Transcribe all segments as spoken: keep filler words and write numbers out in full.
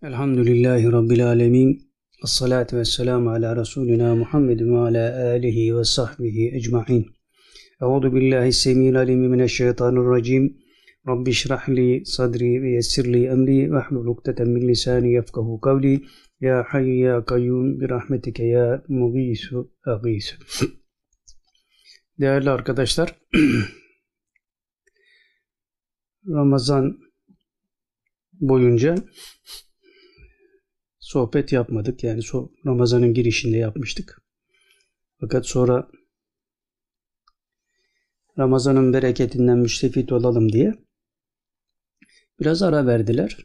Elhamdülillahi Rabbil alemin. Esselatu vesselamu ala Resulina Muhammedin ve ala alihi ve sahbihi ecma'in. Euzu billahi semîl alimi mineşşeytanirracim. Rabbi şrahli sadri ve yessirli emri ve hlul ukdeten min lisani yefkahu kavli. Ya hayy ya kayyum bi rahmetike ya mugisu agisu. Değerli arkadaşlar, Ramazan boyunca sohbet yapmadık. Yani Ramazan'ın girişinde yapmıştık. Fakat sonra Ramazan'ın bereketinden müstefit olalım diye biraz ara verdiler.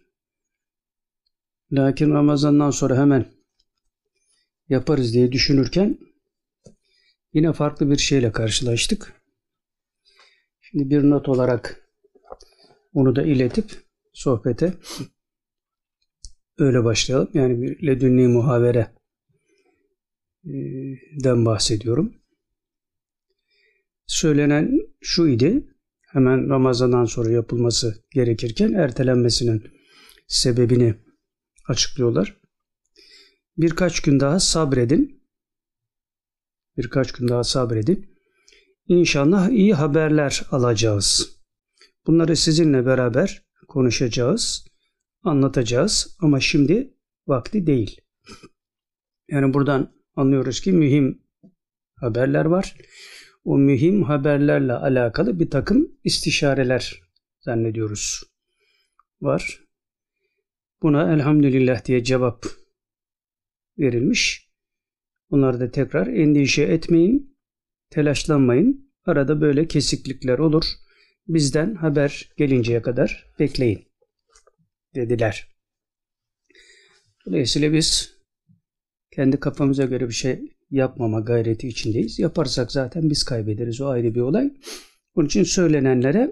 Lakin Ramazan'dan sonra hemen yaparız diye düşünürken yine farklı bir şeyle karşılaştık. Şimdi bir not olarak onu da iletip sohbete öyle başlayalım. Yani bir ledünni muhavereden bahsediyorum. Söylenen şu idi. Hemen Ramazan'dan sonra yapılması gerekirken ertelenmesinin sebebini açıklıyorlar. Birkaç gün daha sabredin. Birkaç gün daha sabredin. İnşallah iyi haberler alacağız. Bunları sizinle beraber konuşacağız, anlatacağız ama şimdi vakti değil. Yani buradan anlıyoruz ki mühim haberler var. O mühim haberlerle alakalı bir takım istişareler zannediyoruz var. Buna elhamdülillah diye cevap verilmiş. Bunlar da tekrar endişe etmeyin, telaşlanmayın. Arada böyle kesiklikler olur. Bizden haber gelinceye kadar bekleyin dediler. Dolayısıyla biz kendi kafamıza göre bir şey yapmama gayreti içindeyiz. Yaparsak zaten biz kaybederiz. O ayrı bir olay. Onun için söylenenlere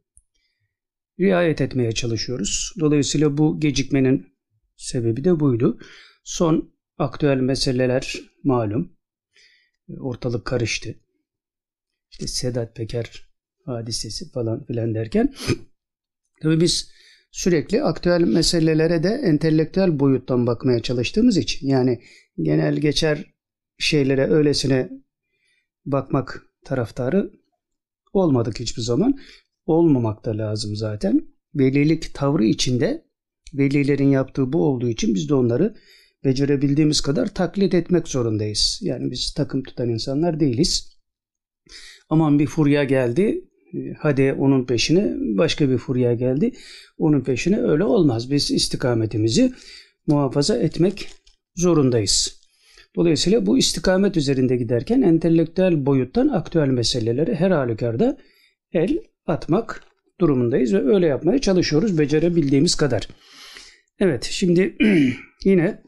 riayet etmeye çalışıyoruz. Dolayısıyla bu gecikmenin sebebi de buydu. Son aktüel meseleler malum. Ortalık karıştı. İşte Sedat Peker hadisesi falan filan derken tabii biz sürekli aktüel meselelere de entelektüel boyuttan bakmaya çalıştığımız için, yani genel geçer şeylere öylesine bakmak taraftarı olmadık hiçbir zaman. Olmamak da lazım zaten. Velilik tavrı içinde velilerin yaptığı bu olduğu için biz de onları becerebildiğimiz kadar taklit etmek zorundayız. Yani biz takım tutan insanlar değiliz. Aman bir furya geldi, hadi onun peşine, başka bir furya geldi, onun peşine, öyle olmaz. Biz istikametimizi muhafaza etmek zorundayız. Dolayısıyla bu istikamet üzerinde giderken entelektüel boyuttan aktüel meselelere her halükarda el atmak durumundayız ve öyle yapmaya çalışıyoruz becerebildiğimiz kadar. Evet, şimdi yine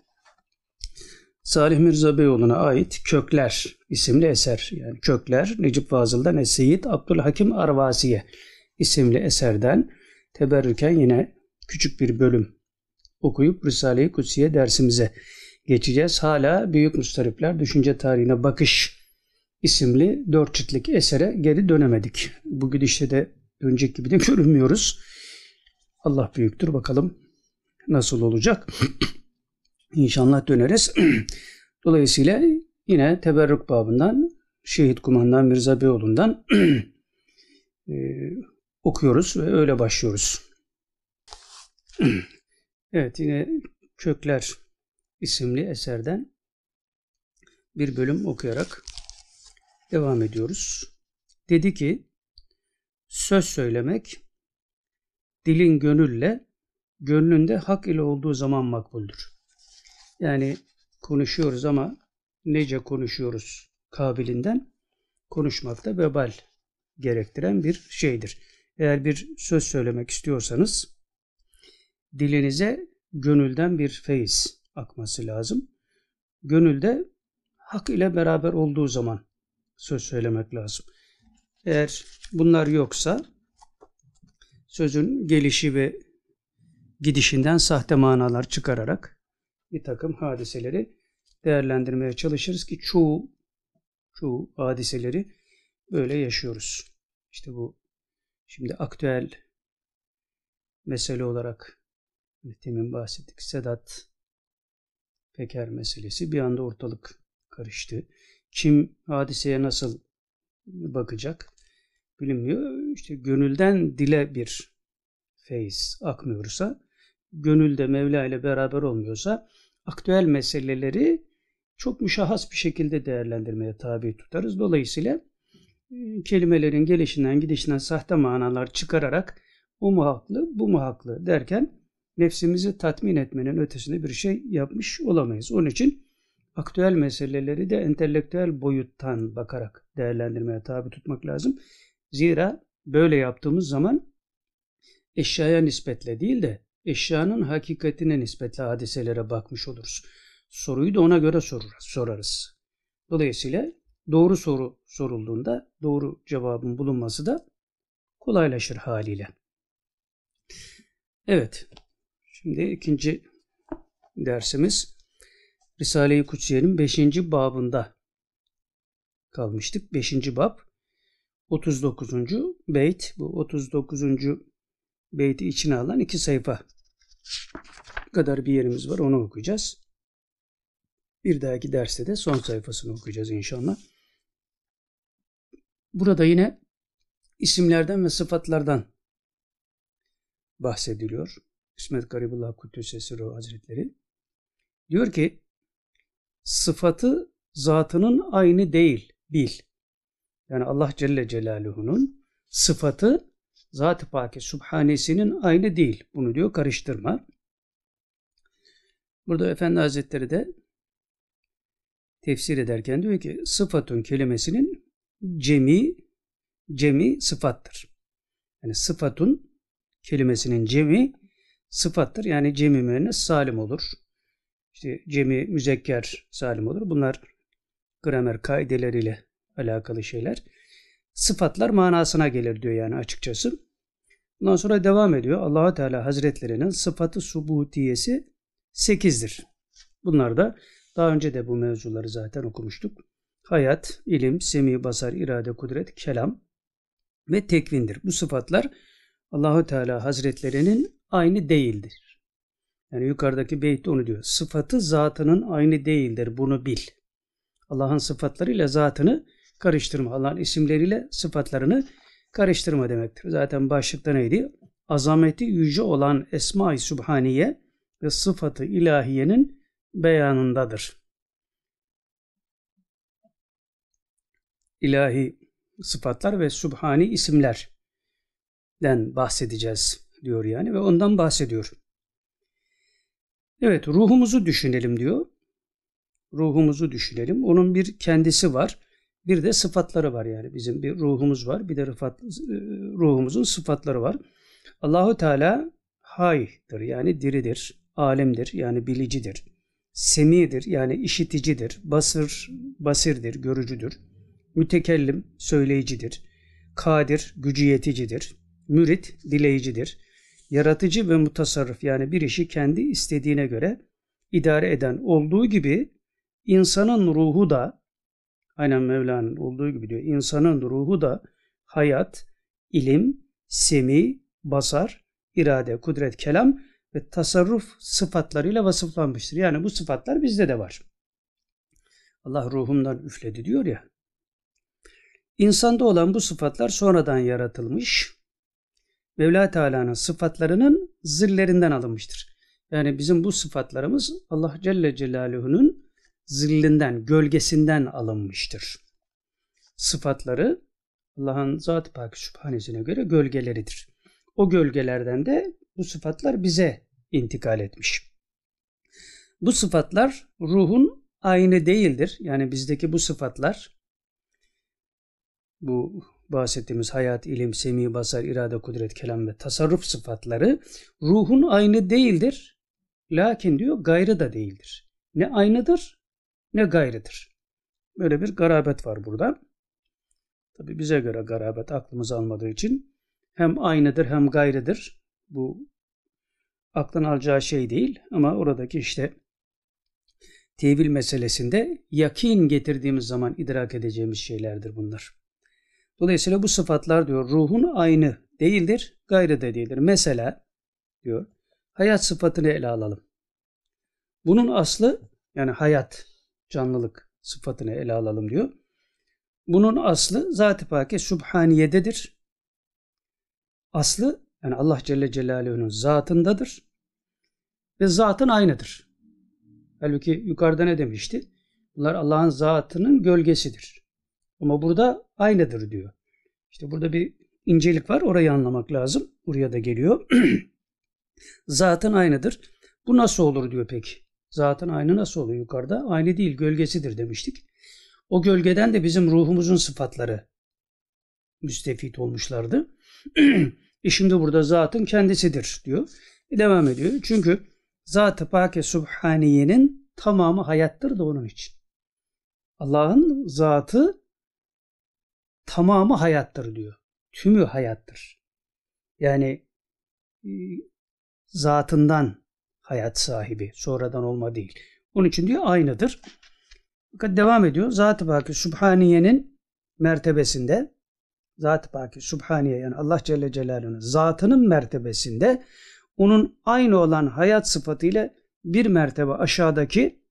Salih Mirza Beyoğlu'na ait Kökler isimli eser, yani Kökler Necip Fazıl'dan Es-Seyyid Abdülhakim Arvasiye isimli eserden teberrüken yine küçük bir bölüm okuyup Risale-i Kutsiye dersimize geçeceğiz. Hala Büyük Mustaripler Düşünce Tarihine Bakış isimli dört ciltlik esere geri dönemedik. Bu gidişte de önceki gibi de görünmüyoruz. Allah büyüktür, bakalım nasıl olacak. İnşallah döneriz. Dolayısıyla yine teberrük babından Şehit Kumandan Mirza Beyoğlu'ndan e, okuyoruz ve öyle başlıyoruz. Evet, yine Kökler isimli eserden bir bölüm okuyarak devam ediyoruz. Dedi ki, söz söylemek dilin gönülle, gönlünde hak ile olduğu zaman makbuldür. Yani konuşuyoruz ama nece konuşuyoruz kabilinden konuşmakta vebal gerektiren bir şeydir. Eğer bir söz söylemek istiyorsanız dilinize gönülden bir feyiz akması lazım. Gönülde hak ile beraber olduğu zaman söz söylemek lazım. Eğer bunlar yoksa sözün gelişi ve gidişinden sahte manalar çıkararak bir takım hadiseleri değerlendirmeye çalışırız ki çoğu çoğu hadiseleri böyle yaşıyoruz. İşte bu şimdi aktüel mesele olarak Demin bahsettik. Sedat Peker meselesi. Bir anda ortalık karıştı. Kim hadiseye nasıl bakacak bilinmiyor. İşte gönülden dile bir feyiz akmıyorsa, gönülde Mevla ile beraber olmuyorsa aktüel meseleleri çok müşahhas bir şekilde değerlendirmeye tabi tutarız. Dolayısıyla kelimelerin gelişinden gidişinden sahte manalar çıkararak o mu haklı, bu mu haklı derken nefsimizi tatmin etmenin ötesinde bir şey yapmış olamayız. Onun için aktüel meseleleri de entelektüel boyuttan bakarak değerlendirmeye tabi tutmak lazım. Zira böyle yaptığımız zaman eşyaya nispetle değil de eşyanın hakikatine nispetle hadiselere bakmış oluruz. Soruyu da ona göre sorarız. Dolayısıyla doğru soru sorulduğunda doğru cevabın bulunması da kolaylaşır haliyle. Evet, şimdi ikinci dersimiz Risale-i Kutsiye'nin beşinci babında kalmıştık. beşinci bab otuz dokuzuncu beyt. Bu otuz dokuzuncu beyti içine alan iki sayfa kadar bir yerimiz var. Onu okuyacağız. Bir dahaki derste de son sayfasını okuyacağız inşallah. Burada yine isimlerden ve sıfatlardan bahsediliyor. İsmet Garibullah Kuddüs'e Sirruhu Hazretleri diyor ki sıfatı zatının aynı değil, bil. Yani Allah Celle Celaluhu'nun sıfatı Zat-ı Pâke Sübhanesinin aynı değil. Bunu diyor karıştırma. Burada Efendi Hazretleri de tefsir ederken diyor ki sıfatun kelimesinin cemi cemi sıfattır. Yani sıfatun kelimesinin cemi sıfattır. Yani cemi müennes salim olur. İşte cemi müzekker salim olur. Bunlar gramer kaideleriyle alakalı şeyler. Sıfatlar manasına gelir diyor yani açıkçası. Ondan sonra devam ediyor. Allah-u Teala Hazretlerinin sıfatı subutiyesi sekizdir. Bunlar da daha önce de bu mevzuları zaten okumuştuk. Hayat, ilim, semi, basar, irade, kudret, kelam ve tekvindir. Bu sıfatlar Allah-u Teala Hazretlerinin aynı değildir. Yani yukarıdaki beytte onu diyor. Sıfatı zatının aynı değildir. Bunu bil. Allah'ın sıfatlarıyla zatını karıştırma. Allah'ın isimleriyle sıfatlarını karıştırma demektir. Zaten başlıkta neydi? Azameti yüce olan Esma-i Sübhaniye ve sıfatı ilahiyenin beyanındadır. İlahi sıfatlar ve Sübhani isimlerden bahsedeceğiz diyor yani ve ondan bahsediyor. Evet, ruhumuzu düşünelim diyor. Ruhumuzu düşünelim. Onun bir kendisi var. Bir de sıfatları var yani. Bizim bir ruhumuz var. Bir de rıfat, ruhumuzun sıfatları var. Allahu Teala haydır yani diridir. Alemdir yani bilicidir. Semidir yani işiticidir. Basır, basirdir, görücüdür. Mütekellim, söyleyicidir. Kadir, gücü yeticidir. Mürit, dileyicidir. Yaratıcı ve mutasarrıf yani bir işi kendi istediğine göre idare eden olduğu gibi insanın ruhu da aynen Mevla'nın olduğu gibi diyor. İnsanın ruhu da hayat, ilim, semi, basar, irade, kudret, kelam ve tasarruf sıfatlarıyla vasıflanmıştır. Yani bu sıfatlar bizde de var. Allah ruhumdan üfledi diyor ya. İnsanda olan bu sıfatlar sonradan yaratılmış. Mevla Teala'nın sıfatlarının zillerinden alınmıştır. Yani bizim bu sıfatlarımız Allah Celle Celaluhu'nun zillinden, gölgesinden alınmıştır. Sıfatları Allah'ın Zat-ı Pâk Sübhanesine göre gölgeleridir. O gölgelerden de bu sıfatlar bize intikal etmiş. Bu sıfatlar ruhun aynı değildir. Yani bizdeki bu sıfatlar, bu bahsettiğimiz hayat, ilim, semi, basar, irade, kudret, kelam ve tasarruf sıfatları ruhun aynı değildir. Lakin diyor gayrı da değildir. Ne aynıdır ne gayrıdır. Böyle bir garabet var burada. Tabi bize göre garabet aklımız almadığı için hem aynıdır hem gayrıdır. Bu aklın alacağı şey değil ama oradaki işte tevil meselesinde yakin getirdiğimiz zaman idrak edeceğimiz şeylerdir bunlar. Dolayısıyla bu sıfatlar diyor ruhun aynı değildir, gayrı da değildir. Mesela diyor hayat sıfatını ele alalım. Bunun aslı, yani hayat, canlılık sıfatını ele alalım diyor. Bunun aslı Zat-ı Pâk-i Sübhaniye'dedir. Aslı, yani Allah Celle Celaluhu'nun zatındadır. Ve zatın aynıdır. Halbuki yukarıda ne demişti? Bunlar Allah'ın zatının gölgesidir. Ama burada aynıdır diyor. İşte burada bir incelik var. Orayı anlamak lazım. Buraya da geliyor. Zatın aynıdır. Bu nasıl olur diyor peki. Zatın aynı nasıl oluyor yukarıda? Aynı değil, gölgesidir demiştik. O gölgeden de bizim ruhumuzun sıfatları müstefit olmuşlardı. E şimdi burada zatın kendisidir diyor. E devam ediyor. Çünkü Zat-ı Pâk-i Sübhaniye'nin tamamı hayattır da onun için. Allah'ın zatı tamamı hayattır diyor. Tümü hayattır. Yani e, zatından hayat sahibi. Sonradan olma değil. Onun için diyor aynıdır. Fakat devam ediyor. Zat-ı Pâk-i Sübhaniye'nin mertebesinde, Zat-ı Pâk-i Sübhaniye, yani Allah Celle Celaluhu'nun zatının mertebesinde onun aynı olan hayat sıfatıyla bir mertebe aşağıdaki,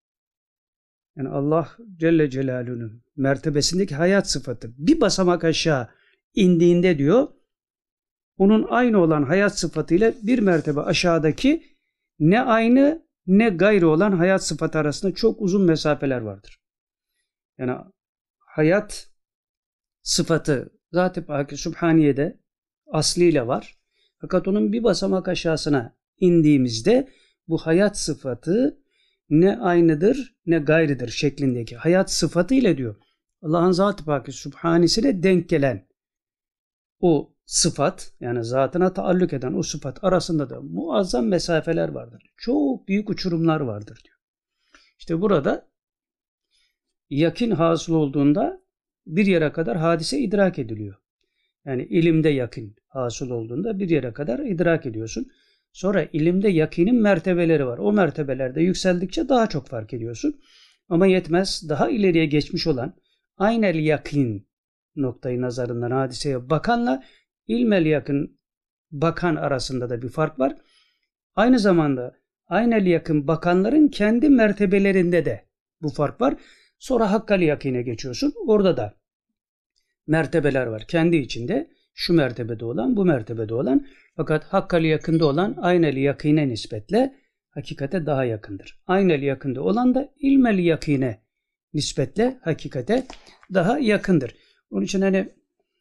yani Allah Celle Celaluhu'nun mertebesindeki hayat sıfatı bir basamak aşağı indiğinde diyor, onun aynı olan hayat sıfatıyla bir mertebe aşağıdaki ne aynı ne gayrı olan hayat sıfatı arasında çok uzun mesafeler vardır. Yani hayat sıfatı Zat-ı Pâk-i Sübhaniye'de asliyle var. Fakat onun bir basamak aşağısına indiğimizde bu hayat sıfatı ne aynıdır ne gayrıdır şeklindeki hayat sıfatı ile diyor Allah'ın Zat-ı Pâk-i Sübhanisine denk gelen o sıfat, yani zatına taalluk eden o sıfat arasında da muazzam mesafeler vardır. Çok büyük uçurumlar vardır diyor. İşte burada yakin hasıl olduğunda bir yere kadar hadise idrak ediliyor. Yani ilimde yakin hasıl olduğunda bir yere kadar idrak ediyorsun. Sonra ilimde yakinin mertebeleri var. O mertebelerde yükseldikçe daha çok fark ediyorsun. Ama yetmez, daha ileriye geçmiş olan aynel yakin noktayı nazarından hadiseye bakanla ilmel yakın bakan arasında da bir fark var. Aynı zamanda aynel yakın bakanların kendi mertebelerinde de bu fark var. Sonra hakkal yakine geçiyorsun. Orada da mertebeler var. Kendi içinde şu mertebede olan, bu mertebede olan, fakat hakkal yakında olan aynel yakine nispetle hakikate daha yakındır. Aynel yakında olan da ilmel yakine nispetle hakikate daha yakındır. Onun için hani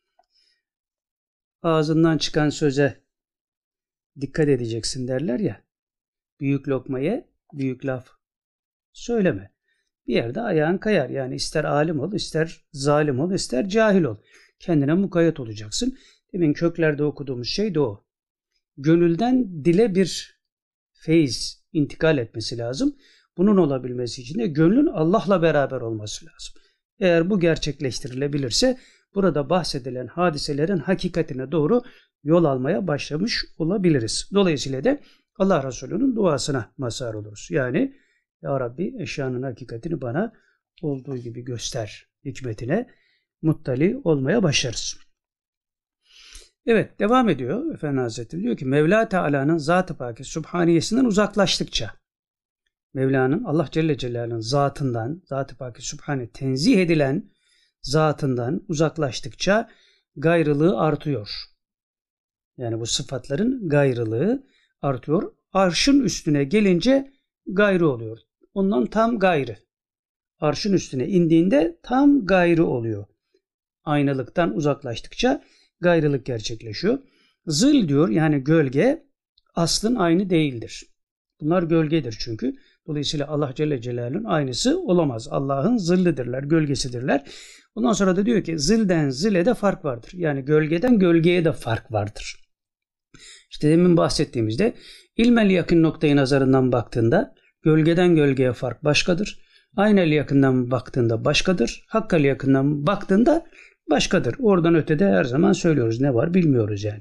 ağzından çıkan söze dikkat edeceksin derler ya. Büyük lokma ye, büyük laf söyleme. Bir yerde ayağın kayar. Yani ister alim ol, ister zalim ol, ister cahil ol. Kendine mukayyet olacaksın. Demin köklerde okuduğumuz şey de o. Gönülden dile bir feyiz intikal etmesi lazım. Bunun olabilmesi için de gönlün Allah'la beraber olması lazım. Eğer bu gerçekleştirilebilirse burada bahsedilen hadiselerin hakikatine doğru yol almaya başlamış olabiliriz. Dolayısıyla da Allah Resulü'nün duasına mazhar oluruz. Yani Ya Rabbi eşyanın hakikatini bana olduğu gibi göster hikmetine muttali olmaya başlarız. Evet, devam ediyor Efendi Hazretleri. Diyor ki Mevla Teala'nın Zat-ı Pâk-i Sübhaniyesinden uzaklaştıkça, Mevla'nın Allah Celle Celaluhu'nun zatından, Zat-ı Pâk-i Sübhane tenzih edilen zatından uzaklaştıkça gayrılığı artıyor. Yani bu sıfatların gayrılığı artıyor. Arşın üstüne gelince gayrı oluyor. Ondan tam gayrı. Arşın üstüne indiğinde tam gayrı oluyor. Aynalıktan uzaklaştıkça gayrılık gerçekleşiyor. Zıl diyor, yani gölge aslın aynı değildir. Bunlar gölgedir çünkü. Dolayısıyla Allah Celle Celaluhu'nun aynısı olamaz. Allah'ın zillidirler, gölgesidirler. Ondan sonra da diyor ki zilden zile de fark vardır. Yani gölgeden gölgeye de fark vardır. İşte demin bahsettiğimizde ilmel yakın noktayı nazarından baktığında gölgeden gölgeye fark başkadır. Aynel yakından baktığında başkadır. Hakkal yakından baktığında başkadır. Oradan ötede her zaman söylüyoruz. Ne var bilmiyoruz yani.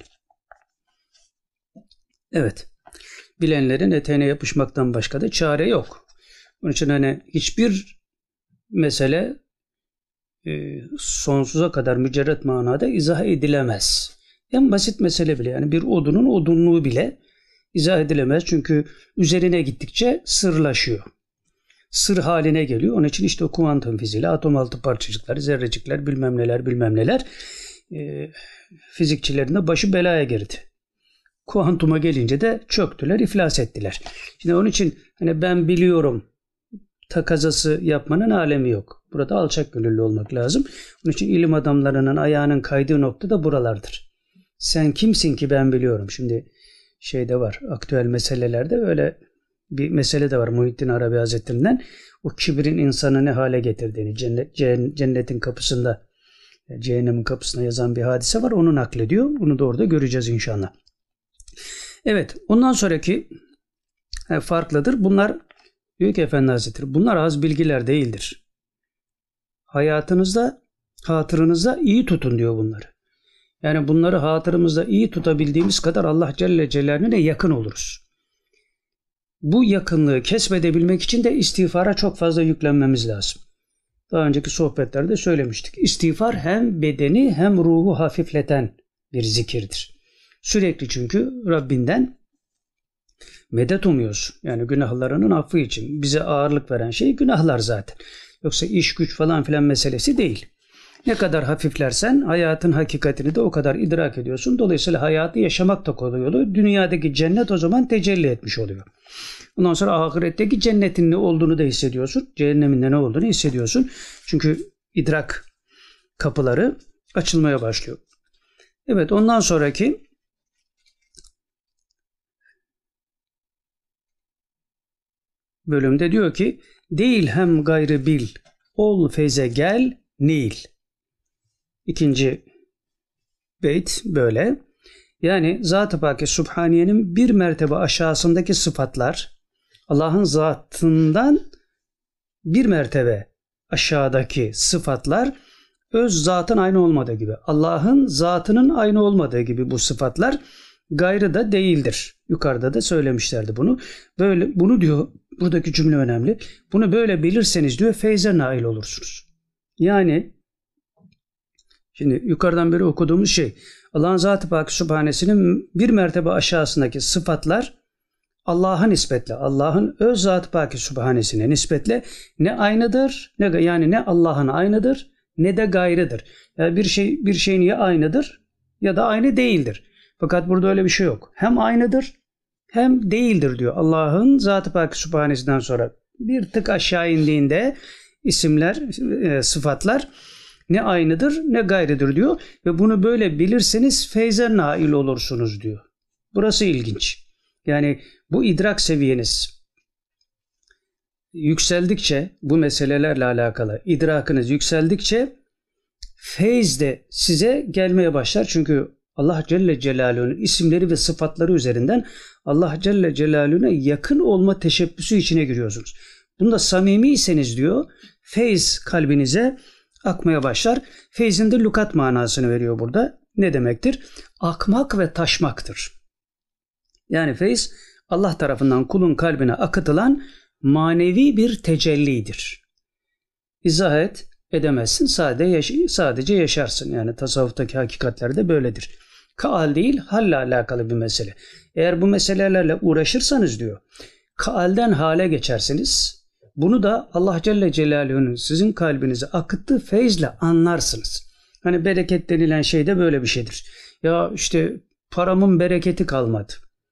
Evet. Bilenlerin eteğine yapışmaktan başka da çare yok. Onun için hani hiçbir mesele e, sonsuza kadar mücerret manada izah edilemez. En basit mesele bile, yani bir odunun odunluğu bile izah edilemez. Çünkü üzerine gittikçe sırlaşıyor. Sır haline geliyor. Onun için işte o kuantum fiziği, atom altı parçacıklar, zerrecikler, bilmem neler bilmem neler e, fizikçilerin de başı belaya girdi. Kuantuma gelince de çöktüler, iflas ettiler. Şimdi onun için hani ben biliyorum takazası yapmanın alemi yok. Burada alçak gönüllü olmak lazım. Onun için ilim adamlarının ayağının kaydığı nokta da buralardır. Sen kimsin ki ben biliyorum. Şimdi şeyde var, aktüel meselelerde öyle bir mesele de var Muhittin Arabi Hazretlerinden. O kibrin insanı ne hale getirdiğini, cennet, cennetin kapısında, cehennemin kapısına yazan bir hadise var. Onu naklediyor. Bunu da orada göreceğiz inşallah. Evet, ondan sonraki farklıdır. Bunlar diyor ki Efendi Hazretleri, bunlar az bilgiler değildir. Hayatınızda, hatırınızda iyi tutun diyor bunları. Yani bunları hatırımızda iyi tutabildiğimiz kadar Allah Celle Celaluhu'na yakın oluruz. Bu yakınlığı kesbedebilmek için de istiğfara çok fazla yüklenmemiz lazım. Daha önceki sohbetlerde söylemiştik. İstiğfar hem bedeni hem ruhu hafifleten bir zikirdir. Sürekli çünkü Rabbinden medet umuyorsun. Yani günahlarının affı için. Bize ağırlık veren şey günahlar zaten. Yoksa iş güç falan filan meselesi değil. Ne kadar hafiflersen hayatın hakikatini de o kadar idrak ediyorsun. Dolayısıyla hayatı yaşamak da kolay oluyor. Dünyadaki cennet o zaman tecelli etmiş oluyor. Ondan sonra ahiretteki cennetin ne olduğunu da hissediyorsun. Cehennemin de ne olduğunu hissediyorsun. Çünkü idrak kapıları açılmaya başlıyor. Evet, ondan sonraki bölümde diyor ki değil hem gayrı bil ol feyze gel nil. İkinci beyt böyle. Yani Zat-ı Pâk-i Sübhaniye'nin bir mertebe aşağısındaki sıfatlar Allah'ın zatından bir mertebe aşağıdaki sıfatlar öz zatın aynı olmadığı gibi, Allah'ın zatının aynı olmadığı gibi bu sıfatlar gayrı da değildir. Yukarıda da söylemişlerdi bunu. Böyle bunu diyor, buradaki cümle önemli. Bunu böyle bilirseniz diyor feyze nail olursunuz. Yani şimdi yukarıdan beri okuduğumuz şey Allah'ın Zat-ı Pâk-i Sübhanesinin bir mertebe aşağısındaki sıfatlar Allah'a nispetle, Allah'ın öz Zat-ı Pâk-i Sübhanesine nispetle ne aynıdır, ne yani ne Allah'ın aynıdır, ne de gayrıdır. Yani bir şey bir şeyin ya aynıdır ya da aynı değildir. Fakat burada öyle bir şey yok. Hem aynıdır hem değildir diyor. Allah'ın Zat-ı Pâk-i Sübhanesinden sonra bir tık aşağı indiğinde isimler, sıfatlar ne aynıdır ne gayrıdır diyor. Ve bunu böyle bilirseniz feyze nail olursunuz diyor. Burası ilginç. Yani bu idrak seviyeniz yükseldikçe, bu meselelerle alakalı idrakınız yükseldikçe feyz de size gelmeye başlar. Çünkü Allah Celle Celaluhu'nun isimleri ve sıfatları üzerinden Allah Celle Celaluhu'na yakın olma teşebbüsü içine giriyorsunuz. Bunda samimiyseniz diyor, feyz kalbinize akmaya başlar. Feyzin de lukat manasını veriyor burada. Ne demektir? Akmak ve taşmaktır. Yani feyz Allah tarafından kulun kalbine akıtılan manevi bir tecellidir. İzah et edemezsin, sadece, yaş sadece yaşarsın. Yani tasavvuftaki hakikatler de böyledir. Kaal değil, halle alakalı bir mesele. Eğer bu meselelerle uğraşırsanız diyor, kaalden hale geçersiniz. Bunu da Allah Celle Celaluhu'nun sizin kalbinize akıttığı feyzle anlarsınız. Hani bereket denilen şey de böyle bir şeydir. Ya işte paramın bereketi kalmadı.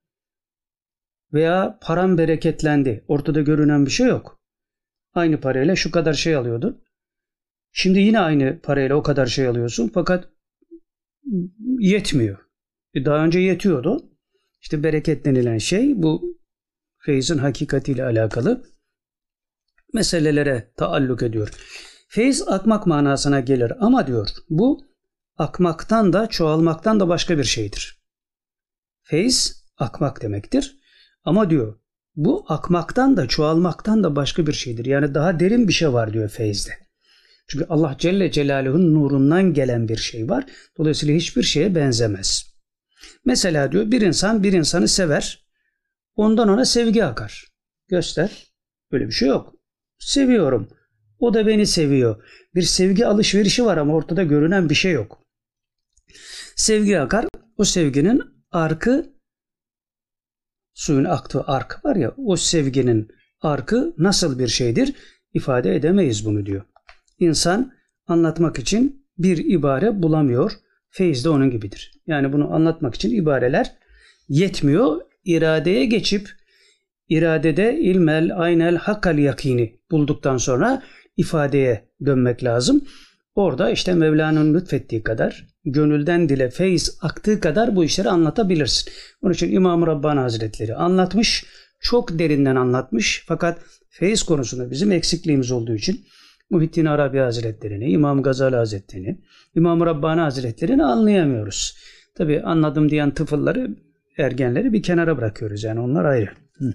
Veya param bereketlendi. Ortada görünen bir şey yok. Aynı parayla şu kadar şey alıyordun. Şimdi yine aynı parayla o kadar şey alıyorsun. Fakat yetmiyor. Daha önce yetiyordu. İşte bereket denilen şey bu feyzin hakikatiyle alakalı meselelere taalluk ediyor. Feyz akmak manasına gelir ama diyor bu akmaktan da çoğalmaktan da başka bir şeydir. Feyz akmak demektir. Ama diyor bu akmaktan da çoğalmaktan da başka bir şeydir. Yani daha derin bir şey var diyor feyzde. Çünkü Allah Celle Celaluhu'nun nurundan gelen bir şey var. Dolayısıyla hiçbir şeye benzemez. Mesela diyor bir insan bir insanı sever. Ondan ona sevgi akar. Göster. Böyle bir şey yok. Seviyorum. O da beni seviyor. Bir sevgi alışverişi var ama ortada görünen bir şey yok. Sevgi akar. O sevginin arkı suyun aktığı ark var ya, o sevginin arkı nasıl bir şeydir? İfade edemeyiz bunu diyor. İnsan anlatmak için bir ibare bulamıyor. Feyiz de onun gibidir. Yani bunu anlatmak için ibareler yetmiyor. İradeye geçip iradede ilmel, aynel, hakkal yakini bulduktan sonra ifadeye dönmek lazım. Orada işte Mevla'nın lütfettiği kadar, gönülden dile feyiz aktığı kadar bu işleri anlatabilirsin. Onun için İmam-ı Rabbani Hazretleri anlatmış, çok derinden anlatmış. Fakat feyiz konusunda bizim eksikliğimiz olduğu için Muhittin Arabi Hazretleri'ni, İmam Gazali Hazretleri'ni, İmam-ı Rabbani Hazretleri'ni anlayamıyoruz. Tabii anladım diyen tıfılları, ergenleri bir kenara bırakıyoruz. Yani onlar ayrı. Hı.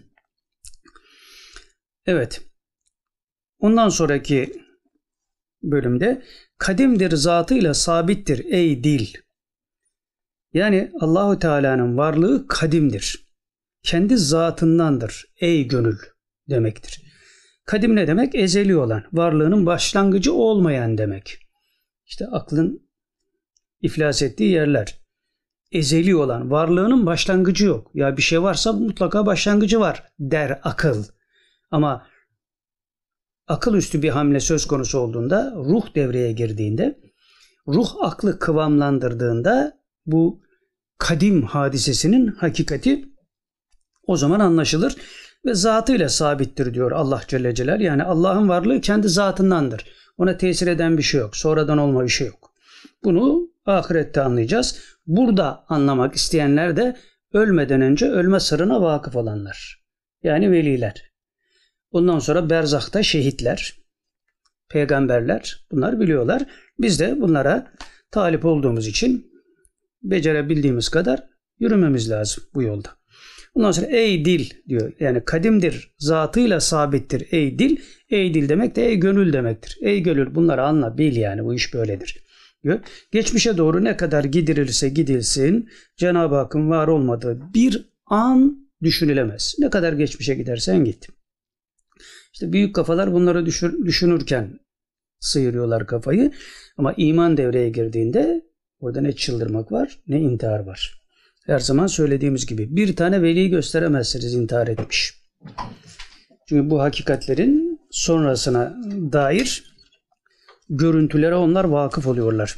Evet. Ondan sonraki bölümde kadimdir zatıyla sabittir ey dil. Yani Allahu Teala'nın varlığı kadimdir. Kendi zatındandır ey gönül demektir. Kadim ne demek? Ezeli olan, varlığının başlangıcı olmayan demek. İşte aklın iflas ettiği yerler. Ezeli olan, varlığının başlangıcı yok. Ya bir şey varsa mutlaka başlangıcı var der akıl. Ama akıl üstü bir hamle söz konusu olduğunda, ruh devreye girdiğinde, ruh aklı kıvamlandırdığında bu kadim hadisesinin hakikati o zaman anlaşılır ve zatıyla sabittir diyor Allah Celle Celal. Yani Allah'ın varlığı kendi zatındandır. Ona tesir eden bir şey yok. Sonradan olma bir şey yok. Bunu ahirette anlayacağız. Burada anlamak isteyenler de ölmeden önce ölme sırrına vakıf olanlar. Yani veliler. Ondan sonra berzahta şehitler, peygamberler, bunlar biliyorlar. Biz de bunlara talip olduğumuz için becerebildiğimiz kadar yürümemiz lazım bu yolda. Ondan sonra ey dil diyor. Yani kadimdir, zatıyla sabittir ey dil. Ey dil demek de ey gönül demektir. Ey gönül, bunları anla, bil yani, bu iş böyledir diyor. Geçmişe doğru ne kadar gidirilse gidilsin, Cenab-ı Hakk'ın var olmadığı bir an düşünülemez. Ne kadar geçmişe gidersen git. İşte büyük kafalar bunları düşünürken sıyırıyorlar kafayı. Ama iman devreye girdiğinde orada ne çıldırmak var ne intihar var. Her zaman söylediğimiz gibi bir tane veliyi gösteremezsiniz intihar etmiş. Çünkü bu hakikatlerin sonrasına dair görüntülere onlar vakıf oluyorlar.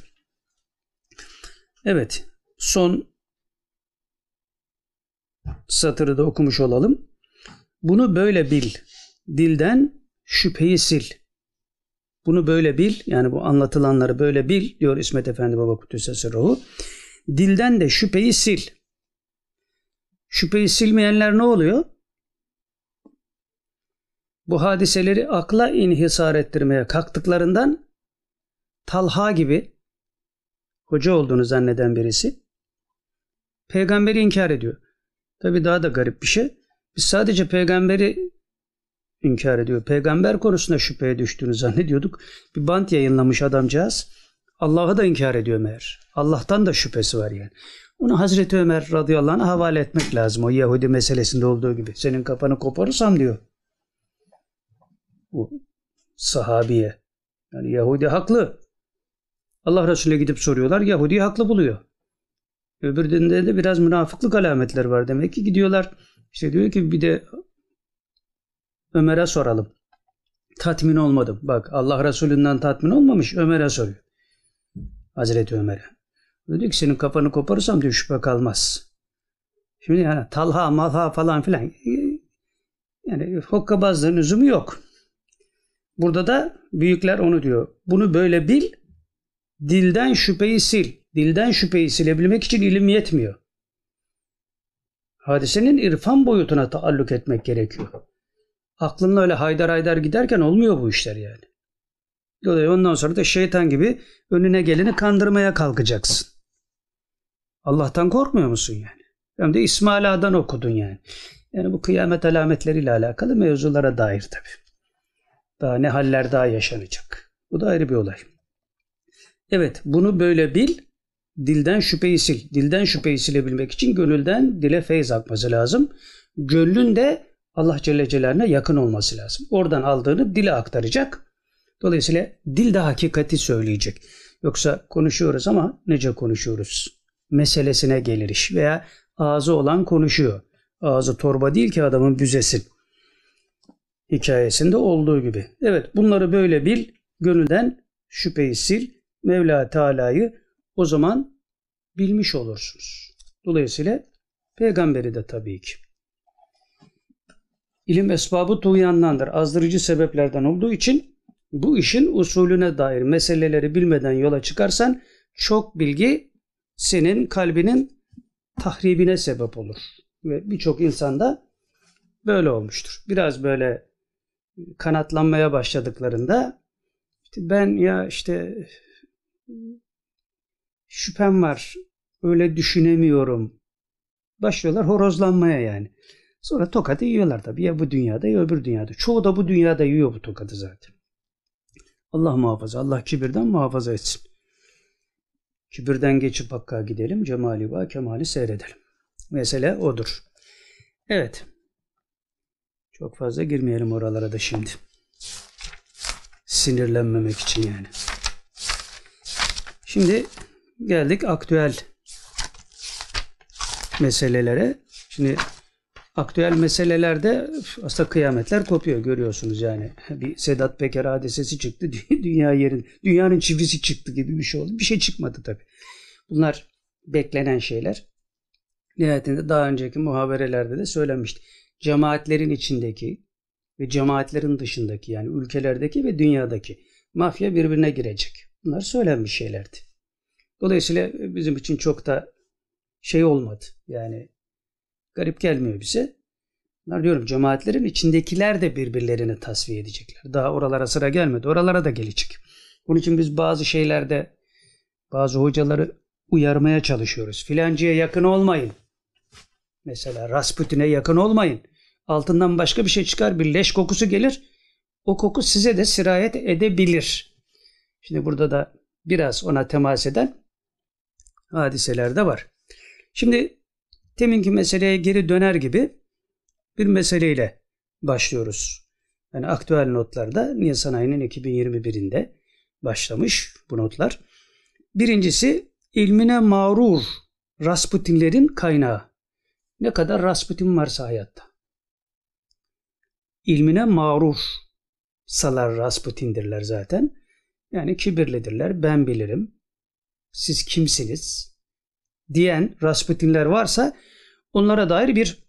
Evet, son satırı da okumuş olalım. Bunu böyle bil. Dilden şüpheyi sil. Bunu böyle bil. Yani bu anlatılanları böyle bil diyor İsmet Efendi Baba Kudüs'e sırruhu. Dilden de şüpheyi sil. Şüpheyi silmeyenler ne oluyor? Bu hadiseleri akla inhisar ettirmeye kalktıklarından Talha gibi hoca olduğunu zanneden birisi peygamberi inkar ediyor. Tabii daha da garip bir şey. Biz sadece peygamberi inkar ediyor. Peygamber konusunda şüpheye düştüğünü zannediyorduk. Bir bant yayınlamış adamcağız. Allah'ı da inkar ediyor meğer. Allah'tan da şüphesi var yani. Onu Hazreti Ömer radıyallahu anh'a havale etmek lazım. O Yahudi meselesinde olduğu gibi. Senin kafanı koparırsam diyor. Bu sahabiye. Yani Yahudi haklı. Allah Resulü'ne gidip soruyorlar. Yahudi haklı buluyor. Öbüründe de biraz münafıklık alametleri var. Demek ki gidiyorlar. İşte diyor ki bir de Ömer'e soralım. Tatmin olmadım. Bak Allah Resulü'nden tatmin olmamış. Ömer'e soruyor. Hazreti Ömer'e. Diyor ki senin kafanı koparırsam diyor şüphe kalmaz. Şimdi yani Talha, Malha falan filan yani hokkabazlığın lüzumu yok. Burada da büyükler onu diyor. Bunu böyle bil. Dilden şüpheyi sil. Dilden şüpheyi silebilmek için ilim yetmiyor. Hadisenin irfan boyutuna taalluk etmek gerekiyor. Aklınla öyle haydar haydar giderken olmuyor bu işler yani. Dolayısıyla ondan sonra da şeytan gibi önüne geleni kandırmaya kalkacaksın. Allah'tan korkmuyor musun yani? Hem de İsmaila'dan okudun yani. Yani bu kıyamet alametleriyle alakalı mevzulara dair tabii. Daha ne haller daha yaşanacak. Bu da ayrı bir olay. Evet, bunu böyle bil. Dilden şüpheyi sil. Dilden şüpheyi silebilmek için gönülden dile feyz akması lazım. Gönlün de Allah Celle Celaluhu'na yakın olması lazım. Oradan aldığını dile aktaracak. Dolayısıyla dil de hakikati söyleyecek. Yoksa konuşuyoruz ama nece konuşuyoruz? Meselesine gelir iş veya ağzı olan konuşuyor. Ağzı torba değil ki adamın büzesin hikayesinde olduğu gibi. Evet, bunları böyle bil, gönülden şüpheyi sil, Mevla Teala'yı o zaman bilmiş olursunuz. Dolayısıyla peygamberi de tabii ki. İlim esbabı tuğyandandır. Azdırıcı sebeplerden olduğu için bu işin usulüne dair meseleleri bilmeden yola çıkarsan çok bilgi senin kalbinin tahribine sebep olur. Ve birçok insanda böyle olmuştur. Biraz böyle kanatlanmaya başladıklarında işte ben ya işte şüphem var, öyle düşünemiyorum. Başlıyorlar horozlanmaya yani. Sonra tokadı yiyorlar tabii. Ya bu dünyada ya öbür dünyada. Çoğu da bu dünyada yiyor bu tokadı zaten. Allah muhafaza. Allah kibirden muhafaza etsin. Kibirden geçip Hakk'a gidelim. Cemali ve kemali seyredelim. Mesele odur. Evet. Çok fazla girmeyelim oralara da şimdi. Sinirlenmemek için yani. Şimdi geldik aktüel meselelere. Şimdi aktüel meselelerde aslında kıyametler kopuyor, görüyorsunuz yani. Bir Sedat Peker hadisesi çıktı. Dünya yerin, dünyanın çivisi çıktı gibi bir şey oldu. Bir şey çıkmadı tabii. Bunlar beklenen şeyler. Nihayetinde daha önceki muhaberelerde de söylenmişti. Cemaatlerin içindeki ve cemaatlerin dışındaki, yani ülkelerdeki ve dünyadaki mafya birbirine girecek. Bunlar söylenmiş şeylerdi. Dolayısıyla bizim için çok da şey olmadı. Yani garip gelmiyor bize. Bunlar diyorum, cemaatlerin içindekiler de birbirlerini tasfiye edecekler. Daha oralara sıra gelmedi. Oralara da gelecek. Bunun için biz bazı şeylerde bazı hocaları uyarmaya çalışıyoruz. Filancıya yakın olmayın. Mesela Rasputin'e yakın olmayın. Altından başka bir şey çıkar, bir leş kokusu gelir. O koku size de sirayet edebilir. Şimdi burada da biraz ona temas eden hadiseler de var. Şimdi teminki meseleye geri döner gibi bir meseleyle başlıyoruz. Yani aktüel notlarda Nisan ayının iki bin yirmi birinde başlamış bu notlar. Birincisi, ilmine mağrur Rasputinlerin kaynağı. Ne kadar Rasputin varsa hayatta. İlmine mağrur salar Rasputindirler zaten. Yani kibirlidirler. Ben bilirim. Siz kimsiniz diyen Rasputinler varsa onlara dair bir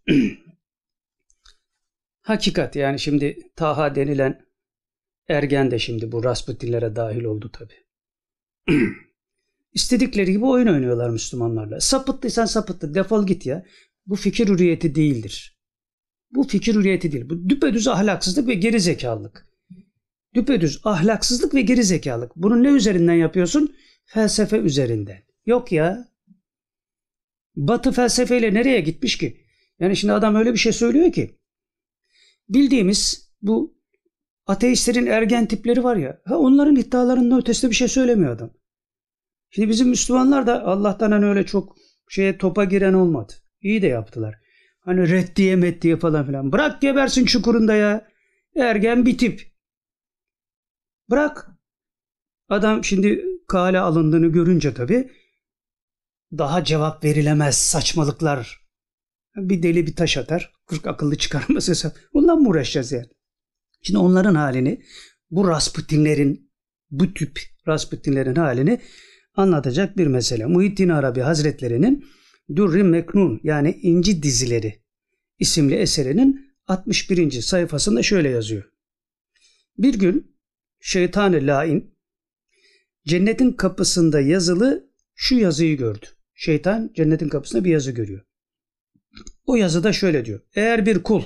hakikat. Yani şimdi Taha denilen ergen de şimdi bu Rasputinlere dahil oldu tabii. İstedikleri gibi oyun oynuyorlar Müslümanlarla. Sapıttıysan sapıttı. Defol git ya. Bu fikir hürriyeti değildir. Bu fikir hürriyeti değil. Bu düpedüz ahlaksızlık ve gerizekalılık. Düpedüz ahlaksızlık ve gerizekalılık. Bunu ne üzerinden yapıyorsun? Felsefe üzerinden. Yok ya. Batı felsefeyle nereye gitmiş ki? Yani şimdi adam öyle bir şey söylüyor ki. Bildiğimiz bu ateistlerin ergen tipleri var ya. Ha, onların iddialarının ötesinde bir şey söylemiyor adam. Şimdi bizim Müslümanlar da Allah'tan hani öyle çok şeye topa giren olmadı. İyi de yaptılar. Hani reddiye meddiye falan filan. Bırak gebersin çukurunda ya. Ergen bir tip. Bırak. Adam şimdi kale alındığını görünce tabii daha cevap verilemez saçmalıklar. Bir deli bir taş atar. Kırk akıllı çıkarmaz hesap. Bundan mı uğraşacağız yani? Şimdi onların halini, bu Rasputinlerin, bu tip Rasputinlerin halini anlatacak bir mesele. Muhittin Arabi Hazretleri'nin Durr-i Meknun, yani İnci Dizileri isimli eserinin altmış birinci sayfasında şöyle yazıyor. Bir gün şeytan-ı lain cennetin kapısında yazılı şu yazıyı gördü. Şeytan cennetin kapısında bir yazı görüyor. O yazıda şöyle diyor. Eğer bir kul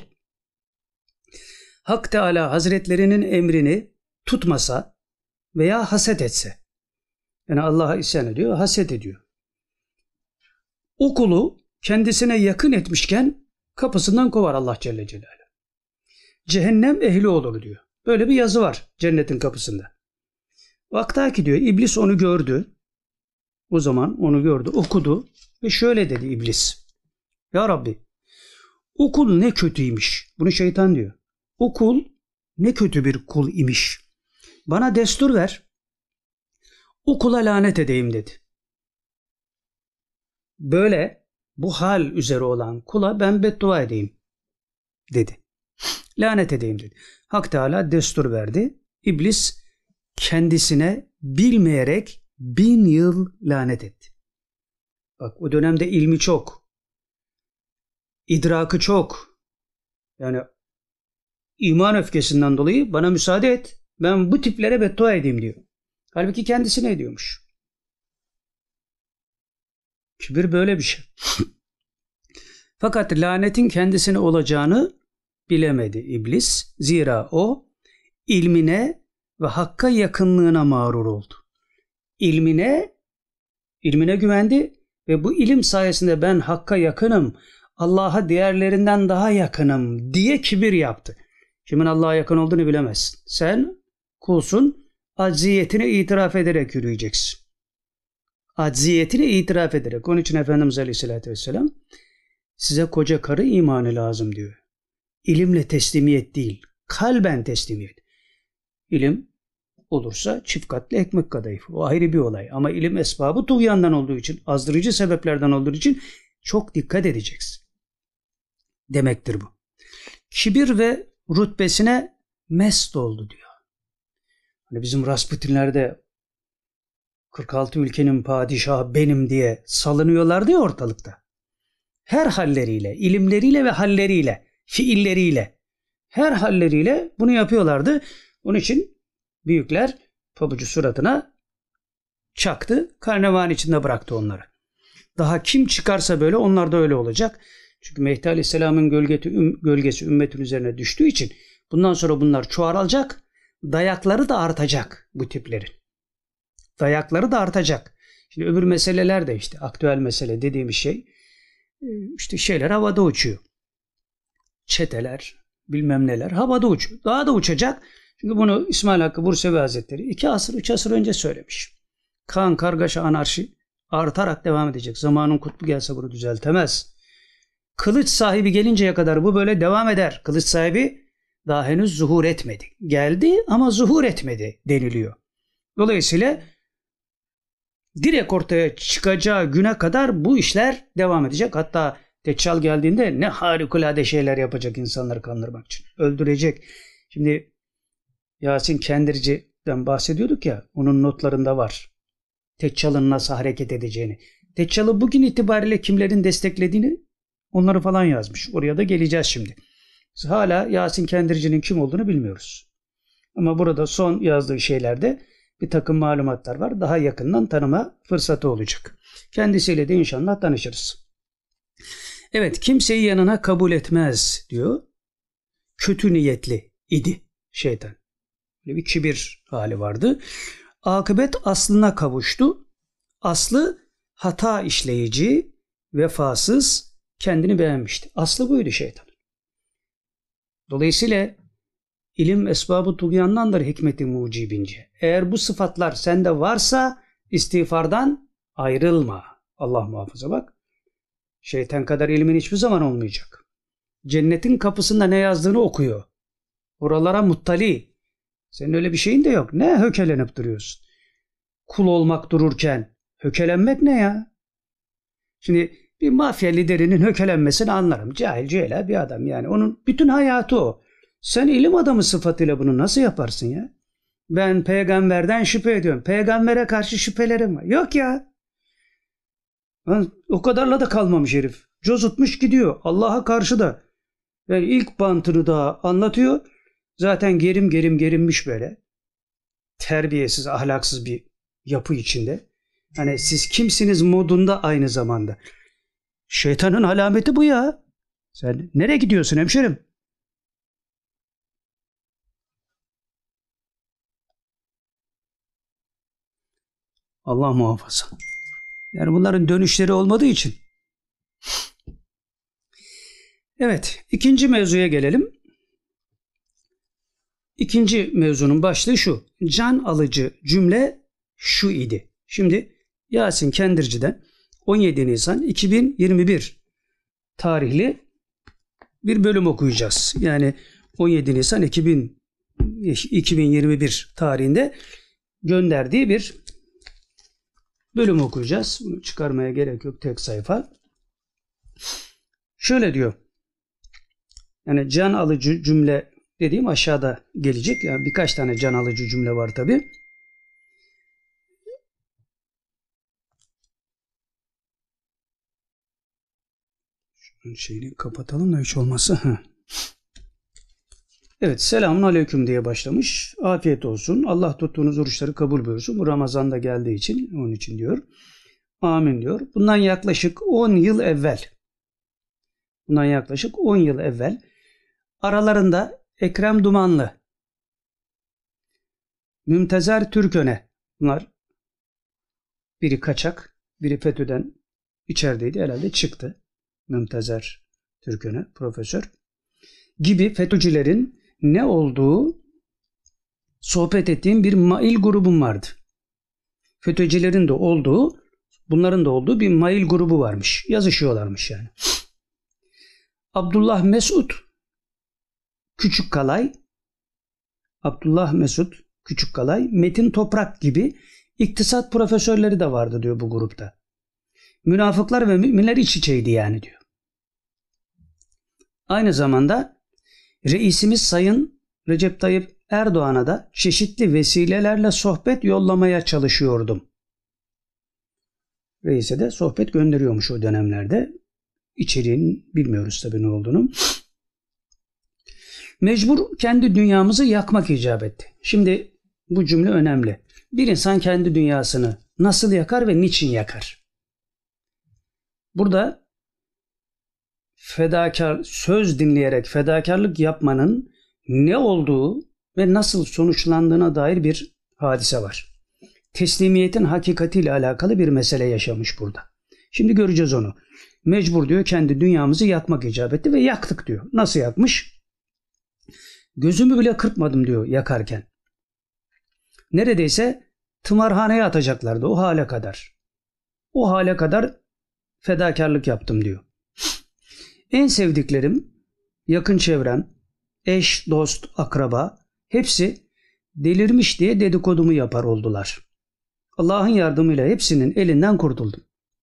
Hak Teala Hazretlerinin emrini tutmasa veya haset etse, yani Allah'a isyan ediyor, haset ediyor. O kulu kendisine yakın etmişken kapısından kovar Allah Celle Celaluhu. Cehennem ehli olur diyor. Böyle bir yazı var cennetin kapısında. Vaktaki diyor, İblis onu gördü. O zaman onu gördü, okudu ve şöyle dedi İblis. Ya Rabbi, o kul ne kötüymiş. Bunu şeytan diyor. O kul ne kötü bir kul imiş. Bana destur ver. O kula lanet edeyim dedi. Böyle bu hal üzere olan kula ben beddua edeyim dedi. Lanet edeyim dedi. Hak Teala destur verdi. İblis kendisine bilmeyerek bin yıl lanet etti. Bak o dönemde ilmi çok. İdrakı çok. Yani iman öfkesinden dolayı bana müsaade et. Ben bu tiplere beddua edeyim diyor. Halbuki kendisine ediyormuş. Kibir böyle bir şey. Fakat lanetin kendisine olacağını bilemedi iblis. Zira o ilmine ve hakka yakınlığına mağrur oldu. İlmine, ilmine güvendi ve bu ilim sayesinde ben hakka yakınım, Allah'a diğerlerinden daha yakınım diye kibir yaptı. Kimin Allah'a yakın olduğunu bilemezsin. Sen kulsun, acziyetini itiraf ederek yürüyeceksin. Acziyetini itiraf ederek. Onun için Efendimiz Aleyhisselatü Vesselam size koca karı imanı lazım diyor. İlimle teslimiyet değil, kalben teslimiyet. İlim olursa çift katlı ekmek kadayıf. O ayrı bir olay. Ama ilim esbabı tuğyandan olduğu için, azdırıcı sebeplerden olduğu için çok dikkat edeceksin. Demektir bu. Kibir ve rütbesine mest oldu diyor. Hani bizim Rasputinlerde kırk altı ülkenin padişahı benim diye salınıyorlardı ya ortalıkta. Her halleriyle, ilimleriyle ve halleriyle, fiilleriyle, her halleriyle bunu yapıyorlardı. Onun için büyükler pabucu suratına çaktı, karnevan içinde bıraktı onları. Daha kim çıkarsa böyle onlar da öyle olacak. Çünkü Mehdi Aleyhisselam'ın gölgesi, gölgesi ümmetin üzerine düştüğü için bundan sonra bunlar çoğalacak, dayakları da artacak bu tiplerin. Dayakları da artacak. Şimdi öbür meseleler de işte aktüel mesele dediğimiz şey işte şeyler havada uçuyor. Çeteler, bilmem neler havada uçuyor. Daha da uçacak. Çünkü bunu İsmail Hakkı Bursevi Hazretleri iki asır, üç asır önce söylemiş. Kan, kargaşa, anarşi artarak devam edecek. Zamanın kutbu gelse bunu düzeltemez. Kılıç sahibi gelinceye kadar bu böyle devam eder. Kılıç sahibi daha henüz zuhur etmedi. Geldi ama zuhur etmedi deniliyor. Dolayısıyla direkt ortaya çıkacağı güne kadar bu işler devam edecek. Hatta Deccal geldiğinde ne harikulade şeyler yapacak insanları kandırmak için. Öldürecek. Şimdi Yasin Kendirci'den bahsediyorduk ya, onun notlarında var. Deccal'ın nasıl hareket edeceğini. Deccal'ı bugün itibariyle kimlerin desteklediğini onları falan yazmış. Oraya da geleceğiz şimdi. Biz hala Yasin Kendirci'nin kim olduğunu bilmiyoruz. Ama burada son yazdığı şeylerde bir takım malumatlar var. Daha yakından tanıma fırsatı olacak. Kendisiyle de inşallah tanışırız. Evet, kimseyi yanına kabul etmez diyor. Kötü niyetli idi şeytan. Böyle bir kibir hali vardı. Akıbet aslına kavuştu. Aslı hata işleyici, vefasız, kendini beğenmişti. Aslı buydu şeytan. Dolayısıyla ilim esbabı tuğyandandır hikmeti mucibince. Eğer bu sıfatlar sende varsa istiğfardan ayrılma. Allah muhafaza bak. Şeytan kadar ilmin hiçbir zaman olmayacak. Cennetin kapısında ne yazdığını okuyor. Oralara muttali. Senin öyle bir şeyin de yok. Ne hökelenip duruyorsun? Kul olmak dururken hökelenmek ne ya? Şimdi bir mafya liderinin hökelenmesini anlarım. Cahil cühela bir adam yani. Onun bütün hayatı o. Sen ilim adamı sıfatıyla bunu nasıl yaparsın ya? Ben peygamberden şüphe ediyorum. Peygambere karşı şüphelerim var. Yok ya. O kadarla da kalmamış herif. Cozutmuş gidiyor. Allah'a karşı da. Yani ilk bantını daha anlatıyor. Zaten gerim gerim gerilmiş böyle. Terbiyesiz, ahlaksız bir yapı içinde. Hani siz kimsiniz modunda aynı zamanda. Şeytanın alameti bu ya. Sen nereye gidiyorsun hemşerim? Allah muhafaza. Yani bunların dönüşleri olmadığı için. Evet, ikinci mevzuya gelelim. İkinci mevzunun başlığı şu. Can alıcı cümle şu idi. Şimdi Yasin Kendirci'den on yedi Nisan iki bin yirmi bir tarihli bir bölüm okuyacağız. Yani on yedi Nisan iki bin yirmi bir tarihinde gönderdiği bir bölüm okuyacağız. Bunu çıkarmaya gerek yok, tek sayfa. Şöyle diyor. Yani can alıcı cümle dediğim aşağıda gelecek. Yani birkaç tane can alıcı cümle var tabii. Şunun şeyini kapatalım da hiç olmazsa. Evet, selamun aleyküm diye başlamış. Afiyet olsun. Allah tuttuğunuz oruçları kabul buyursun. Bu Ramazan'da geldiği için, onun için diyor. Amin diyor. Bundan yaklaşık on yıl evvel, bundan yaklaşık on yıl evvel aralarında Ekrem Dumanlı, Mümtezer Türköne, bunlar biri kaçak, biri FETÖ'den içerideydi. Herhalde çıktı. Mümtezer Türköne, profesör gibi FETÖ'cülerin ne olduğu sohbet ettiğim bir mail grubum vardı. FETÖ'cülerin de olduğu, bunların da olduğu bir mail grubu varmış. Yazışıyorlarmış yani. Abdullah Mesud Küçükkalay, Abdullah Mesud Küçükkalay, Metin Toprak gibi iktisat profesörleri de vardı diyor bu grupta. Münafıklar ve müminler iç içeydi yani diyor. Aynı zamanda reisimiz Sayın Recep Tayyip Erdoğan'a da çeşitli vesilelerle sohbet yollamaya çalışıyordum. Reis'e de sohbet gönderiyormuş o dönemlerde. İçeriğinin bilmiyoruz tabii ne olduğunu. Mecbur kendi dünyamızı yakmak icap etti. Şimdi bu cümle önemli. Bir insan kendi dünyasını nasıl yakar ve niçin yakar? Burada fedakar, söz dinleyerek fedakarlık yapmanın ne olduğu ve nasıl sonuçlandığına dair bir hadise var. Teslimiyetin hakikatiyle alakalı bir mesele yaşamış burada. Şimdi göreceğiz onu. Mecbur diyor kendi dünyamızı yakmak icap etti ve yaktık diyor. Nasıl yakmış? Gözümü bile kırpmadım diyor yakarken. Neredeyse tımarhaneye atacaklardı o hale kadar. O hale kadar fedakarlık yaptım diyor. En sevdiklerim, yakın çevrem, eş, dost, akraba hepsi delirmiş diye dedikodumu yapar oldular. Allah'ın yardımıyla hepsinin elinden kurtuldum.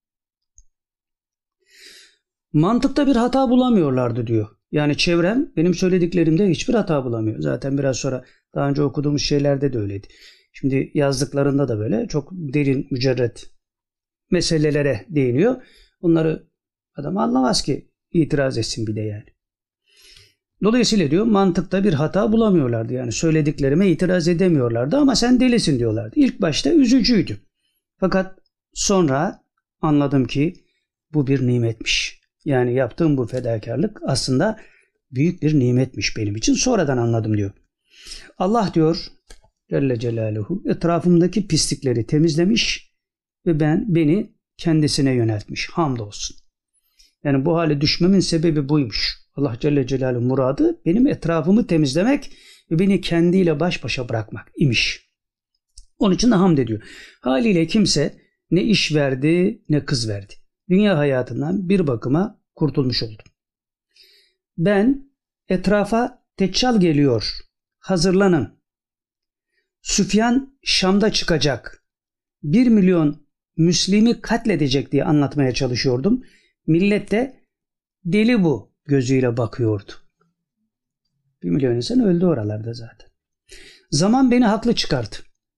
Mantıkta bir hata bulamıyorlardı diyor. Yani çevrem benim söylediklerimde hiçbir hata bulamıyor. Zaten biraz sonra daha önce okuduğumuz şeylerde de öyleydi. Şimdi yazdıklarında da böyle çok derin, mücerret meselelere değiniyor. Onları adam anlamaz ki itiraz etsin bir de yani. Dolayısıyla diyor mantıkta bir hata bulamıyorlardı. Yani söylediklerime itiraz edemiyorlardı ama sen delisin diyorlardı. İlk başta üzücüydü. Fakat sonra anladım ki bu bir nimetmiş. Yani yaptığım bu fedakarlık aslında büyük bir nimetmiş benim için. Sonradan anladım diyor. Allah diyor Celle Celaluhu etrafımdaki pislikleri temizlemiş ve ben beni kendisine yöneltmiş. Hamdolsun. Yani bu hale düşmemin sebebi buymuş. Allah Celle Celaluhu muradı benim etrafımı temizlemek ve beni kendiyle baş başa bırakmak imiş. Onun için de hamd ediyor. Haliyle kimse ne iş verdi ne kız verdi. Dünya hayatından bir bakıma kurtulmuş oldum. Ben etrafa Deccal geliyor. Hazırlanın. Süfyan Şam'da çıkacak. Bir milyon Müslimi katledecek diye anlatmaya çalışıyordum. Millet de deli bu gözüyle bakıyordu. Bir milyon insan öldü oralarda zaten. Zaman beni haklı çıkarttı.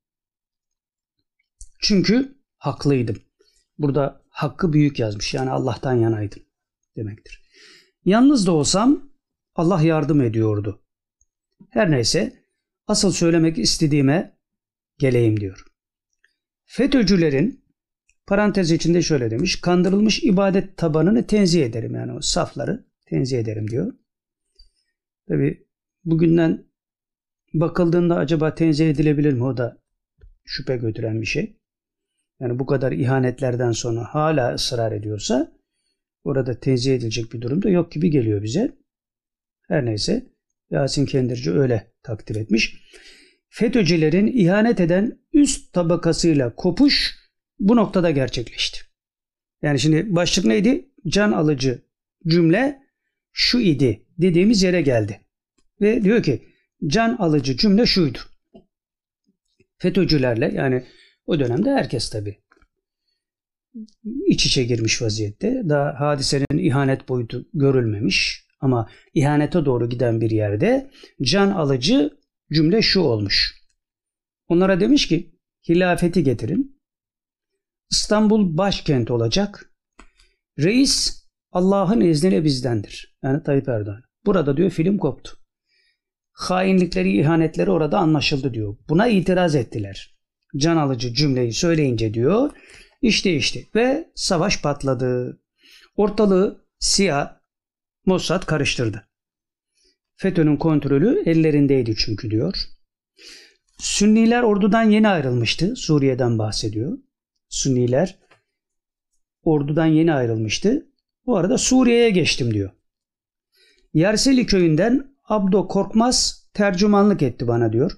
Çünkü haklıydım. Burada hakkı büyük yazmış. Yani Allah'tan yanaydım demektir. Yalnız da olsam Allah yardım ediyordu. Her neyse asıl söylemek istediğime geleyim diyor. FETÖ'cülerin parantez içinde şöyle demiş. Kandırılmış ibadet tabanını tenzih ederim. Yani o safları tenzih ederim diyor. Tabi bugünden bakıldığında acaba tenzih edilebilir mi? O da şüphe götüren bir şey. Yani bu kadar ihanetlerden sonra hala ısrar ediyorsa orada tenzih edilecek bir durum da yok gibi geliyor bize. Her neyse Yasin Kendirci öyle takdir etmiş. FETÖ'cülerin ihanet eden üst tabakasıyla kopuş bu noktada gerçekleşti. Yani şimdi başlık neydi? Can alıcı cümle şu idi dediğimiz yere geldi. Ve diyor ki can alıcı cümle şuydu. FETÖ'cülerle yani o dönemde herkes tabii iç içe girmiş vaziyette. Daha hadisenin ihanet boyutu görülmemiş ama ihanete doğru giden bir yerde can alıcı cümle şu olmuş. Onlara demiş ki hilafeti getirin. İstanbul başkent olacak. Reis Allah'ın izniyle bizdendir. Yani Tayyip Erdoğan. Burada diyor film koptu. Hainlikleri, ihanetleri orada anlaşıldı diyor. Buna itiraz ettiler. Can alıcı cümleyi söyleyince diyor iş değişti ve savaş patladı. Ortalığı S İ A, Mossad karıştırdı. FETÖ'nün kontrolü ellerindeydi çünkü diyor. Sünniler ordudan yeni ayrılmıştı. Suriye'den bahsediyor. Sünniler ordudan yeni ayrılmıştı. Bu arada Suriye'ye geçtim diyor. Yerseli köyünden Abdo Korkmaz tercümanlık etti bana diyor.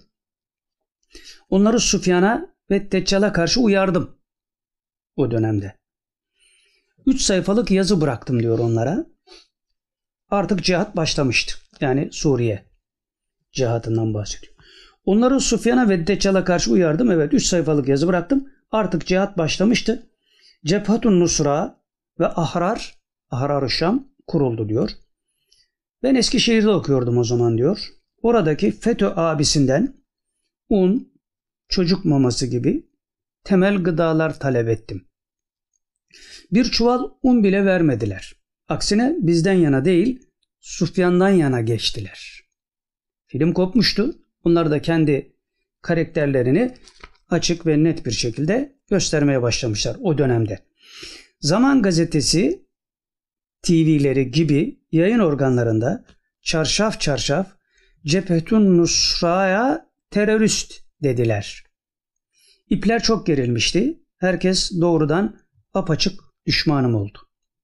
Onları Süfyan'a ve Deccal'a karşı uyardım o dönemde. Üç sayfalık yazı bıraktım diyor onlara. Artık cihat başlamıştı. Yani Suriye cihatından bahsediyor. Onları Süfyan'a ve Deccal'a karşı uyardım. Evet, üç sayfalık yazı bıraktım. Artık cihat başlamıştı. Cephatun Nusra ve Ahrar, Ahrar-ı Şam kuruldu diyor. Ben Eskişehir'de okuyordum o zaman diyor. Oradaki FETÖ abisinden un, çocuk maması gibi temel gıdalar talep ettim. Bir çuval un bile vermediler. Aksine bizden yana değil, Süfyan'dan yana geçtiler. Film kopmuştu. Onlar da kendi karakterlerini açık ve net bir şekilde göstermeye başlamışlar o dönemde. Zaman Gazetesi T V'leri gibi yayın organlarında çarşaf çarşaf Cephetun Nusra'ya terörist dediler. İpler çok gerilmişti. Herkes doğrudan apaçık düşmanım oldu.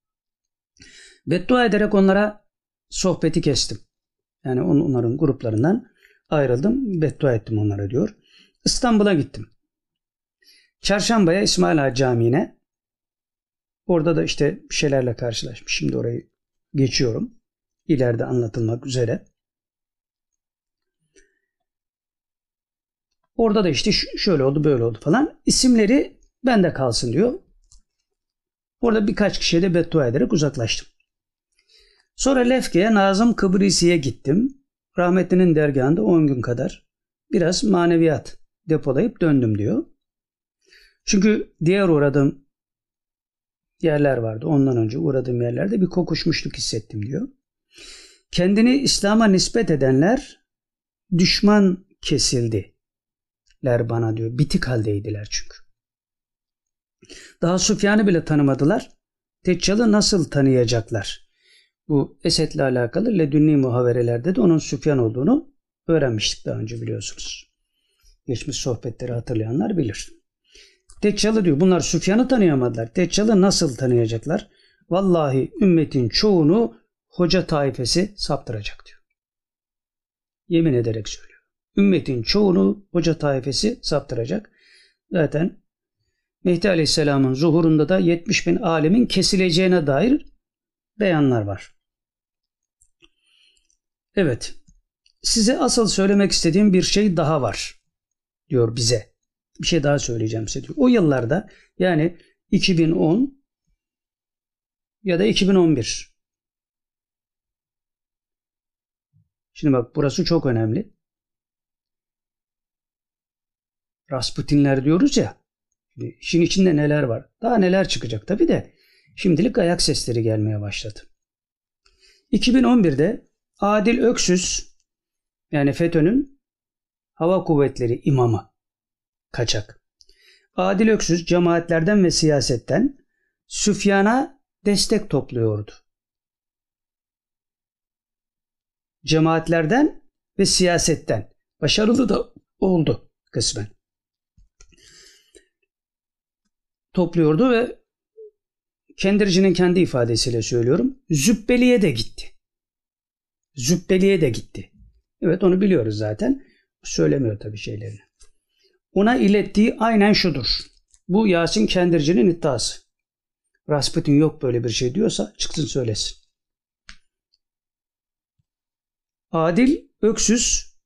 Beddua ederek onlara sohbeti kestim. Yani onların gruplarından ayrıldım. Beddua ettim onlara diyor. İstanbul'a gittim. Çarşamba'ya İsmail Ağa Camii'ne. Orada da işte bir şeylerle karşılaşmış. Şimdi orayı geçiyorum. İleride anlatılmak üzere. Orada da işte şöyle oldu böyle oldu falan. İsimleri bende kalsın diyor. Orada birkaç kişiye de beddua ederek uzaklaştım. Sonra Lefke'ye Nazım Kıbrisi'ye gittim. Rahmetlinin dergahında on gün kadar biraz maneviyat depolayıp döndüm diyor. Çünkü diğer uğradığım yerler vardı. Ondan önce uğradığım yerlerde bir kokuşmuşluk hissettim diyor. Kendini İslam'a nispet edenler düşman kesildiler bana diyor. Bitik haldeydiler çünkü. Daha Süfyan'ı bile tanımadılar. Deccal'ı nasıl tanıyacaklar? Bu Esed'le alakalı ledünni muhaverelerde de onun Süfyan olduğunu öğrenmiştik daha önce biliyorsunuz. Geçmiş sohbetleri hatırlayanlar bilir. Deccal'ı diyor. Bunlar Süfyan'ı tanıyamadılar. Deccal'ı nasıl tanıyacaklar? Vallahi ümmetin çoğunu hoca taifesi saptıracak diyor. Yemin ederek söylüyor. Ümmetin çoğunu hoca taifesi saptıracak. Zaten Mehdi Aleyhisselam'ın zuhurunda da yetmiş bin alemin kesileceğine dair beyanlar var. Evet. Size asıl söylemek istediğim bir şey daha var diyor bize. Bir şey daha söyleyeceğim size diyor. O yıllarda yani iki bin on ya da iki bin on bir. Şimdi bak burası çok önemli. Rasputinler diyoruz ya. İşin içinde neler var? Daha neler çıkacak tabii de. Şimdilik ayak sesleri gelmeye başladı. iki bin on birde Adil Öksüz yani FETÖ'nün hava kuvvetleri imamı kaçak. Adil Öksüz cemaatlerden ve siyasetten Süfyan'a destek topluyordu. Cemaatlerden ve siyasetten. Başarılı da oldu kısmen. Topluyordu ve Kendirci'nin kendi ifadesiyle söylüyorum. Zübbeli'ye de gitti. Zübbeli'ye de gitti. Evet onu biliyoruz zaten. Söylemiyor tabii şeylerini. Ona ilettiği aynen şudur. Bu Yasin Kendirci'nin iddiası. Rasputin yok böyle bir şey diyorsa çıksın söylesin. Adil Öksüz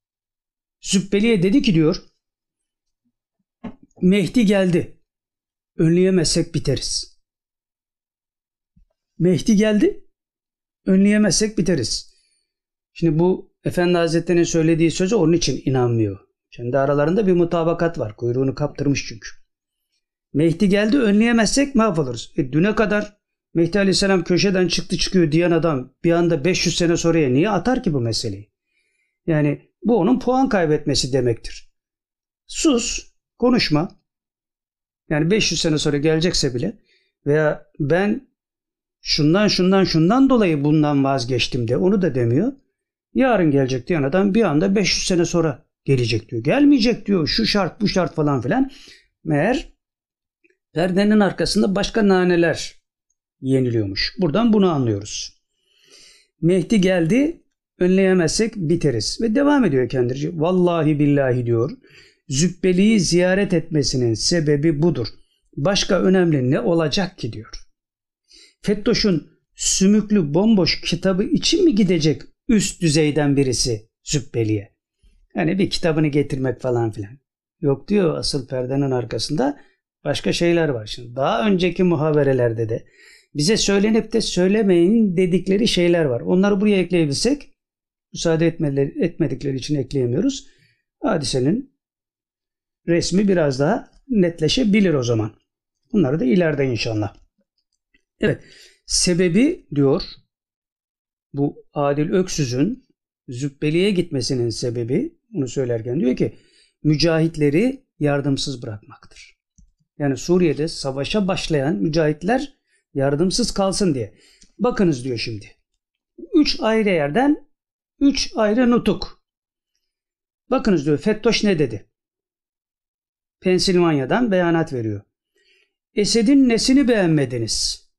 Zübbeli'ye dedi ki diyor Mehdi geldi. önleyemezsek biteriz. Mehdi geldi, önleyemezsek biteriz. Şimdi bu Efendi Hazretleri'nin söylediği sözü onun için inanmıyor. Kendi aralarında bir mutabakat var. Kuyruğunu kaptırmış çünkü. Mehdi geldi, önleyemezsek mahvoluruz. E, düne kadar Mehdi Aleyhisselam köşeden çıktı çıkıyor diyen adam bir anda beş yüz sene sonraya niye atar ki bu meseleyi? Yani bu onun puan kaybetmesi demektir. Sus, konuşma. Yani beş yüz sene sonra gelecekse bile veya ben şundan şundan şundan dolayı bundan vazgeçtim de onu da demiyor. Yarın gelecek diyen adam bir anda beş yüz sene sonra gelecek diyor. Gelmeyecek diyor. Şu şart bu şart falan filan. Meğer perdenin arkasında başka naneler yeniliyormuş. Buradan bunu anlıyoruz. Mehdi geldi, önleyemezsek biteriz. Ve devam ediyor kendisi. Vallahi billahi diyor. Zübbeli'yi ziyaret etmesinin sebebi budur. Başka önemli ne olacak ki diyor. Fettoş'un sümüklü bomboş kitabı için mi gidecek üst düzeyden birisi Zübbeli'ye? Yani bir kitabını getirmek falan filan. Yok diyor, asıl perdenin arkasında başka şeyler var. Şimdi daha önceki muhaberelerde de bize söylenip de söylemeyin dedikleri şeyler var. Onları buraya ekleyebilsek, müsaade etmeleri, etmedikleri için ekleyemiyoruz. Hadisenin resmi biraz daha netleşebilir o zaman. Bunları da ileride inşallah. Evet, sebebi diyor bu Adil Öksüz'ün Zübbeli'ye gitmesinin sebebi, bunu söylerken diyor ki mücahitleri yardımsız bırakmaktır. Yani Suriye'de savaşa başlayan mücahitler yardımsız kalsın diye. Bakınız diyor şimdi. Üç ayrı yerden üç ayrı nutuk. Bakınız diyor Fettoş ne dedi? Pensilvanya'dan beyanat veriyor. Esed'in nesini beğenmediniz?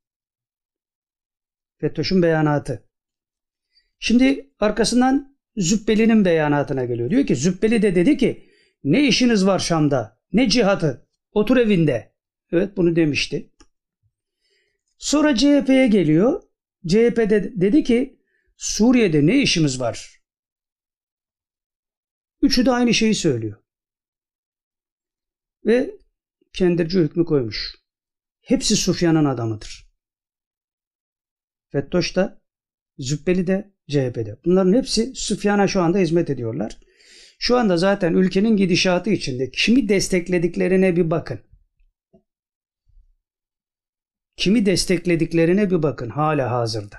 Fettoş'un beyanatı. Şimdi arkasından Zübbeli'nin beyanatına geliyor. Diyor ki Zübbeli de dedi ki ne işiniz var Şam'da? Ne cihatı? Otur evinde. Evet, bunu demişti. Sonra C H P'ye geliyor. C H P'de dedi ki Suriye'de ne işimiz var? Üçü de aynı şeyi söylüyor. Ve kendirci hükmü koymuş. Hepsi Sufyan'ın adamıdır. Fettoş da, Zübbeli de, C H P'de. Bunların hepsi Sufyan'a şu anda hizmet ediyorlar. Şu anda zaten ülkenin gidişatı içinde kimi desteklediklerine bir bakın. Kimi desteklediklerine bir bakın hala hazırda.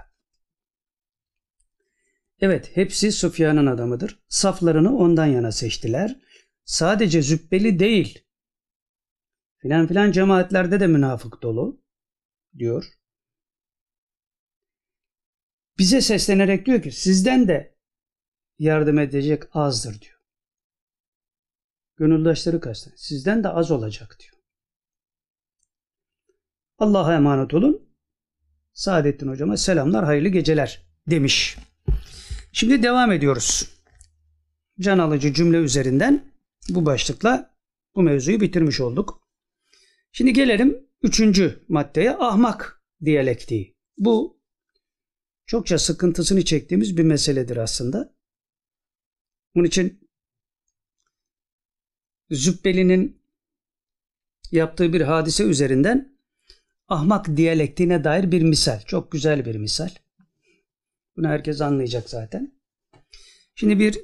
Evet, hepsi Sufyan'ın adamıdır. Saflarını ondan yana seçtiler. Sadece Zübbeli değil. Filan filan cemaatlerde de münafık dolu diyor. Bize seslenerek diyor ki sizden de yardım edecek azdır diyor. Gönüldaşları kastediyor. Sizden de az olacak diyor. Allah'a emanet olun. Saadettin hocama selamlar, hayırlı geceler demiş. Şimdi devam ediyoruz. Can alıcı cümle üzerinden bu başlıkla bu mevzuyu bitirmiş olduk. Şimdi gelelim üçüncü maddeye, ahmak diyalektiği. Bu çokça sıkıntısını çektiğimiz bir meseledir aslında. Bunun için Zübbeli'nin yaptığı bir hadise üzerinden ahmak diyalektiğine dair bir misal. Çok güzel bir misal. Bunu herkes anlayacak zaten. Şimdi bir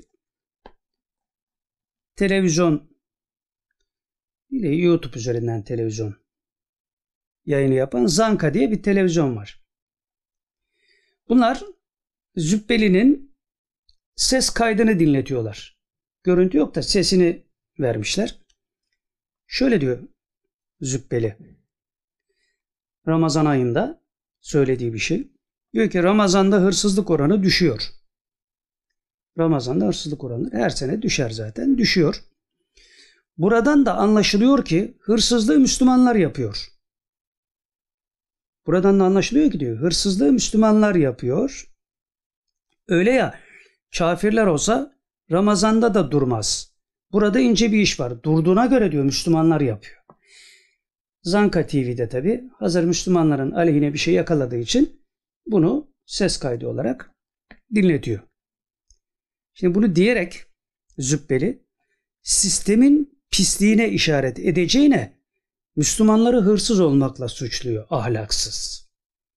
televizyon, YouTube üzerinden televizyon yayını yapan Zanka diye bir televizyon var. Bunlar Zübbeli'nin ses kaydını dinletiyorlar. Görüntü yok da sesini vermişler. Şöyle diyor Zübbeli. Ramazan ayında söylediği bir şey. Diyor ki Ramazan'da hırsızlık oranı düşüyor. Ramazan'da hırsızlık oranı her sene düşer zaten. Düşüyor. Buradan da anlaşılıyor ki hırsızlığı Müslümanlar yapıyor. Buradan da anlaşılıyor ki diyor hırsızlığı Müslümanlar yapıyor. Öyle ya kafirler olsa Ramazan'da da durmaz. Burada ince bir iş var. Durduğuna göre diyor Müslümanlar yapıyor. Zanka T V'de tabi hazır Müslümanların aleyhine bir şey yakaladığı için bunu ses kaydı olarak dinletiyor. Şimdi bunu diyerek Zübbeli sistemin pisliğine işaret edeceğine Müslümanları hırsız olmakla suçluyor, ahlaksız.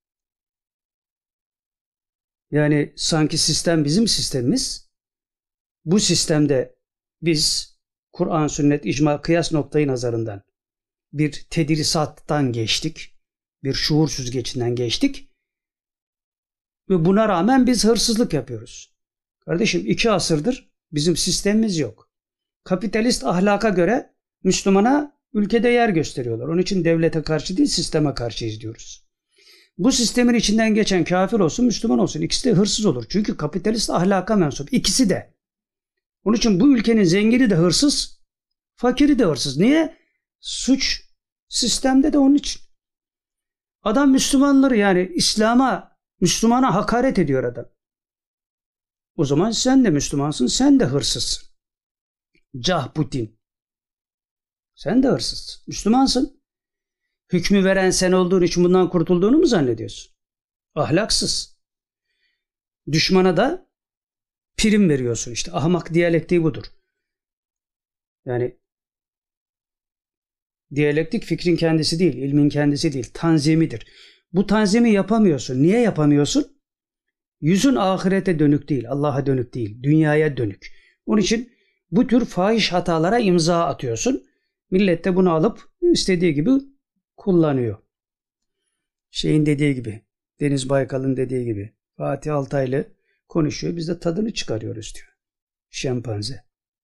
Yani sanki sistem bizim sistemimiz. Bu sistemde biz Kur'an, sünnet, icma, kıyas noktayı nazarından bir tedrisattan geçtik. Bir şuur süzgecinden geçtik. Ve buna rağmen biz hırsızlık yapıyoruz. Kardeşim iki asırdır bizim sistemimiz yok. Kapitalist ahlaka göre Müslümana ülkede yer gösteriyorlar. Onun için devlete karşı değil, sisteme karşı izliyoruz. Bu sistemin içinden geçen kafir olsun, Müslüman olsun, ikisi de hırsız olur. Çünkü kapitalist ahlaka mensup. İkisi de. Onun için bu ülkenin zengini de hırsız, fakiri de hırsız. Niye? Suç sistemde de onun için. Adam Müslümanları, yani İslam'a, Müslümana hakaret ediyor adam. O zaman sen de Müslümansın, sen de hırsızsın. Cah Putin. Sen de hırsızsın. Müslümansın. Hükmü veren sen olduğun için bundan kurtulduğunu mu zannediyorsun? Ahlaksız. Düşmana da prim veriyorsun işte. Ahmak diyalektiği budur. Yani diyalektik fikrin kendisi değil, ilmin kendisi değil, tanzimidir. Bu tanzimi yapamıyorsun. Niye yapamıyorsun? Yüzün ahirete dönük değil, Allah'a dönük değil, dünyaya dönük. Onun için bu tür fahiş hatalara imza atıyorsun. Millet de bunu alıp istediği gibi kullanıyor. Şeyin dediği gibi, Deniz Baykal'ın dediği gibi, Fatih Altaylı konuşuyor, biz de tadını çıkarıyoruz diyor. Şempanze.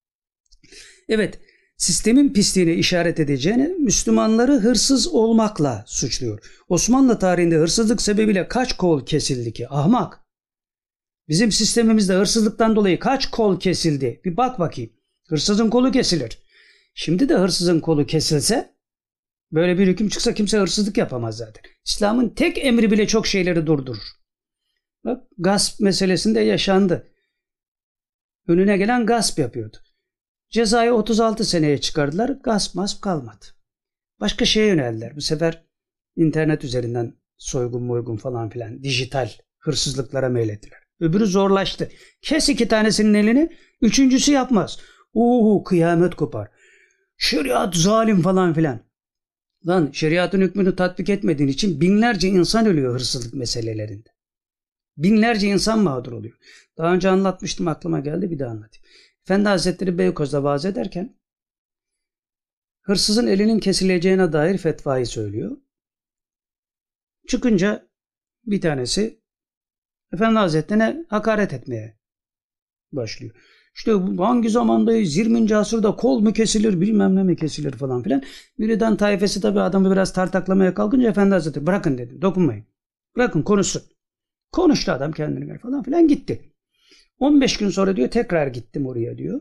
Evet, sistemin pisliğine işaret edeceğine Müslümanları hırsız olmakla suçluyor. Osmanlı tarihinde hırsızlık sebebiyle kaç kol kesildi ki? Ahmak. Bizim sistemimizde hırsızlıktan dolayı kaç kol kesildi? Bir bak bakayım. Hırsızın kolu kesilir. Şimdi de hırsızın kolu kesilse, böyle bir hüküm çıksa kimse hırsızlık yapamaz zaten. İslam'ın tek emri bile çok şeyleri durdurur. Bak, gasp meselesinde yaşandı. Önüne gelen gasp yapıyordu. Cezayı otuz altı seneye çıkardılar. Gasp masp kalmadı. Başka şeye yöneldiler. Bu sefer internet üzerinden soygun moygun falan filan, dijital hırsızlıklara meylettiler. Öbürü zorlaştı. Kes iki tanesinin elini, üçüncüsü yapmaz. Uuu, kıyamet kopar. Şeriat zalim falan filan. Lan şeriatın hükmünü tatbik etmediğin için binlerce insan ölüyor hırsızlık meselelerinde. Binlerce insan mağdur oluyor. Daha önce anlatmıştım, aklıma geldi, bir daha anlatayım. Efendi Hazretleri Beykoz'da vaaz ederken hırsızın elinin kesileceğine dair fetvayı söylüyor. Çıkınca bir tanesi Efendi Hazretleri'ne hakaret etmeye başlıyor. İşte hangi zamandayız? yirminci asırda kol mu kesilir, bilmem ne mi kesilir falan filan. Birinden taifesi tabii adamı biraz tartaklamaya kalkınca Efendi Hazretleri bırakın dedi, dokunmayın. Bırakın konuşsun. Konuştu adam kendine göre falan filan, gitti. on beş gün sonra diyor tekrar gittim oraya diyor.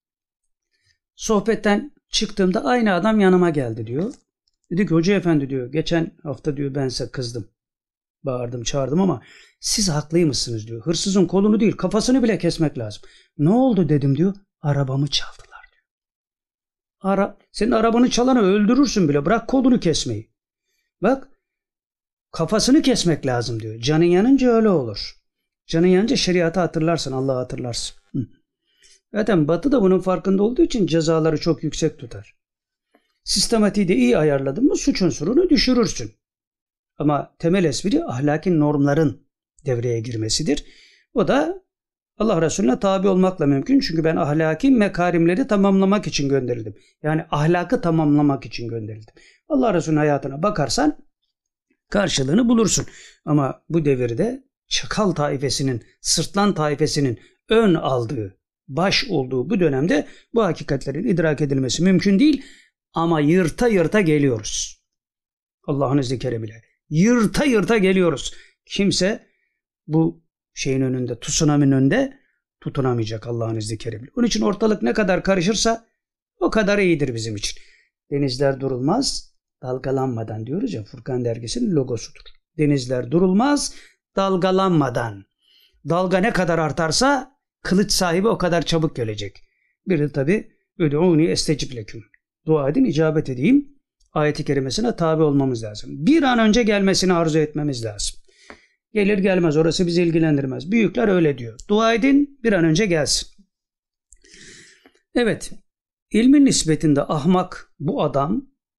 Sohbetten çıktığımda aynı adam yanıma geldi diyor. Dedi ki hoca efendi diyor, geçen hafta diyor ben size kızdım. Bağırdım çağırdım ama siz haklıymışsınız diyor. Hırsızın kolunu değil kafasını bile kesmek lazım. Ne oldu dedim diyor. Arabamı çaldılar diyor. Ara, senin arabanı çalanı öldürürsün bile, bırak kolunu kesmeyi. Bak, kafasını kesmek lazım diyor. Canın yanınca öyle olur. Canın yanınca şeriatı hatırlarsın, Allah'ı hatırlarsın. Hı. Zaten Batı da bunun farkında olduğu için cezaları çok yüksek tutar. Sistematiği de iyi ayarladın mı suç unsurunu düşürürsün. Ama temel espri ahlaki normların devreye girmesidir. O da Allah Resulüne tabi olmakla mümkün. Çünkü ben ahlaki mekarimleri tamamlamak için gönderildim. Yani ahlakı tamamlamak için gönderildim. Allah Resulü'nün hayatına bakarsan karşılığını bulursun. Ama bu devirde çakal taifesinin, sırtlan taifesinin ön aldığı, baş olduğu bu dönemde bu hakikatlerin idrak edilmesi mümkün değil. Ama yırta yırta geliyoruz. Allah'ın izni keremiyle. Yırta yırta geliyoruz. Kimse bu şeyin önünde, tsunami'nin önünde tutunamayacak Allah'ın izni keremiyle. Onun için ortalık ne kadar karışırsa o kadar iyidir bizim için. Denizler durulmaz, dalgalanmadan diyoruz ya, Furkan dergisinin logosudur. Denizler durulmaz, dalgalanmadan. Dalga ne kadar artarsa kılıç sahibi o kadar çabuk gelecek. Bir de tabi ödûni estecib leküm. Dua edin, icabet edeyim. Ayet-i kerimesine tabi olmamız lazım. Bir an önce gelmesini arzu etmemiz lazım. Gelir gelmez orası bizi ilgilendirmez. Büyükler öyle diyor. Dua edin, bir an önce gelsin. Evet, ilmin nispetinde ahmak bu adam,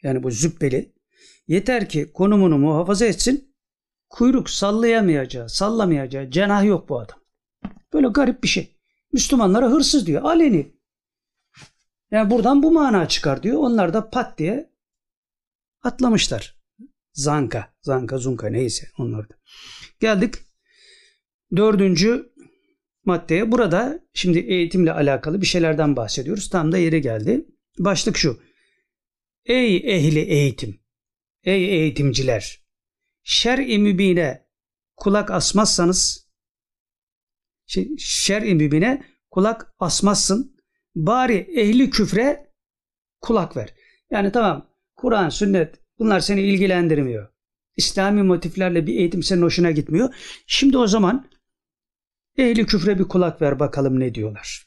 yani bu züppeli, yeter ki konumunu muhafaza etsin, kuyruk sallayamayacağı, sallamayacağı cenah yok bu adam. Böyle garip bir şey. Müslümanlara hırsız diyor. Aleni. Yani buradan bu mana çıkar diyor. Onlar da pat diye atlamışlar. Zanka. Zanka, zunka neyse onlar da. Geldik dördüncü maddeye. Burada şimdi eğitimle alakalı bir şeylerden bahsediyoruz. Tam da yeri geldi. Başlık şu. Ey ehli eğitim. Ey eğitimciler. Şer-i mübine kulak asmazsanız, şey, şer-i mübine kulak asmazsın. Bari ehli küfre kulak ver. Yani tamam, Kur'an, sünnet bunlar seni ilgilendirmiyor. İslami motiflerle bir eğitim senin hoşuna gitmiyor. Şimdi o zaman ehli küfre bir kulak ver bakalım ne diyorlar.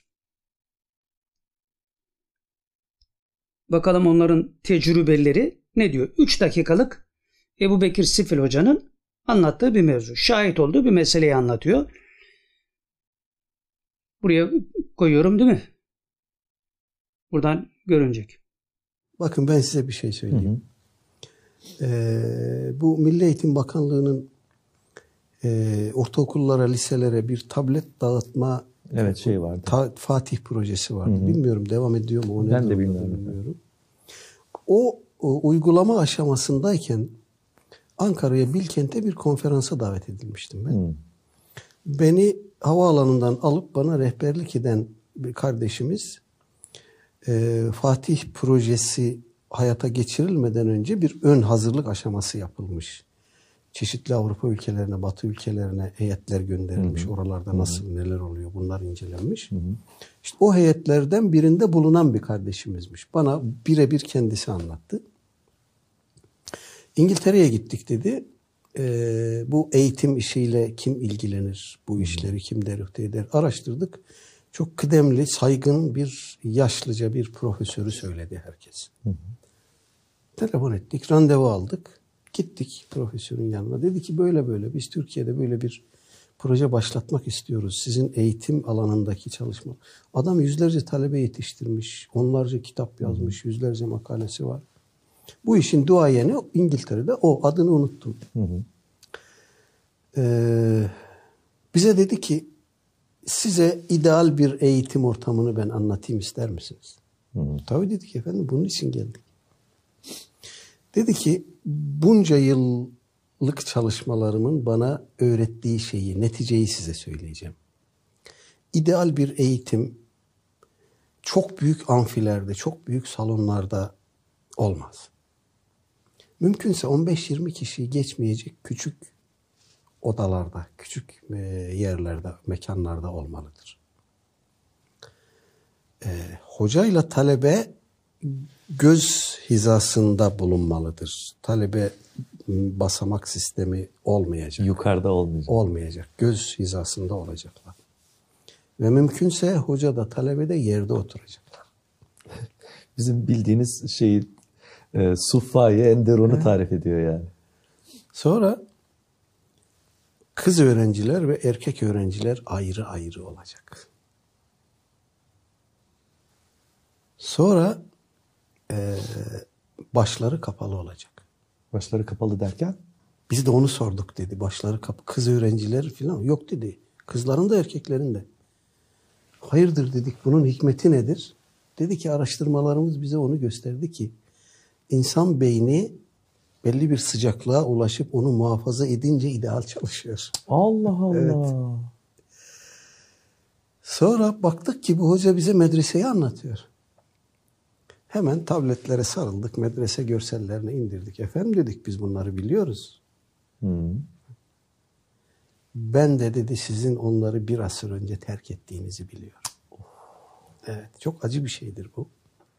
Bakalım onların tecrübeleri ne diyor? üç dakikalık Ebu Bekir Sifil Hoca'nın anlattığı bir mevzu. Şahit olduğu bir meseleyi anlatıyor. Buraya koyuyorum değil mi? Buradan görünecek. Bakın ben size bir şey söyleyeyim. Hı hı. Ee, bu Milli Eğitim Bakanlığı'nın e, ortaokullara, liselere bir tablet dağıtma evet, şey vardı. Ta, Fatih projesi vardı. Hı hı. Bilmiyorum devam ediyor mu? O ben de bilmiyorum. bilmiyorum. O, o uygulama aşamasındayken Ankara'ya, Bilkent'e bir konferansa davet edilmiştim ben. Hı. Beni havaalanından alıp bana rehberlik eden bir kardeşimiz e, Fatih projesi hayata geçirilmeden önce bir ön hazırlık aşaması yapılmış. Çeşitli Avrupa ülkelerine, Batı ülkelerine heyetler gönderilmiş. Hı hı. Oralarda nasıl, hı hı. neler oluyor bunlar incelenmiş. Hı hı. İşte o heyetlerden birinde bulunan bir kardeşimizmiş. Bana birebir kendisi anlattı. İngiltere'ye gittik dedi. Ee, bu eğitim işiyle kim ilgilenir? Bu işleri kim derüfte eder? Araştırdık. Çok kıdemli, saygın bir yaşlıca bir profesörü söyledi herkes. Hı hı. Telefon ettik, randevu aldık. Gittik profesörün yanına. Dedi ki böyle böyle biz Türkiye'de böyle bir proje başlatmak istiyoruz. Sizin eğitim alanındaki çalışma. Adam yüzlerce talebe yetiştirmiş. Onlarca kitap yazmış. Hı hı. Yüzlerce makalesi var. Bu işin duayeni İngiltere'de o. Adını unuttum. Hı hı. Ee, bize dedi ki size ideal bir eğitim ortamını ben anlatayım ister misiniz? Hı hı. Tabii dedik efendim bunun için geldik. Dedi ki bunca yıllık çalışmalarımın bana öğrettiği şeyi, neticeyi size söyleyeceğim. İdeal bir eğitim çok büyük amfilerde, çok büyük salonlarda olmaz. Mümkünse on beş yirmi kişiyi geçmeyecek küçük odalarda, küçük yerlerde, mekanlarda olmalıdır. Ee, hocayla talebe göz hizasında bulunmalıdır. Talebe basamak sistemi olmayacak. Yukarıda olmayacak. Olmayacak. Göz hizasında olacaklar. Ve mümkünse hoca da talebe de yerde oturacaklar. Bizim bildiğiniz şeyi e, Suffayı Enderun'u tarif ediyor yani. Sonra kız öğrenciler ve erkek öğrenciler ayrı ayrı olacak. Sonra e, başları kapalı olacak. Başları kapalı derken? Biz de onu sorduk dedi. Başları kapalı. Kız öğrenciler falan yok dedi. Kızların da erkeklerin de. Hayırdır dedik. Bunun hikmeti nedir? Dedi ki araştırmalarımız bize onu gösterdi ki insan beyni belli bir sıcaklığa ulaşıp onu muhafaza edince ideal çalışıyor. Allah Allah. Evet. Sonra baktık ki bu hoca bize medreseyi anlatıyor. Hemen tabletlere sarıldık. Medrese görsellerini indirdik. Efendim dedik biz bunları biliyoruz. Hmm. Ben de dedi sizin onları bir asır önce terk ettiğinizi biliyorum. Evet. Çok acı bir şeydir bu.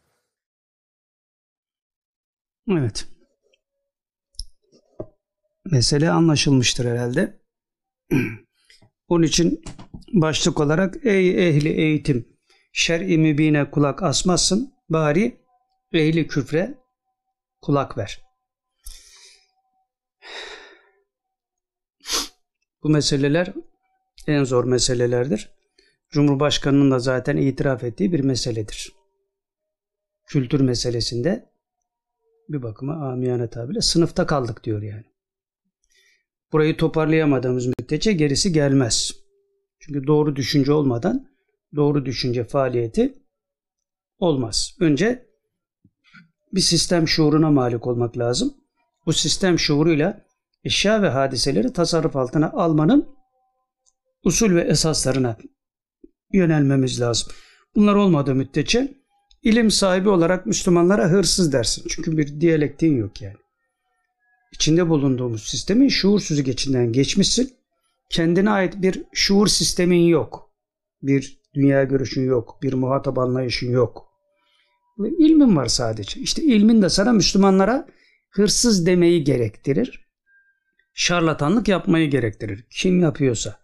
Evet. Mesele anlaşılmıştır herhalde. Onun için başlık olarak ey ehli eğitim şer-i mübine kulak asmazsın bari ehli küfre kulak ver. Bu meseleler en zor meselelerdir. Cumhurbaşkanının da zaten itiraf ettiği bir meseledir. Kültür meselesinde bir bakıma amiyane tabirle sınıfta kaldık diyor yani. Burayı toparlayamadığımız müddetçe gerisi gelmez. Çünkü doğru düşünce olmadan doğru düşünce faaliyeti olmaz. Önce bir sistem şuuruna malik olmak lazım. Bu sistem şuuruyla eşya ve hadiseleri tasarruf altına almanın usul ve esaslarına yönelmemiz lazım. Bunlar olmadığı müddetçe ilim sahibi olarak Müslümanlara hırsız dersin. Çünkü bir diyalektiğin yok yani. İçinde bulunduğumuz sistemin şuur süzgecinden geçmişsin. Kendine ait bir şuur sistemin yok. Bir dünya görüşün yok. Bir muhatap anlayışın yok. İlmin var sadece. İşte ilmin de sana Müslümanlara hırsız demeyi gerektirir. Şarlatanlık yapmayı gerektirir. Kim yapıyorsa.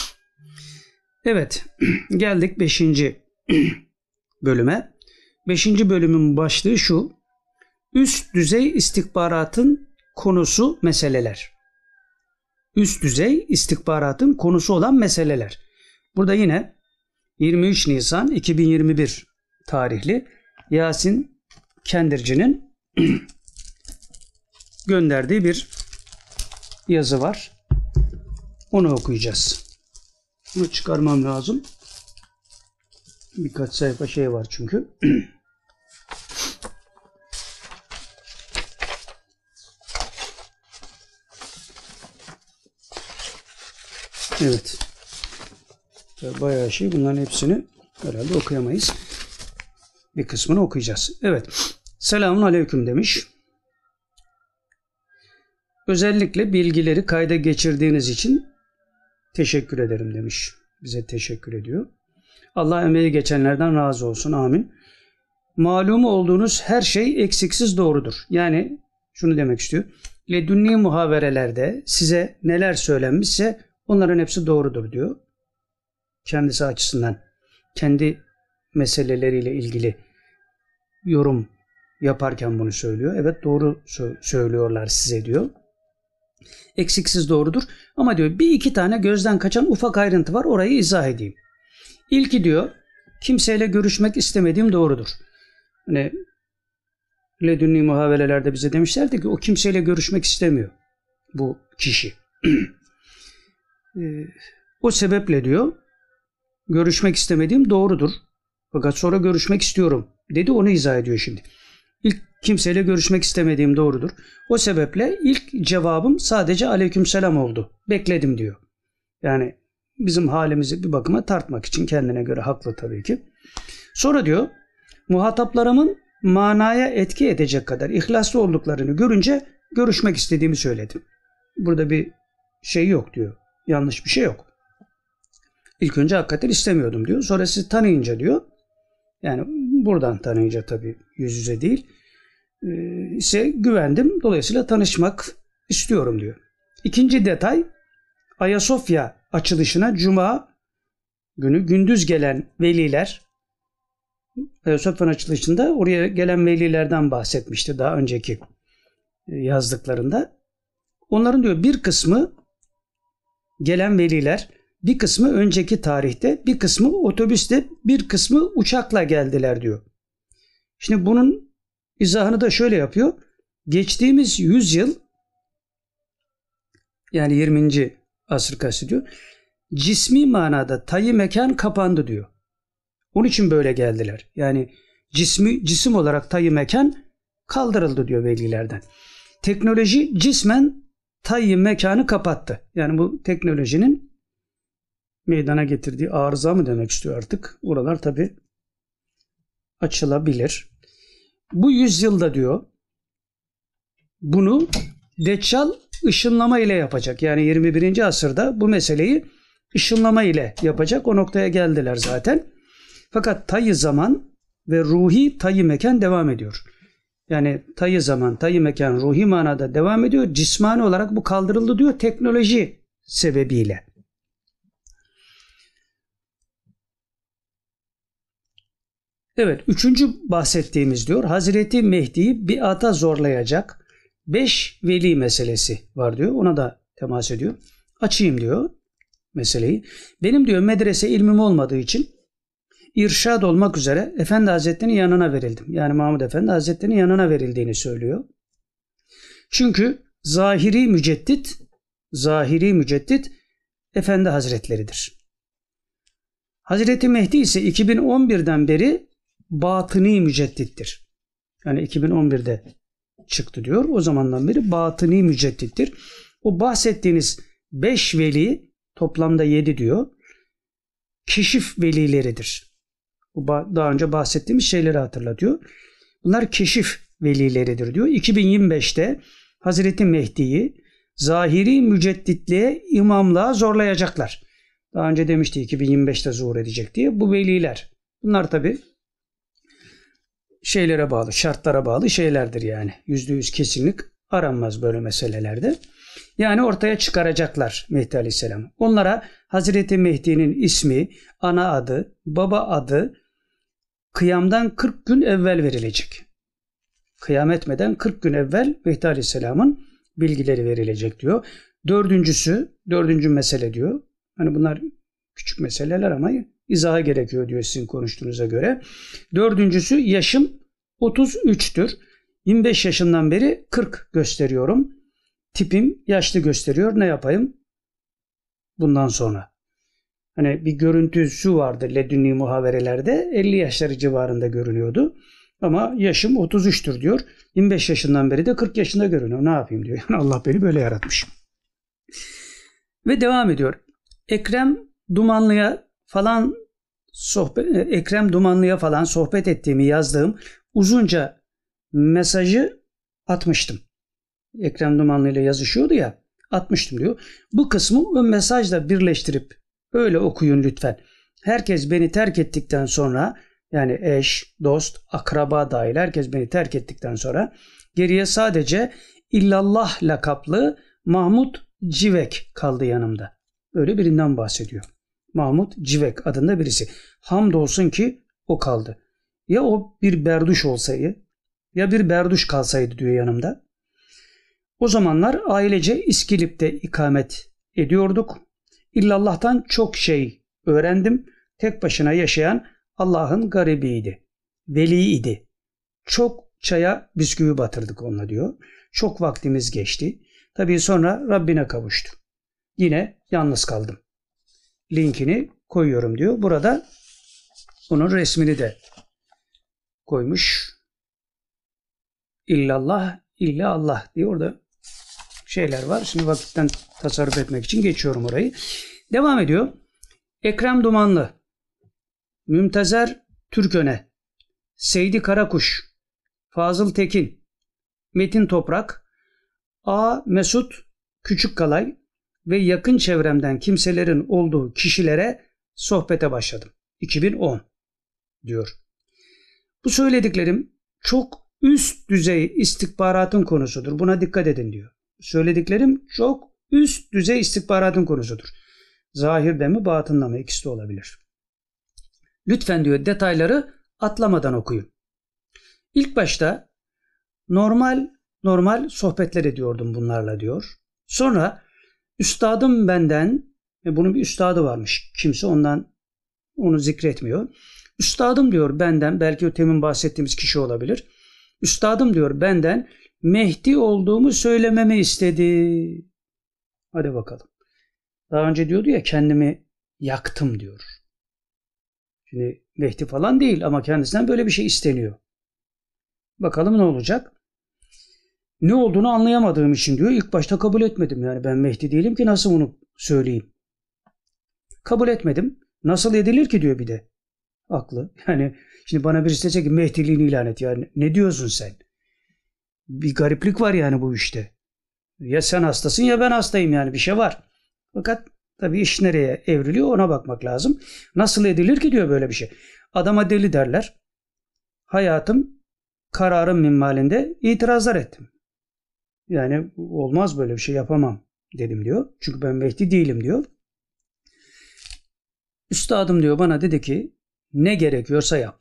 Evet. Geldik beşinci bölüme. Beşinci bölümün başlığı şu. Üst düzey istihbaratın konusu meseleler. Üst düzey istihbaratın konusu olan meseleler. Burada yine yirmi üç Nisan iki bin yirmi bir tarihli Yasin Kendirci'nin gönderdiği bir yazı var. Onu okuyacağız. Bunu çıkarmam lazım. Birkaç sayfa şey var çünkü. Evet. Bayağı şey. Bunların hepsini herhalde okuyamayız. Bir kısmını okuyacağız. Evet. Selamun aleyküm demiş. Özellikle bilgileri kayda geçirdiğiniz için teşekkür ederim demiş. Bize teşekkür ediyor. Allah emeği geçenlerden razı olsun. Amin. Malum olduğunuz her şey eksiksiz doğrudur. Yani şunu demek istiyor. Ledünni muhaverelerde size neler söylenmişse onların hepsi doğrudur diyor. Kendisi açısından kendi meseleleriyle ilgili yorum yaparken bunu söylüyor. Evet doğru söylüyorlar size diyor. Eksiksiz doğrudur. Ama diyor bir iki tane gözden kaçan ufak ayrıntı var. Orayı izah edeyim. İlki diyor kimseyle görüşmek istemediğim doğrudur. Hani ledünni muhavelelerde bize demişlerdi ki o kimseyle görüşmek istemiyor bu kişi. O sebeple diyor görüşmek istemediğim doğrudur. Fakat sonra görüşmek istiyorum dedi, onu izah ediyor şimdi. İlk kimseyle görüşmek istemediğim doğrudur. O sebeple ilk cevabım sadece aleykümselam oldu. Bekledim diyor. Yani bizim halimizi bir bakıma tartmak için kendine göre haklı tabii ki. Sonra diyor muhataplarımın manaya etki edecek kadar ihlaslı olduklarını görünce görüşmek istediğimi söyledim. Burada bir şey yok diyor. Yanlış bir şey yok. İlk önce hakikaten istemiyordum diyor. Sonra sizi tanıyınca diyor. Yani buradan tanıyınca tabii yüz yüze değil. E, ise güvendim. Dolayısıyla tanışmak istiyorum diyor. İkinci detay Ayasofya açılışına Cuma günü gündüz gelen veliler, Ayasofya açılışında oraya gelen velilerden bahsetmişti daha önceki yazdıklarında. Onların diyor bir kısmı gelen veliler, bir kısmı önceki tarihte, bir kısmı otobüste, bir kısmı uçakla geldiler diyor. Şimdi bunun izahını da şöyle yapıyor. Geçtiğimiz yüzyıl, yani yirminci asır kastediyor, cismi manada tayyi mekan kapandı diyor. Onun için böyle geldiler. Yani cismi cisim olarak tayyi mekan kaldırıldı diyor velilerden. Teknoloji cismen tayyi mekanı kapattı. Yani bu teknolojinin meydana getirdiği arıza mı demek istiyor artık? Oralar tabii açılabilir. Bu yüzyılda diyor bunu Deccal ışınlama ile yapacak. Yani yirmi birinci asırda bu meseleyi ışınlama ile yapacak. O noktaya geldiler zaten. Fakat tayyi zaman ve ruhi tayyi mekan devam ediyor. Yani tayyi zaman, tayyi mekan ruhi manada devam ediyor. Cismani olarak bu kaldırıldı diyor teknoloji sebebiyle. Evet, üçüncü bahsettiğimiz diyor Hazreti Mehdi'yi biata zorlayacak beş veli meselesi var diyor. Ona da temas ediyor. Açayım diyor meseleyi. Benim diyor medrese ilmim olmadığı için irşad olmak üzere Efendi Hazretleri'nin yanına verildim. Yani Mahmud Efendi Hazretleri'nin yanına verildiğini söylüyor Çünkü zahiri müceddit, zahiri müceddit Efendi Hazretleridir. Hazreti Mehdi ise iki bin on birden beri batıni müceddittir. Yani iki bin on birde çıktı diyor. O zamandan beri batıni müceddittir. O bahsettiğiniz beş veli, toplamda yedi diyor, keşif velileridir. Bu daha önce bahsettiğimiz şeyleri hatırlatıyor. Bunlar keşif velileridir diyor. iki bin yirmi beşte Hazreti Mehdi'yi zahiri mücedditliğe, imamlığa zorlayacaklar. Daha önce demişti iki bin yirmi beşte zuhur edecek diye. Bu veliler. Bunlar tabi şeylere bağlı, şartlara bağlı şeylerdir yani. Yüzde yüz kesinlik aranmaz böyle meselelerde. Yani ortaya çıkaracaklar Mehdi Aleyhisselam. Onlara Hazreti Mehdi'nin ismi, ana adı, baba adı kıyamdan kırk gün evvel verilecek. Kıyam etmeden kırk gün evvel Mehdi Aleyhisselam'ın bilgileri verilecek diyor. Dördüncüsü, dördüncü mesele diyor. Hani bunlar küçük meseleler ama izaha gerekiyor diyor sizin konuştuğunuza göre. Dördüncüsü, yaşım otuz üçtür. yirmi beş yaşından beri kırk gösteriyorum. Tipim yaşlı gösteriyor. Ne yapayım? Bundan sonra. Hani bir görüntüsü vardı ledünni muhaverelerde. elli yaşları civarında görünüyordu. Ama yaşım otuz üçtür diyor. yirmi beş yaşından beri de kırk yaşında görünüyor. Ne yapayım diyor. Yani Allah beni böyle yaratmış. Ve devam ediyor. Ekrem Dumanlı'ya falan sohbet Ekrem Dumanlı'ya falan sohbet ettiğimi yazdığım uzunca mesajı atmıştım. Ekrem Dumanlı ile yazışıyordu ya, atmıştım diyor. Bu kısmı o mesajla birleştirip öyle okuyun lütfen. Herkes beni terk ettikten sonra, yani eş, dost, akraba dahil herkes beni terk ettikten sonra geriye sadece illallah lakaplı Mahmut Civek kaldı yanımda. Öyle birinden bahsediyor. Mahmut Civek adında birisi. Hamdolsun ki o kaldı. Ya o bir berduş olsaydı, ya bir berduş kalsaydı diyor yanımda. O zamanlar ailece İskilip'te ikamet ediyorduk. İllallah'tan çok şey öğrendim. Tek başına yaşayan Allah'ın garibiydi. Veliydi. Çok çaya bisküvi batırdık onunla diyor. Çok vaktimiz geçti. Tabii sonra Rabbine kavuştu. Yine yalnız kaldım. Linkini koyuyorum diyor. Burada onun resmini de koymuş. İllallah, illa Allah diye orada şeyler var. Şimdi vakitten tasarruf etmek için geçiyorum orayı. Devam ediyor. Ekrem Dumanlı, Mümtezer Türköne, Seydi Karakuş, Fazıl Tekin, Metin Toprak, A. Mesut Küçükkalay ve yakın çevremden kimselerin olduğu kişilere sohbete başladım. iki bin on diyor. Bu söylediklerim çok üst düzey istihbaratın konusudur. Buna dikkat edin diyor. Söylediklerim çok üst düzey istihbaratın konusudur. Zahirde mi, batında mı? İkisi de olabilir. Lütfen diyor detayları atlamadan okuyun. İlk başta normal normal sohbetler ediyordum bunlarla diyor. Sonra üstadım benden, e bunun bir üstadı varmış. Kimse ondan onu zikretmiyor. Üstadım diyor benden, belki o temin bahsettiğimiz kişi olabilir. Üstadım diyor benden Mehdi olduğumu söylememi istedi. Hadi bakalım. Daha önce diyordu ya kendimi yaktım diyor. Şimdi Mehdi falan değil ama kendisinden böyle bir şey isteniyor. Bakalım ne olacak? Ne olduğunu anlayamadığım için diyor ilk başta kabul etmedim. Yani ben Mehdi değilim ki nasıl bunu söyleyeyim? Kabul etmedim. Nasıl edilir ki diyor bir de. Aklı. Yani şimdi bana birisi dese ki Mehdiliğini ilan et. Yani ne diyorsun sen? Bir gariplik var yani bu işte. Ya sen hastasın ya ben hastayım yani bir şey var. Fakat tabii iş nereye evriliyor ona bakmak lazım. Nasıl edilir ki diyor böyle bir şey. Adama deli derler. Hayatım, kararım minvalinde itirazlar ettim. Yani olmaz böyle bir şey yapamam dedim diyor. Çünkü ben Mehdi değilim diyor. Üstadım diyor bana dedi ki ne gerekiyorsa yap.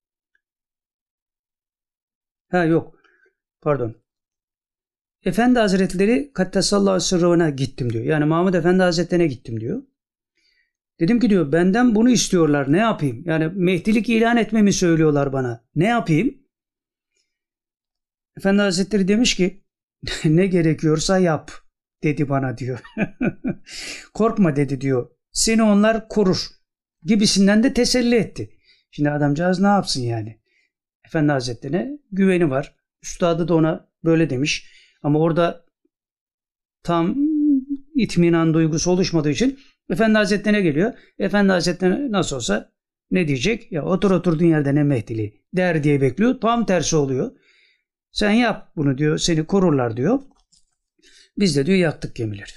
Ha yok pardon. Efendi Hazretleri Kaddesallahu sırrına gittim diyor. Yani Mahmud Efendi Hazretleri'ne gittim diyor. Dedim ki diyor benden bunu istiyorlar ne yapayım? Yani Mehdilik ilan etmemi söylüyorlar bana. Ne yapayım? Efendi Hazretleri demiş ki Ne gerekiyorsa yap dedi bana diyor. Korkma dedi diyor. Seni onlar korur gibisinden de teselli etti. Şimdi adamcağız ne yapsın yani? Efendi Hazretleri'ne güveni var. Üstadı da ona böyle demiş. Ama orada tam itminan duygusu oluşmadığı için Efendi Hazretleri'ne geliyor. Efendi Hazretleri nasıl olsa ne diyecek? Ya otur oturduğun yerde ne Mehdili der diye bekliyor. Tam tersi oluyor. Sen yap bunu diyor. Seni korurlar diyor. Biz de diyor yaktık gemileri.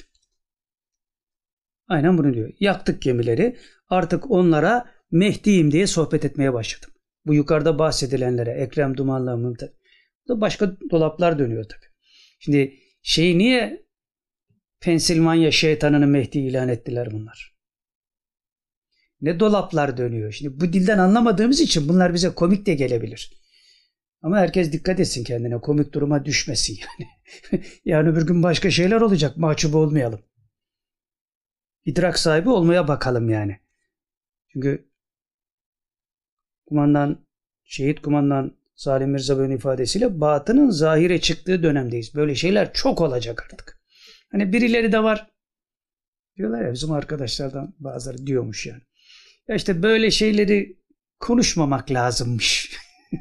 Aynen bunu diyor. Yaktık gemileri. Artık onlara Mehdi'yim diye sohbet etmeye başladım. Bu yukarıda bahsedilenlere Ekrem Dumanlı Mümtaz. Başka dolaplar dönüyor tabii. Şimdi şeyi niye Pensilvanya şeytanını Mehdi ilan ettiler bunlar? Ne dolaplar dönüyor. Şimdi bu dilden anlamadığımız için bunlar bize komik de gelebilir. Ama herkes dikkat etsin kendine. Komik duruma düşmesin yani. Yani öbür gün başka şeyler olacak. Mahcup olmayalım. İdrak sahibi olmaya bakalım yani. Çünkü kumandan, şehit kumandan Salim Mirza Bey'in ifadesiyle batının zahire çıktığı dönemdeyiz. Böyle şeyler çok olacak artık. Hani birileri de var. Diyorlar ya bizim arkadaşlardan bazıları diyormuş yani. Ya işte böyle şeyleri konuşmamak lazımmış.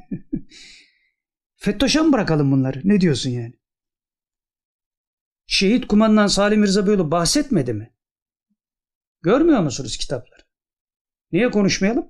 Fettoş'a mı bırakalım bunları? Ne diyorsun yani? Şehit kumandan Salim Mirza böyle bahsetmedi mi? Görmüyor musunuz kitapları? Niye konuşmayalım?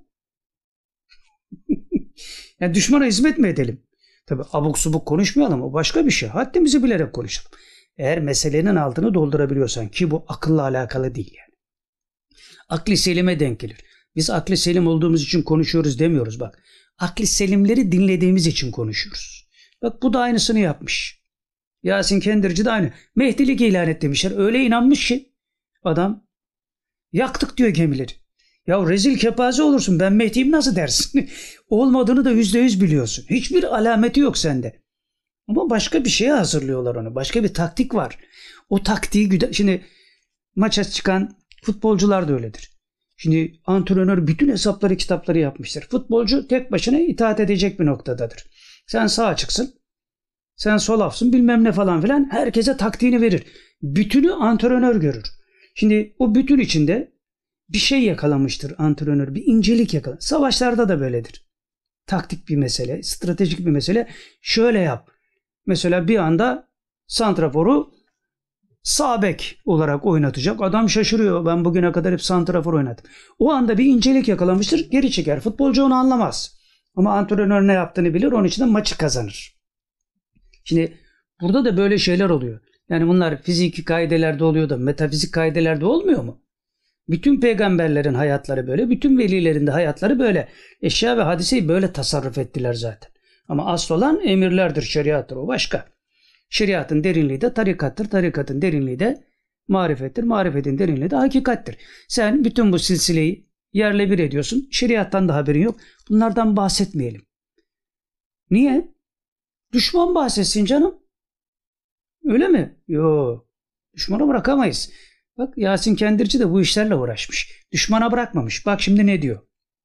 Yani düşmana hizmet mi edelim? Tabi abuk subuk konuşmayalım. O başka bir şey. Haddimizi bilerek konuşalım. Eğer meselenin altını doldurabiliyorsan, ki bu akılla alakalı değil yani. Akli selime denk gelir. Biz akli selim olduğumuz için konuşuyoruz demiyoruz bak. Akli selimleri dinlediğimiz için konuşuyoruz. Bak bu da aynısını yapmış. Yasin Kendirci de aynı. Mehdilik ilan et demişler. Öyle inanmış ki adam yaktık diyor gemileri. Ya rezil kepaze olursun. Ben Mehdi'yim nasıl dersin? Olmadığını da yüzde yüz biliyorsun. Hiçbir alameti yok sende. Ama başka bir şeye hazırlıyorlar onu. Başka bir taktik var. O taktiği güde... Şimdi maça çıkan futbolcular da öyledir. Şimdi antrenör bütün hesapları, kitapları yapmıştır. Futbolcu tek başına itaat edecek bir noktadadır. Sen sağ açıksın. Sen sol afsın bilmem ne falan filan. Herkese taktiğini verir. Bütünü antrenör görür. Şimdi o bütün içinde bir şey yakalamıştır antrenör. Bir incelik yakalamıştır. Savaşlarda da böyledir. Taktik bir mesele, stratejik bir mesele. Şöyle yap. Mesela bir anda santraforu sağ bek olarak oynatacak. Adam şaşırıyor. Ben bugüne kadar hep santrafor oynadım. O anda bir incelik yakalamıştır. Geri çeker. Futbolcu onu anlamaz. Ama antrenör ne yaptığını bilir. Onun için de maçı kazanır. Şimdi burada da böyle şeyler oluyor. Yani bunlar fiziki kaidelerde oluyor da metafizik kaidelerde olmuyor mu? Bütün peygamberlerin hayatları böyle. Bütün velilerin de hayatları böyle. Eşya ve hadiseyi böyle tasarruf ettiler zaten. Ama asıl olan emirlerdir, şeriattır. O başka. Şeriatın derinliği de tarikattır. Tarikatın derinliği de marifettir. Marifetin derinliği de hakikattir. Sen bütün bu silsileyi yerle bir ediyorsun. Şeriattan da haberin yok. Bunlardan bahsetmeyelim. Niye? Düşman bahsetsin canım. Öyle mi? Yok. Düşmana bırakamayız. Bak Yasin Kendirci de bu işlerle uğraşmış. Düşmana bırakmamış. Bak şimdi ne diyor?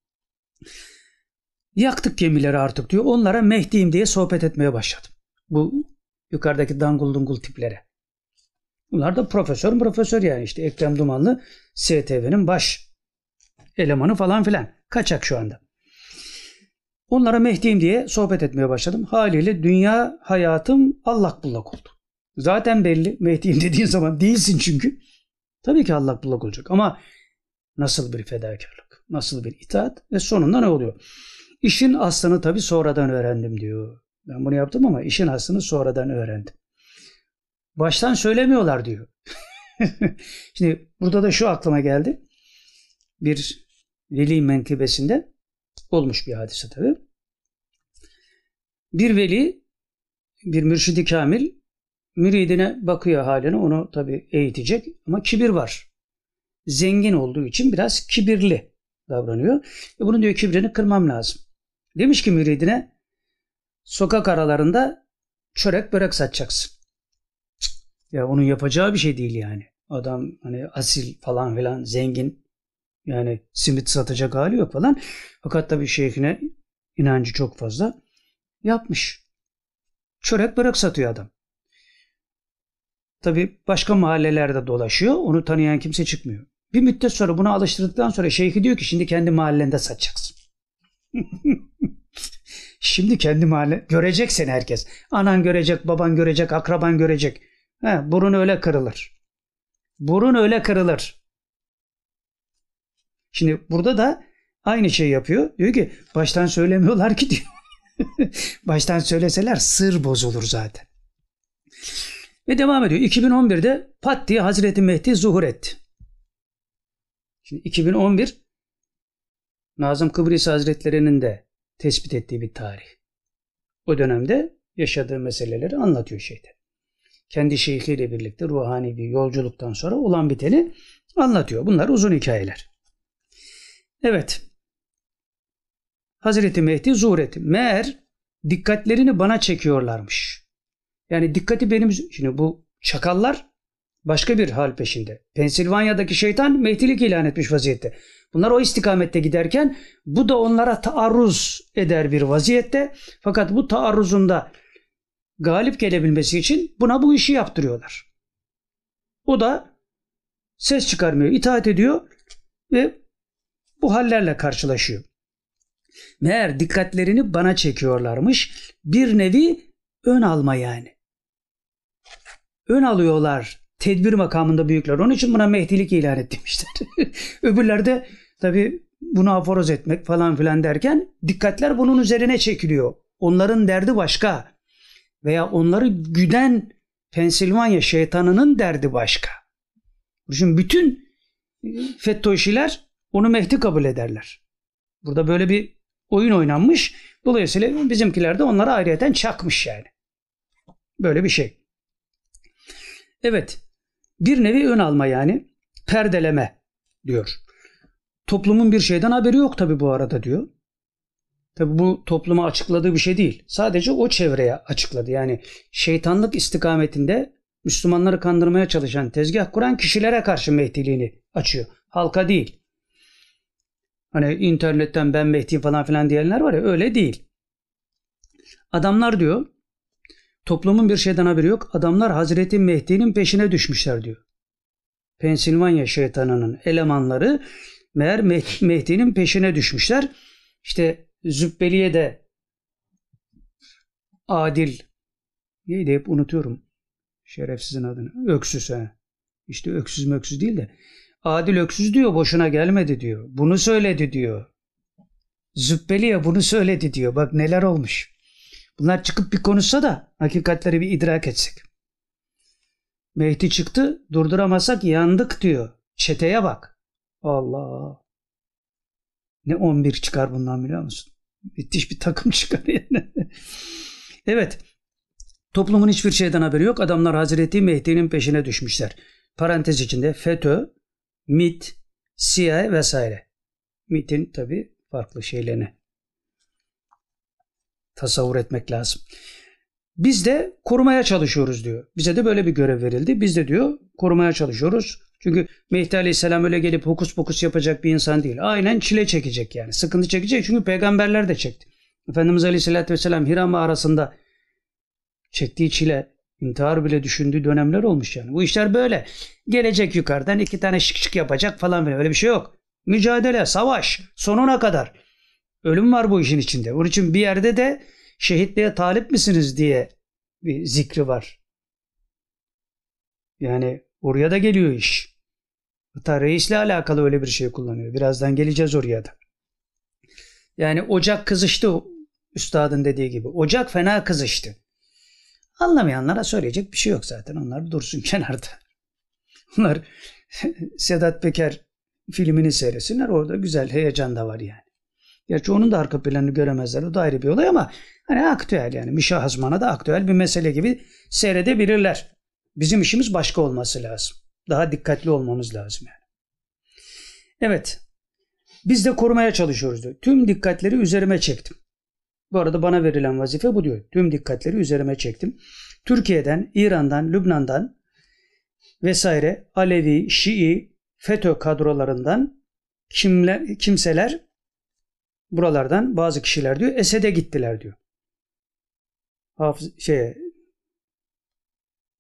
Yaktık gemileri artık diyor. Onlara Mehdi'yim diye sohbet etmeye başladım. Bu yukarıdaki dangul dungul tiplere. Bunlar da profesör profesör yani işte Ekrem Dumanlı S T V'nin baş elemanı falan filan. Kaçak şu anda. Onlara Mehdi'yim diye sohbet etmeye başladım. Haliyle dünya hayatım allak bullak oldu. Zaten belli. Mehdi'yim dediğin zaman değilsin çünkü. Tabii ki allak bullak olacak ama nasıl bir fedakarlık, nasıl bir itaat ve sonunda ne oluyor? İşin aslını tabii sonradan öğrendim diyor. Ben bunu yaptım ama işin aslını sonradan öğrendim. Baştan söylemiyorlar diyor. Şimdi burada da şu aklıma geldi. Bir veli menkıbesinde olmuş bir hadise tabii. Bir veli, bir mürşidi kamil müridine bakıyor haline, onu tabii eğitecek ama kibir var. Zengin olduğu için biraz kibirli davranıyor. E bunu diyor kibrini kırmam lazım. Demiş ki müridine sokak aralarında çörek börek satacaksın. Cık, ya onun yapacağı bir şey değil yani. Adam hani asil falan filan zengin yani simit satacak hali yok falan. Fakat tabii şeyhine inancı çok fazla yapmış. Çörek börek satıyor adam. tabii başka mahallelerde dolaşıyor. Onu tanıyan kimse çıkmıyor. Bir müddet sonra buna alıştırdıktan sonra şeyhi diyor ki şimdi kendi mahallende satacaksın. Şimdi kendi mahalle görecek seni herkes. Anan görecek, baban görecek, akraban görecek. He, burun öyle kırılır. Burun öyle kırılır. Şimdi burada da aynı şey yapıyor. Diyor ki baştan söylemiyorlar ki diyor. Baştan söyleseler sır bozulur zaten. Ve devam ediyor. iki bin on birde pat diye Hazreti Mehdi zuhur etti. Şimdi iki bin on bir Nazım Kıbrıs Hazretleri'nin de tespit ettiği bir tarih. O dönemde yaşadığı meseleleri anlatıyor şeyde. Kendi şeyhiyle birlikte ruhani bir yolculuktan sonra olan biteni anlatıyor. Bunlar uzun hikayeler. Evet. Hazreti Mehdi zuhur etti. Meğer dikkatlerini bana çekiyorlarmış. Yani dikkati benim... Şimdi bu çakallar başka bir hal peşinde. Pensilvanya'daki şeytan Mehdilik ilan etmiş vaziyette. Bunlar o istikamette giderken bu da onlara taarruz eder bir vaziyette. Fakat bu taarruzunda galip gelebilmesi için buna bu işi yaptırıyorlar. O da ses çıkarmıyor, itaat ediyor ve bu hallerle karşılaşıyor. Meğer dikkatlerini bana çekiyorlarmış. Bir nevi ön alma yani. Ön alıyorlar. Tedbir makamında büyükler. Onun için buna Mehdilik ilan etmişler. Öbürler de tabii bunu aforoz etmek falan filan derken dikkatler bunun üzerine çekiliyor. Onların derdi başka. Veya onları güden Pensilvanya şeytanının derdi başka. Şimdi bütün FETÖ'şiler onu Mehdi kabul ederler. Burada böyle bir oyun oynanmış. Dolayısıyla bizimkiler de onlara ayrıyeten çakmış yani. Böyle bir şey. Evet. Bir nevi ön alma yani. Perdeleme diyor. Toplumun bir şeyden haberi yok tabii bu arada diyor. Tabii bu topluma açıkladığı bir şey değil. Sadece o çevreye açıkladı. Yani şeytanlık istikametinde Müslümanları kandırmaya çalışan, tezgah kuran kişilere karşı Mehdiliğini açıyor. Halka değil. Hani internetten ben Mehdi'yim falan filan diyenler var ya, öyle değil. Adamlar diyor, toplumun bir şeyden haberi yok. Adamlar Hazreti Mehdi'nin peşine düşmüşler diyor. Pensilvanya şeytanının elemanları meğer Mehdi'nin peşine düşmüşler. İşte Zübbeli'ye de Adil neydi hep unutuyorum şerefsizin adını. Öksüz ha. İşte öksüz möksüz değil de Adil öksüz diyor, boşuna gelmedi diyor. Bunu söyledi diyor. Zübbeli'ye bunu söyledi diyor. Bak neler olmuş. Bunlar çıkıp bir konuşsa da hakikatleri bir idrak etsek. Mehdi çıktı, durduramasak yandık diyor. Çeteye bak. Allah. Ne on bir çıkar bundan biliyor musun? Müthiş bir takım çıkar yani. Evet. Toplumun hiçbir şeyden haberi yok. Adamlar Hazreti Mehdi'nin peşine düşmüşler. Parantez içinde FETÖ, MİT, C I A vesaire. MİT'in tabii farklı şeylerini tasavvur etmek lazım. Biz de korumaya çalışıyoruz diyor. Bize de böyle bir görev verildi. Biz de diyor korumaya çalışıyoruz. Çünkü Mehdi Aleyhisselam öyle gelip hokus pokus yapacak bir insan değil. Aynen çile çekecek yani. Sıkıntı çekecek çünkü peygamberler de çekti. Efendimiz Aleyhisselatü Vesselam Hira mağarasında çektiği çile, intihar bile düşündüğü dönemler olmuş yani. Bu işler böyle. Gelecek yukarıdan iki tane şık şık yapacak falan böyle. Öyle bir şey yok. Mücadele, savaş sonuna kadar. Ölüm var bu işin içinde. Onun için bir yerde de şehitliğe talip misiniz diye bir zikri var. Yani oraya da geliyor iş. Hatta reisle alakalı öyle bir şey kullanıyor. Birazdan geleceğiz oraya da. Yani ocak kızıştı üstadın dediği gibi. Ocak fena kızıştı. Anlamayanlara söyleyecek bir şey yok zaten. Onlar dursun kenarda. Onlar Sedat Peker filmini seyretsinler. Orada güzel heyecan da var yani. Gerçi onun da arka planını göremezler. O da ayrı bir olay ama hani aktüel yani. Müşahazmana da aktüel bir mesele gibi seyredebilirler. Bizim işimiz başka olması lazım. Daha dikkatli olmamız lazım yani. Evet. Biz de korumaya çalışıyoruz diyor. Tüm dikkatleri üzerime çektim. Bu arada bana verilen vazife bu diyor. Tüm dikkatleri üzerime çektim. Türkiye'den, İran'dan, Lübnan'dan vesaire Alevi, Şii, FETÖ kadrolarından kimler, kimseler buralardan bazı kişiler diyor Esed'e gittiler diyor. Hafız, şeye,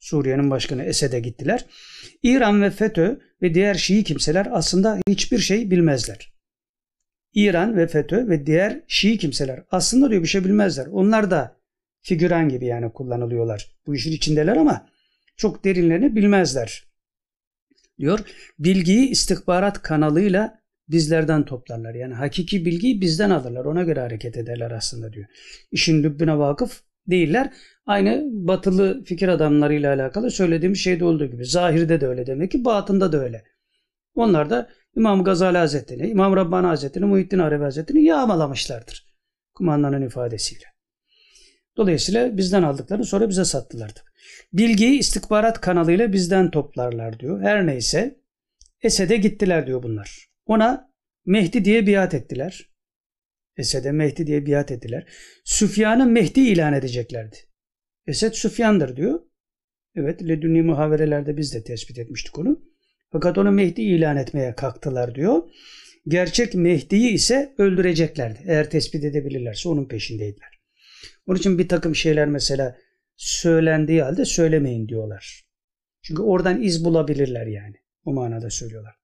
Suriye'nin başkanı Esed'e gittiler. İran ve FETÖ ve diğer Şii kimseler aslında hiçbir şey bilmezler. İran ve FETÖ ve diğer Şii kimseler aslında diyor bir şey bilmezler. Onlar da figüran gibi yani kullanılıyorlar. Bu işin içindeler ama çok derinlerini bilmezler. Diyor, bilgiyi istihbarat kanalıyla bizlerden toplarlar. Yani hakiki bilgiyi bizden alırlar. Ona göre hareket ederler aslında diyor. İşin lübbüne vakıf değiller. Aynı batılı fikir adamlarıyla alakalı söylediğimiz şeyde olduğu gibi. Zahirde de öyle demek ki, batında da öyle. Onlar da İmam Gazali Hazretleri, İmam Rabbani Hazretleri, Muhittin Arabi Hazretleri yağmalamışlardır. Kumandanın ifadesiyle. Dolayısıyla bizden aldıklarını sonra bize sattılar. Bilgiyi istihbarat kanalıyla bizden toplarlar diyor. Her neyse Esed'e gittiler diyor bunlar. Ona Mehdi diye biat ettiler. Esed'e Mehdi diye biat ettiler. Süfyan'ı Mehdi ilan edeceklerdi. Esed Süfyan'dır diyor. Evet, ledünni muhaverelerde biz de tespit etmiştik onu. Fakat onu Mehdi ilan etmeye kalktılar diyor. Gerçek Mehdi'yi ise öldüreceklerdi. Eğer tespit edebilirlerse onun peşindeydiler. Onun için bir takım şeyler mesela söylendiği halde söylemeyin diyorlar. Çünkü oradan iz bulabilirler yani. O manada söylüyorlar.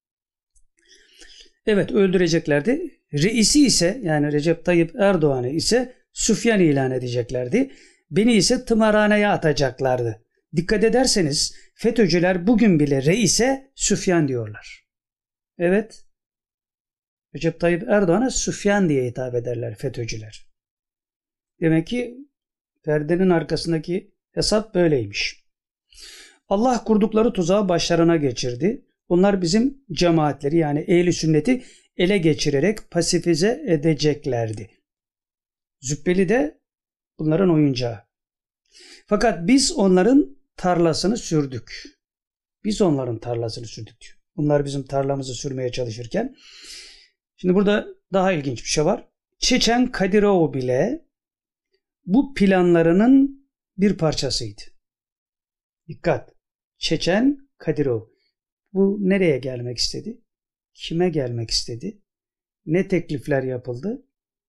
Evet, öldüreceklerdi. Reisi ise yani Recep Tayyip Erdoğan'ı ise Süfyan ilan edeceklerdi. Beni ise tımarhaneye atacaklardı. Dikkat ederseniz FETÖ'cüler bugün bile reise Süfyan diyorlar. Evet. Recep Tayyip Erdoğan'a Süfyan diye hitap ederler FETÖ'cüler. Demek ki perdenin arkasındaki hesap böyleymiş. Allah kurdukları tuzağı başlarına geçirdi. Onlar bizim cemaatleri yani ehl-i sünneti ele geçirerek pasifize edeceklerdi. Zübbeli de bunların oyuncağı. Fakat biz onların tarlasını sürdük. Biz onların tarlasını sürdük diyor. Bunlar bizim tarlamızı sürmeye çalışırken. Şimdi burada daha ilginç bir şey var. Çeçen Kadirov bile bu planlarının bir parçasıydı. Dikkat. Çeçen Kadirov. Bu nereye gelmek istedi? Kime gelmek istedi? Ne teklifler yapıldı?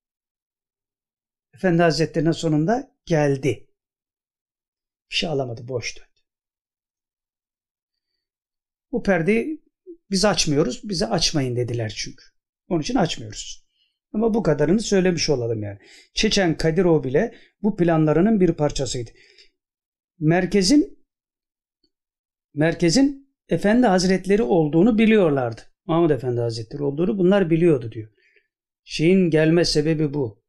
Efendi Hazretleri'nin sonunda geldi. Bir şey alamadı, boş döndü. Bu perdeyi biz açmıyoruz, bize açmayın dediler çünkü. Onun için açmıyoruz. Ama bu kadarını söylemiş olalım yani. Çeçen Kadirov bile bu planlarının bir parçasıydı. Merkezin merkezin Efendi Hazretleri olduğunu biliyorlardı. Mahmud Efendi Hazretleri olduğunu bunlar biliyordu diyor. Şeyin gelme sebebi bu.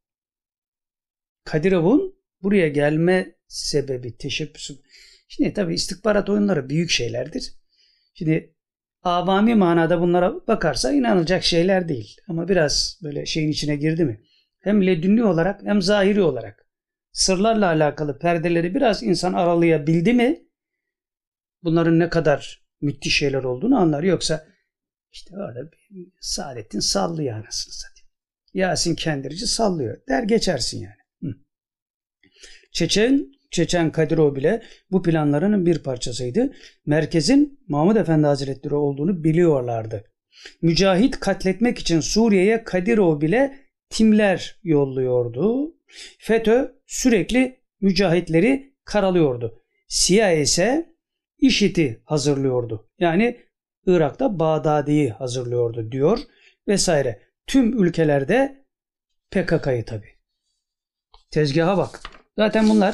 Kadirov'un buraya gelme sebebi, teşebbüsü. Şimdi tabii istihbarat oyunları büyük şeylerdir. Şimdi avami manada bunlara bakarsa inanılacak şeyler değil. Ama biraz böyle şeyin içine girdi mi? Hem ledünni olarak hem zahiri olarak sırlarla alakalı perdeleri biraz insan aralayabildi mi bunların ne kadar müthiş şeyler olduğunu anlar. Yoksa işte orada Saadettin sallıyor anasını satayım. Yasin Kendirici sallıyor der geçersin yani. Hı. Çeçen, Çeçen Kadirov bile bu planlarının bir parçasıydı. Merkezin Mahmud Efendi Hazretleri olduğunu biliyorlardı. Mücahit katletmek için Suriye'ye Kadirov bile timler yolluyordu. FETÖ sürekli mücahitleri karalıyordu. C I A ise IŞİD'i hazırlıyordu. Yani Irak'ta Bağdadi'yi hazırlıyordu diyor vesaire. Tüm ülkelerde P K K'yı tabii. Tezgaha bak. Zaten bunlar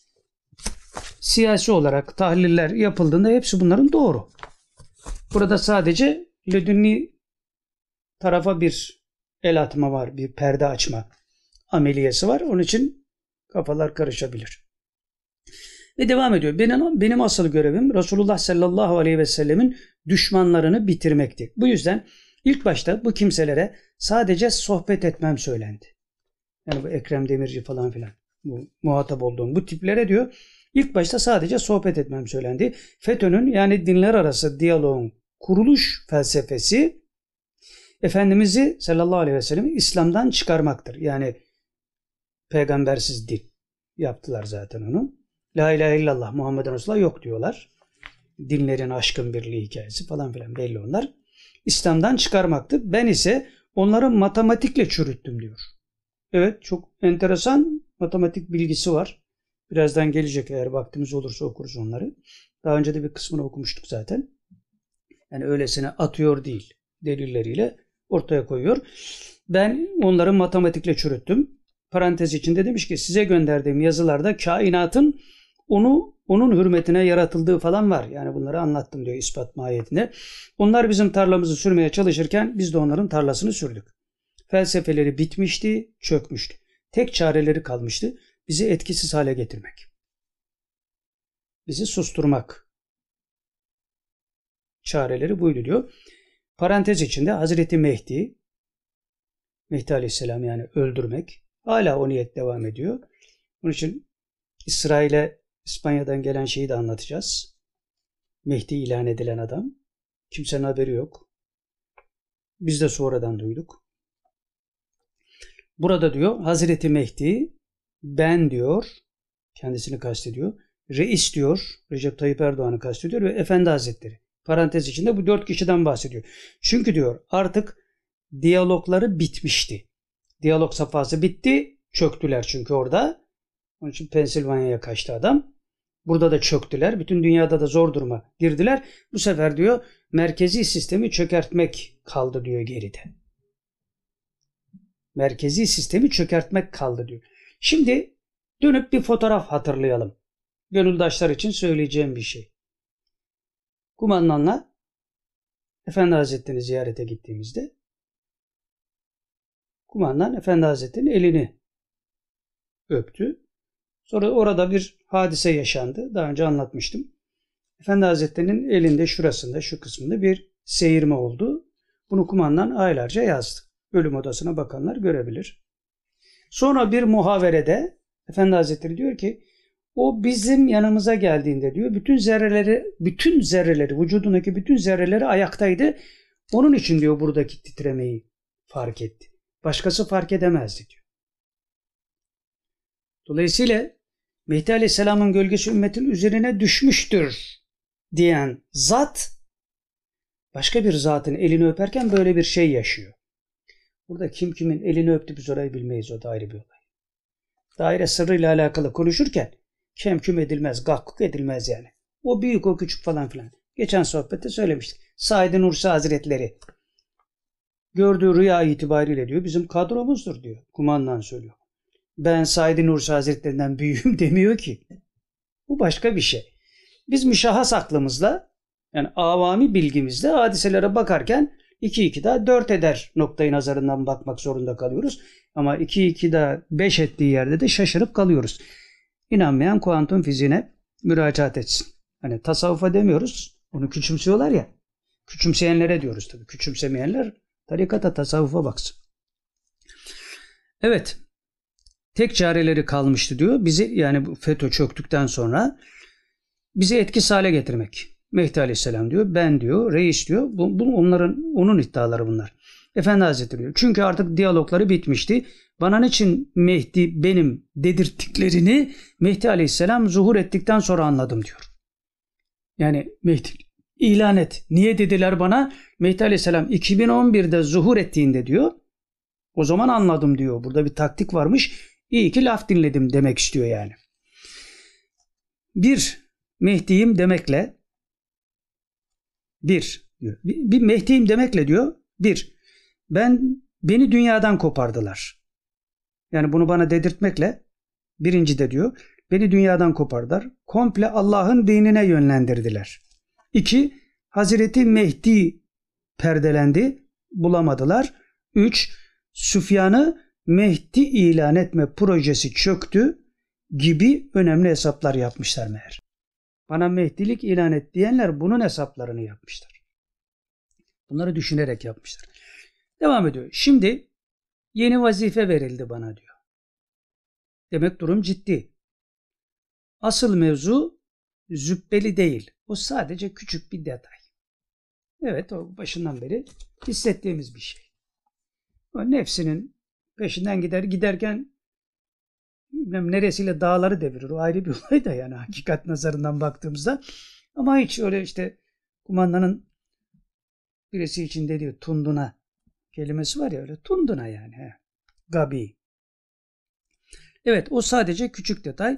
siyasi olarak tahliller yapıldığında hepsi bunların doğru. Burada sadece ledünni tarafa bir el atma var, bir perde açma ameliyesi var. Onun için kafalar karışabilir. Ve devam ediyor. Benim, benim asıl görevim Resulullah sallallahu aleyhi ve sellemin düşmanlarını bitirmekti. Bu yüzden ilk başta bu kimselere sadece sohbet etmem söylendi. Yani bu Ekrem Demirci falan filan. Bu muhatap olduğum bu tiplere diyor. İlk başta sadece sohbet etmem söylendi. FETÖ'nün yani dinler arası diyaloğun kuruluş felsefesi Efendimiz'i sallallahu aleyhi ve sellem'i İslam'dan çıkarmaktır. Yani peygambersiz din yaptılar zaten onu. La ilahe illallah Muhammeden Resulullah yok diyorlar. Dinlerin aşkın birliği hikayesi falan filan belli onlar. İslam'dan çıkarmaktır. Ben ise onları matematikle çürüttüm diyor. Evet, çok enteresan matematik bilgisi var. Birazdan gelecek, eğer vaktimiz olursa okuruz onları. Daha önce de bir kısmını okumuştuk zaten. Yani öylesine atıyor değil, delilleriyle ortaya koyuyor. Ben onları matematikle çürüttüm. Parantez içinde demiş ki size gönderdiğim yazılarda kainatın onu onun hürmetine yaratıldığı falan var. Yani bunları anlattım diyor ispat mahiyetinde. Onlar bizim tarlamızı sürmeye çalışırken biz de onların tarlasını sürdük. Felsefeleri bitmişti, çökmüştü. Tek çareleri kalmıştı. Bizi etkisiz hale getirmek. Bizi susturmak. Çareleri buydu diyor. Parantez içinde Hazreti Mehdi, Mehdi Aleyhisselam yani öldürmek. Hala o niyet devam ediyor. Onun için İsrail'e İspanya'dan gelen şeyi de anlatacağız. Mehdi ilan edilen adam. Kimsenin haberi yok. Biz de sonradan duyduk. Burada diyor Hazreti Mehdi ben diyor, kendisini kastediyor. Reis diyor, Recep Tayyip Erdoğan'ı kastediyor ve Efendi Hazretleri. Parantez içinde bu dört kişiden bahsediyor. Çünkü diyor artık diyalogları bitmişti. Diyalog safhası bitti. Çöktüler çünkü orada. Onun için Pensilvanya'ya kaçtı adam. Burada da çöktüler. Bütün dünyada da zor duruma girdiler. Bu sefer diyor merkezi sistemi çökertmek kaldı diyor geride. Merkezi sistemi çökertmek kaldı diyor. Şimdi dönüp bir fotoğraf hatırlayalım. Gönüldaşlar için söyleyeceğim bir şey. Kumandanla Efendi Hazretleri'ni ziyarete gittiğimizde kumandan Efendi Hazretleri'nin elini öptü. Sonra orada bir hadise yaşandı. Daha önce anlatmıştım. Efendi Hazretleri'nin elinde şurasında, şu kısmında bir seyirme oldu. Bunu kumandan aylarca yazdı. Ölüm odasına bakanlar görebilir. Sonra bir muhaverede Efendi Hazretleri diyor ki o bizim yanımıza geldiğinde diyor bütün zerreleri, bütün zerreleri, vücudundaki bütün zerreleri ayaktaydı. Onun için diyor buradaki titremeyi fark etti. Başkası fark edemezdi diyor. Dolayısıyla Mehdi Aleyhisselam'ın gölgesi ümmetin üzerine düşmüştür diyen zat başka bir zatın elini öperken böyle bir şey yaşıyor. Burada kim kimin elini öptü biz orayı bilmeyiz, o da ayrı bir olay. Daire sırrıyla alakalı konuşurken kemküm edilmez, gakkuk edilmez yani. O büyük, o küçük falan filan. Geçen sohbette söylemiştik. Said Nursi Hazretleri gördüğü rüya itibariyle diyor bizim kadromuzdur diyor. Kumandan söylüyor. Ben Said Nursi Hazretlerinden büyüğüm demiyor ki. Bu başka bir şey. Biz müşahhas aklımızla yani avami bilgimizle hadiselere bakarken iki iki daha dört eder noktayı nazarından bakmak zorunda kalıyoruz. Ama iki iki daha beş ettiği yerde de şaşırıp kalıyoruz. İnanmayan kuantum fiziğine müracaat etsin. Hani tasavvufa demiyoruz. Onu küçümsüyorlar ya. Küçümseyenlere diyoruz tabii. Küçümsemeyenler tarikata, tasavvufa baksın. Evet. Tek çareleri kalmıştı diyor. Bizi yani bu FETÖ çöktükten sonra bizi etkisiz hale getirmek. Mehdi Aleyhisselam diyor. Ben diyor. Reis diyor. Bu, bu onların onun iddiaları bunlar. Efendi Hazretleri diyor. Çünkü artık diyalogları bitmişti. Bana niçin Mehdi benim dedirttiklerini Mehdi Aleyhisselam zuhur ettikten sonra anladım diyor. Yani Mehdi ilan et. Niye dediler bana? Mehdi Aleyhisselam iki bin on birde zuhur ettiğinde diyor. O zaman anladım diyor. Burada bir taktik varmış. İyi ki laf dinledim demek istiyor yani. Bir Mehdi'yim demekle bir diyor. Bir, bir Mehdi'yim demekle diyor. Bir ben beni dünyadan kopardılar. Yani bunu bana dedirtmekle birinci de diyor. Beni dünyadan kopardılar. Komple Allah'ın dinine yönlendirdiler. İki Hazreti Mehdi perdelendi. Bulamadılar. Üç Süfyan'ı Mehdi ilan etme projesi çöktü gibi önemli hesaplar yapmışlar meğer. Bana Mehdilik ilan et diyenler bunun hesaplarını yapmışlar. Bunları düşünerek yapmışlar. Devam ediyor. Şimdi yeni vazife verildi bana diyor. Demek durum ciddi. Asıl mevzu zübbeli değil. O sadece küçük bir detay. Evet, o başından beri hissettiğimiz bir şey. O nefsinin peşinden gider giderken neresiyle dağları devirir. O ayrı bir olay da yani hakikat nazarından baktığımızda. Ama hiç öyle işte kumandanın birisi için dediği tunduna kelimesi var ya öyle tunduna yani. He. Gabi. Evet o sadece küçük detay.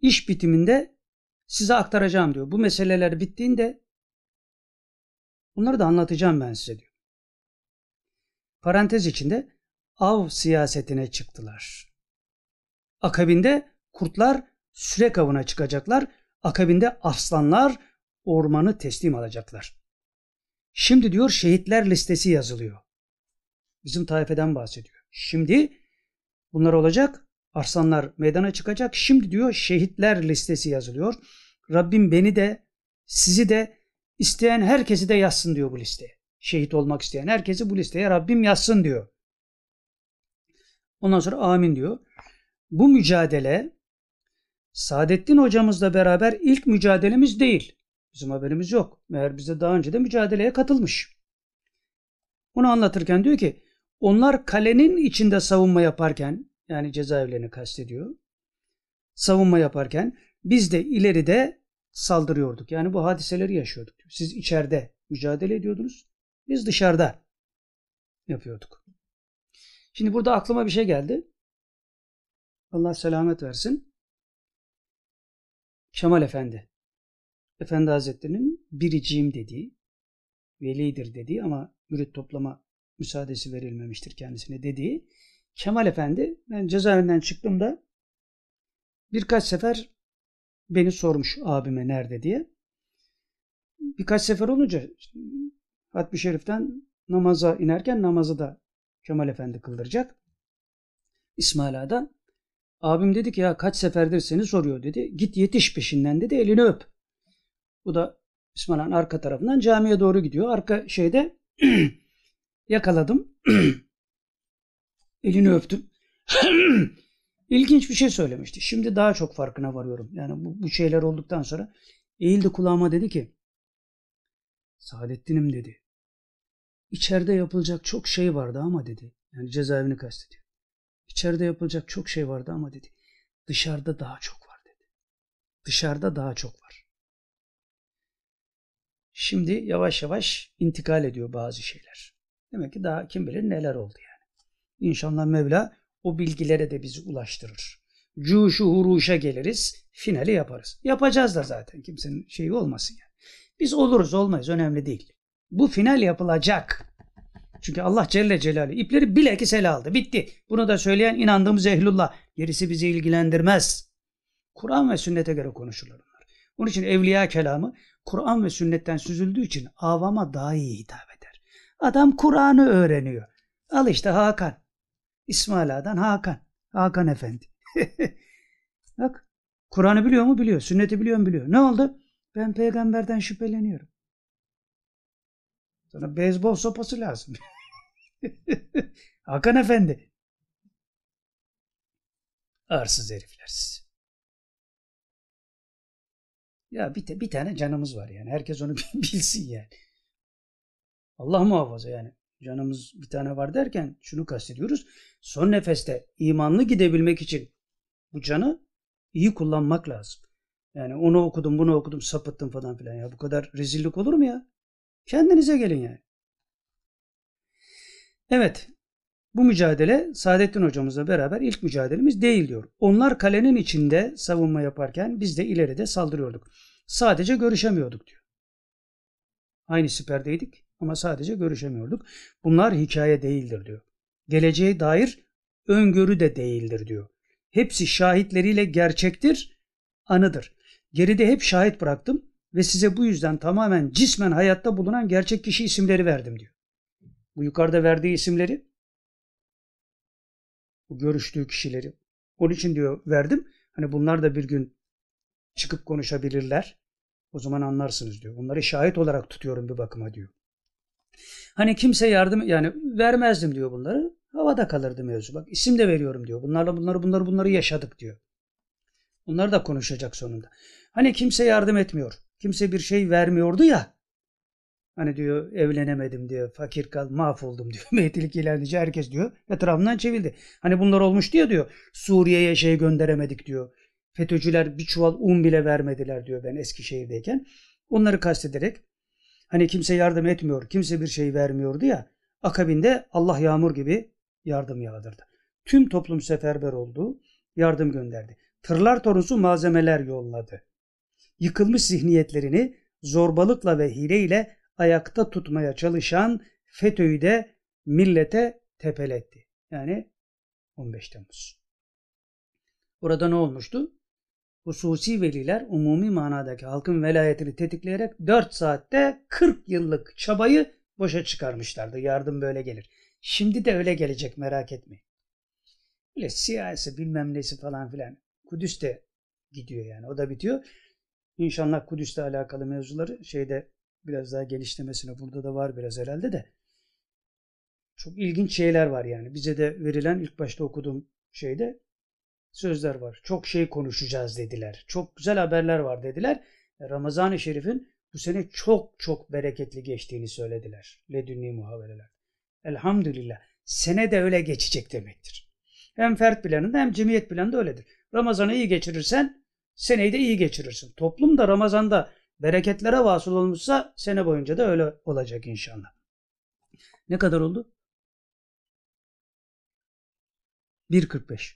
İş bitiminde size aktaracağım diyor. Bu meseleler bittiğinde bunları da anlatacağım ben size diyor. Parantez içinde av siyasetine çıktılar. Akabinde kurtlar sürek avına çıkacaklar. Akabinde aslanlar ormanı teslim alacaklar. Şimdi diyor şehitler listesi yazılıyor. Bizim taifeden bahsediyor. Şimdi bunlar olacak. Arslanlar meydana çıkacak. Şimdi diyor şehitler listesi yazılıyor. Rabbim beni de sizi de isteyen herkesi de yazsın diyor bu listeye. Şehit olmak isteyen herkesi bu listeye Rabbim yazsın diyor. Ondan sonra amin diyor. Bu mücadele Saadettin hocamızla beraber ilk mücadelemiz değil. Bizim haberimiz yok. Meğer bize daha önce de mücadeleye katılmış. Onu anlatırken diyor ki onlar kalenin içinde savunma yaparken, yani cezaevlerini kastediyor, savunma yaparken biz de ileride saldırıyorduk. Yani bu hadiseleri yaşıyorduk. Siz içeride mücadele ediyordunuz. Biz dışarıda yapıyorduk. Şimdi burada aklıma bir şey geldi. Allah selamet versin. Kemal Efendi. Efendi Hazretleri'nin biriciyim dediği, velidir dediği ama mürit toplama müsaadesi verilmemiştir kendisine dediği Kemal Efendi, ben cezaevinden çıktığımda birkaç sefer beni sormuş abime nerede diye. Birkaç sefer olunca Hatmi Şerif'ten namaza inerken namazı da Kemal Efendi kıldıracak. İsmail Ağa'da. Abim dedi ki ya kaç seferdir seni soruyor dedi. Git yetiş peşinden dedi, elini öp. Bu da İsmail Ağa'nın arka tarafından camiye doğru gidiyor. Arka şeyde yakaladım. Elini öptüm. İlginç bir şey söylemişti. Şimdi daha çok farkına varıyorum. Yani bu, bu şeyler olduktan sonra eğildi kulağıma dedi ki Saadettin'im dedi. İçeride yapılacak çok şey vardı ama dedi. Yani cezaevini kastediyor. İçeride yapılacak çok şey vardı ama dedi. Dışarıda daha çok var dedi. Dışarıda daha çok var. Şimdi yavaş yavaş intikal ediyor bazı şeyler. Demek ki daha kim bilir neler oldu yani. İnşallah Mevla o bilgilere de bizi ulaştırır. Cuşu huruşa geliriz, finali yaparız. Yapacağız da zaten, kimsenin şeyi olmasın yani. Biz oluruz olmayız önemli değil. Bu final yapılacak. Çünkü Allah Celle Celaluhu ipleri bilekis ele aldı. Bitti. Bunu da söyleyen inandığımız ehlullah. Gerisi bizi ilgilendirmez. Kur'an ve sünnete göre konuşurlar onlar. Onun için evliya kelamı Kur'an ve sünnetten süzüldüğü için avama daha iyi hitap eder. Adam Kur'an'ı öğreniyor. Al işte Hakan. İsmail Ağa'dan Hakan. Hakan Efendi. Bak. Kur'an'ı biliyor mu? Biliyor. Sünneti biliyor mu? Biliyor. Ne oldu? Ben peygamberden şüpheleniyorum. Sana beyzbol sopası lazım. Hakan Efendi. Arsız herifler siz. Ya bir, bir tane canımız var yani. Herkes onu bilsin yani. Allah muhafaza yani. Canımız bir tane var derken şunu kastediyoruz. Son nefeste imanlı gidebilmek için bu canı iyi kullanmak lazım. Yani onu okudum, bunu okudum, sapıttım falan filan. Ya bu kadar rezillik olur mu ya? Kendinize gelin yani. Evet. Bu mücadele Saadettin hocamızla beraber ilk mücadelemiz değil diyor. Onlar kalenin içinde savunma yaparken biz de ileride saldırıyorduk. Sadece görüşemiyorduk diyor. Aynı siperdeydik ama sadece görüşemiyorduk. Bunlar hikaye değildir diyor. Geleceğe dair öngörü de değildir diyor. Hepsi şahitleriyle gerçektir, anıdır. Geride hep şahit bıraktım ve size bu yüzden tamamen cismen hayatta bulunan gerçek kişi isimleri verdim diyor. Bu yukarıda verdiği isimleri, bu görüştüğü kişileri, onun için diyor verdim. Hani bunlar da bir gün çıkıp konuşabilirler. O zaman anlarsınız diyor. Bunları şahit olarak tutuyorum bir bakıma diyor. Hani kimse yardım yani vermezdim diyor bunları. Havada kalırdı mevzu. Bak isim de veriyorum diyor. Bunlarla bunları bunları bunları yaşadık diyor. Bunlar da konuşacak sonunda. Hani kimse yardım etmiyor. Kimse bir şey vermiyordu ya. Hani diyor evlenemedim diyor. Fakir kal, mahvoldum diyor. Mehdilik ilerleyince herkes diyor etrafından çevildi. Hani bunlar olmuş diyor diyor. Suriye'ye şey gönderemedik diyor. FETÖ'cüler bir çuval un bile vermediler diyor ben Eskişehir'deyken. Onları kastederek hani kimse yardım etmiyor, kimse bir şey vermiyordu ya. Akabinde Allah yağmur gibi yardım yağdırdı. Tüm toplum seferber oldu, yardım gönderdi. tırlar dolusu malzemeler yolladı. Yıkılmış zihniyetlerini zorbalıkla ve hileyle ayakta tutmaya çalışan FETÖ'yü de millete tepeletti. Yani on beş Temmuz. Orada ne olmuştu? Hususi veliler umumi manadaki halkın velayetini tetikleyerek dört saatte kırk yıllık çabayı boşa çıkarmışlardı. Yardım böyle gelir. Şimdi de öyle gelecek, merak etmeyin. Öyle siyasi bilmem nesi falan filan. Kudüs de gidiyor yani. O da bitiyor. İnşallah Kudüs'le alakalı mevzuları şeyde biraz daha genişlemesine, burada da var biraz herhalde de. Çok ilginç şeyler var yani. Bize de verilen ilk başta okuduğum şeyde sözler var. Çok şey konuşacağız dediler. Çok güzel haberler var dediler. Ramazan-ı Şerif'in bu sene çok çok bereketli geçtiğini söylediler. Ledünni muhabereler. Elhamdülillah. Sene de öyle geçecek demektir. Hem fert planında hem cemiyet planında öyledir. Ramazan'ı iyi geçirirsen seneyi de iyi geçirirsin. Toplum da Ramazan'da bereketlere vasıl olmuşsa sene boyunca da öyle olacak inşallah. Ne kadar oldu? bir kırk beş.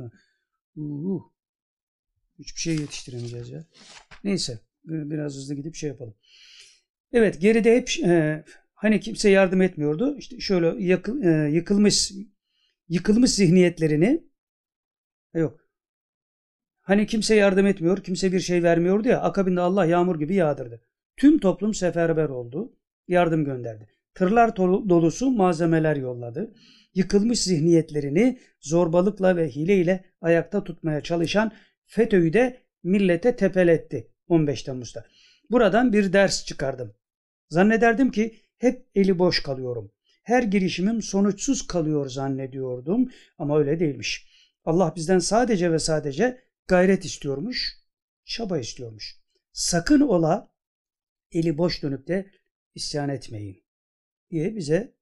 Uh, hiçbir şey yetiştiremeyeceğiz ya. Neyse. Biraz hızlı gidip şey yapalım. Evet, geride hep e, hani kimse yardım etmiyordu. İşte şöyle yakıl, e, yıkılmış yıkılmış zihniyetlerini yok. Hani kimse yardım etmiyor, kimse bir şey vermiyordu ya. Akabinde Allah yağmur gibi yağdırdı. Tüm toplum seferber oldu. Yardım gönderdi. Tırlar dolusu malzemeler yolladı. Yıkılmış zihniyetlerini zorbalıkla ve hileyle ayakta tutmaya çalışan FETÖ'yü de millete tepeletti on beş Temmuz'da. Buradan bir ders çıkardım. Zannederdim ki hep eli boş kalıyorum. Her girişimim sonuçsuz kalıyor zannediyordum ama öyle değilmiş. Allah bizden sadece ve sadece gayret istiyormuş, çaba istiyormuş. Sakın ola eli boş dönüp de isyan etmeyin diye bize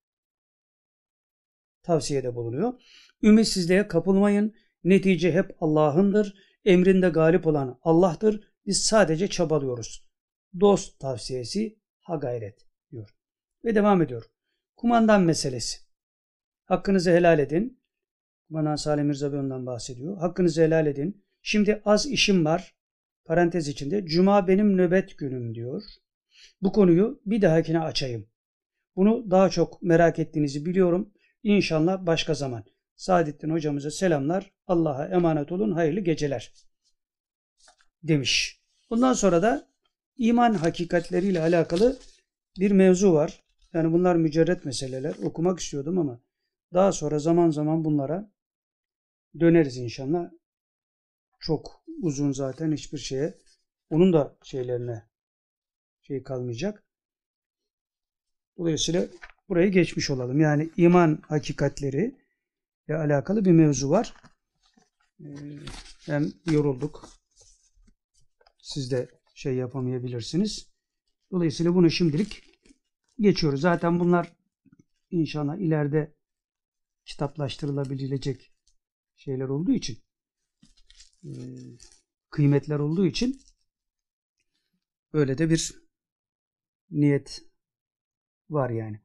tavsiyede bulunuyor. Ümitsizliğe kapılmayın. Netice hep Allah'ındır. Emrinde galip olan Allah'tır. Biz sadece çabalıyoruz. Dost tavsiyesi, ha gayret diyor. Ve devam ediyor. Kumandan meselesi. Hakkınızı helal edin. Kumandan Salih Mirza Bey ondan bahsediyor. Hakkınızı helal edin. Şimdi az işim var. Parantez içinde. Cuma benim nöbet günüm diyor. Bu konuyu bir dahakine açayım. Bunu daha çok merak ettiğinizi biliyorum. İnşallah başka zaman. Saadettin hocamıza selamlar. Allah'a emanet olun. Hayırlı geceler. Demiş. Bundan sonra da iman hakikatleriyle alakalı bir mevzu var. Yani bunlar mücerret meseleler. Okumak istiyordum ama daha sonra zaman zaman bunlara döneriz inşallah. Çok uzun zaten hiçbir şeye. Onun da şeylerine şey kalmayacak. Dolayısıyla burayı geçmiş olalım. Yani iman hakikatleri ile alakalı bir mevzu var. Ee, hem yorulduk. Siz de şey yapamayabilirsiniz. Dolayısıyla bunu şimdilik geçiyoruz. Zaten bunlar inşallah ileride kitaplaştırılabilecek şeyler olduğu için, e, kıymetler olduğu için öyle de bir niyet var yani.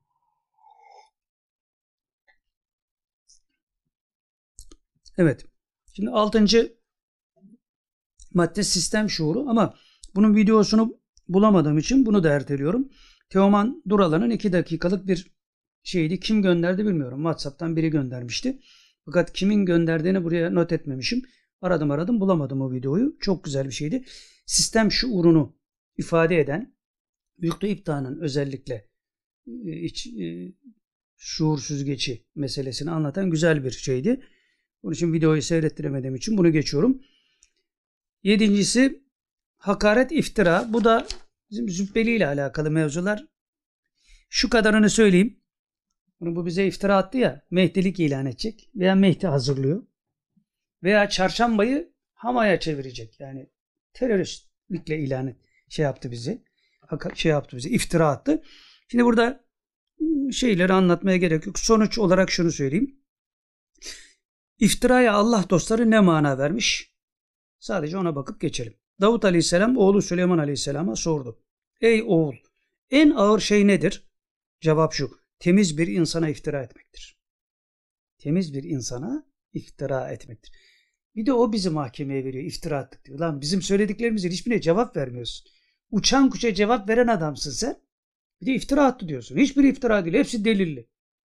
Evet. Şimdi altıncı madde sistem şuuru ama bunun videosunu bulamadığım için bunu da erteliyorum. Teoman Duralan'ın iki dakikalık bir şeydi. Kim gönderdi bilmiyorum. WhatsApp'tan biri göndermişti. Fakat kimin gönderdiğini buraya not etmemişim. Aradım aradım bulamadım o videoyu. Çok güzel bir şeydi. Sistem şuurunu ifade eden, Büyük İptiha'nın özellikle iç, e, şuur süzgeci meselesini anlatan güzel bir şeydi. Onun için videoyu seyrettiremediğim için bunu geçiyorum. Yedincisi hakaret, iftira. Bu da bizim Zübbeli ile alakalı mevzular. Şu kadarını söyleyeyim. Bunu bu bize iftira attı ya. Mehdilik ilan edecek. Veya Mehdi hazırlıyor. Veya çarşambayı Hama'ya çevirecek. Yani teröristlikle ilan et, şey yaptı bizi. Şey yaptı bizi. İftira attı. Şimdi burada şeyleri anlatmaya gerek yok. Sonuç olarak şunu söyleyeyim. İftiraya Allah dostları ne mana vermiş? Sadece ona bakıp geçelim. Davut Aleyhisselam oğlu Süleyman Aleyhisselam'a sordu. Ey oğul, en ağır şey nedir? Cevap şu. Temiz bir insana iftira etmektir. Temiz bir insana iftira etmektir. Bir de o bizi mahkemeye veriyor. İftira attık diyor. Lan bizim söylediklerimizin hiçbirine cevap vermiyorsun. Uçan kuşa cevap veren adamsın sen. Bir de iftira attı diyorsun. Hiçbir iftira değil. Hepsi delilli.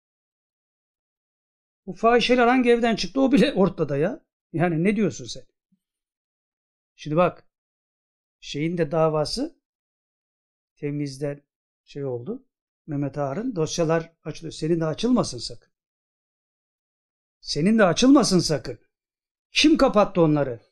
Bu fahişeler hangi evden çıktı o bile ortada ya. Yani ne diyorsun sen? Şimdi bak. Şeyin de davası temizden şey oldu. Mehmet Ağar'ın dosyalar açılıyor. Senin de açılmasın sakın. Senin de açılmasın sakın. Kim kapattı onları?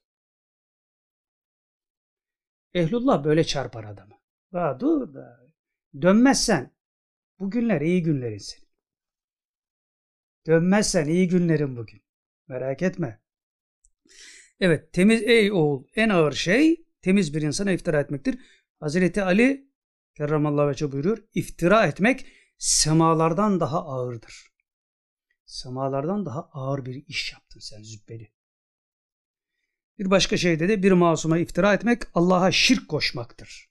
Ehlullah böyle çarpar adamı. Daha dur da. Dönmezsen bugünler iyi günlerin senin. Dönmezsen iyi günlerin bugün. Merak etme. Evet, temiz ey oğul en ağır şey temiz bir insana iftira etmektir. Hazreti Ali kerramallahu vecehu buyuruyor. İftira etmek semalardan daha ağırdır. Semalardan daha ağır bir iş yaptın sen zübbeli. Bir başka şeyde de bir masuma iftira etmek Allah'a şirk koşmaktır.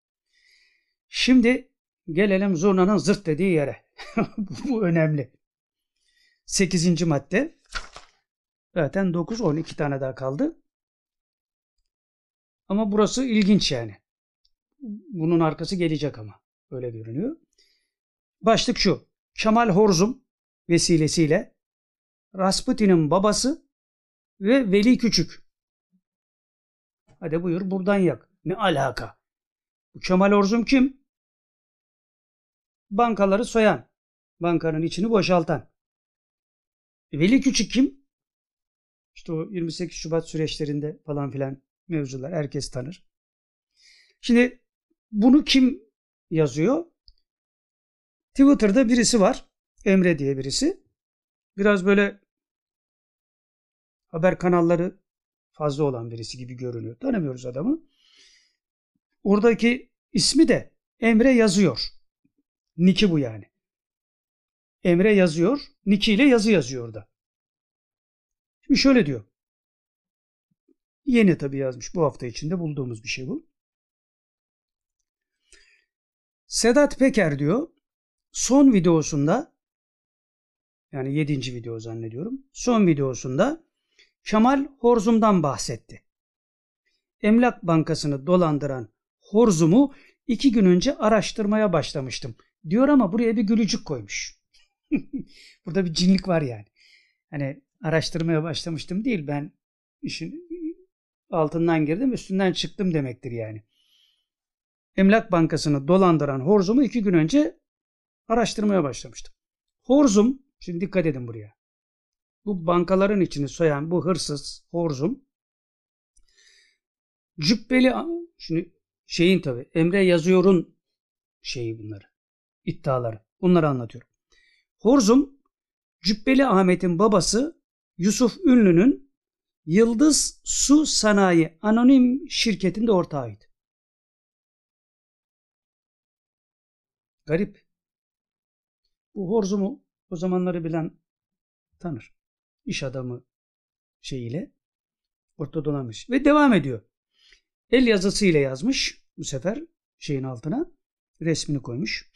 Şimdi gelelim zurnanın zırt dediği yere. Bu önemli. Sekizinci madde. Zaten dokuz, on iki tane daha kaldı. Ama burası ilginç yani. Bunun arkası gelecek ama. Öyle görünüyor. Başlık şu. Kemal Horzum vesilesiyle Rasputin'in babası ve Veli Küçük. Hadi buyur buradan yak. Ne alaka? Bu Kemal Horzum kim? Bankaları soyan. Bankanın içini boşaltan. Veli Küçük kim? İşte o yirmi sekiz Şubat süreçlerinde falan filan mevzular. Herkes tanır. Şimdi bunu kim yazıyor? Twitter'da birisi var. Emre diye birisi. Biraz böyle haber kanalları fazla olan birisi gibi görünüyor. Tanımıyoruz adamı. Oradaki ismi de Emre yazıyor. Niki bu yani. Emre yazıyor. Niki ile yazı yazıyor orada. Şimdi şöyle diyor. Yeni tabii yazmış. Bu hafta içinde bulduğumuz bir şey bu. Sedat Peker diyor. Son videosunda yani yedinci video zannediyorum. Son videosunda Kemal Horzum'dan bahsetti. Emlak Bankası'nı dolandıran Horzum'u iki gün önce araştırmaya başlamıştım. Diyor ama buraya bir gülücük koymuş. Burada bir cinlik var yani. Hani araştırmaya başlamıştım değil, ben işin altından girdim üstünden çıktım demektir yani. Emlak Bankası'nı dolandıran Horzum'u iki gün önce araştırmaya başlamıştım. Horzum, şimdi dikkat edin buraya. Bu bankaların içini soyan bu hırsız Horzum cübbeli, şimdi şeyin tabii Emre yazıyorun şeyi bunları, iddiaları. Bunları anlatıyorum. Horzum Cübbeli Ahmet'in babası Yusuf Ünlü'nün Yıldız Su Sanayi Anonim şirketinde ortağıydı. Garip. Bu Horzum'u o zamanları bilen tanır. İş adamı şeyiyle ortada dolanmış. Ve devam ediyor. El yazısıyla yazmış bu sefer şeyin altına. Resmini koymuş.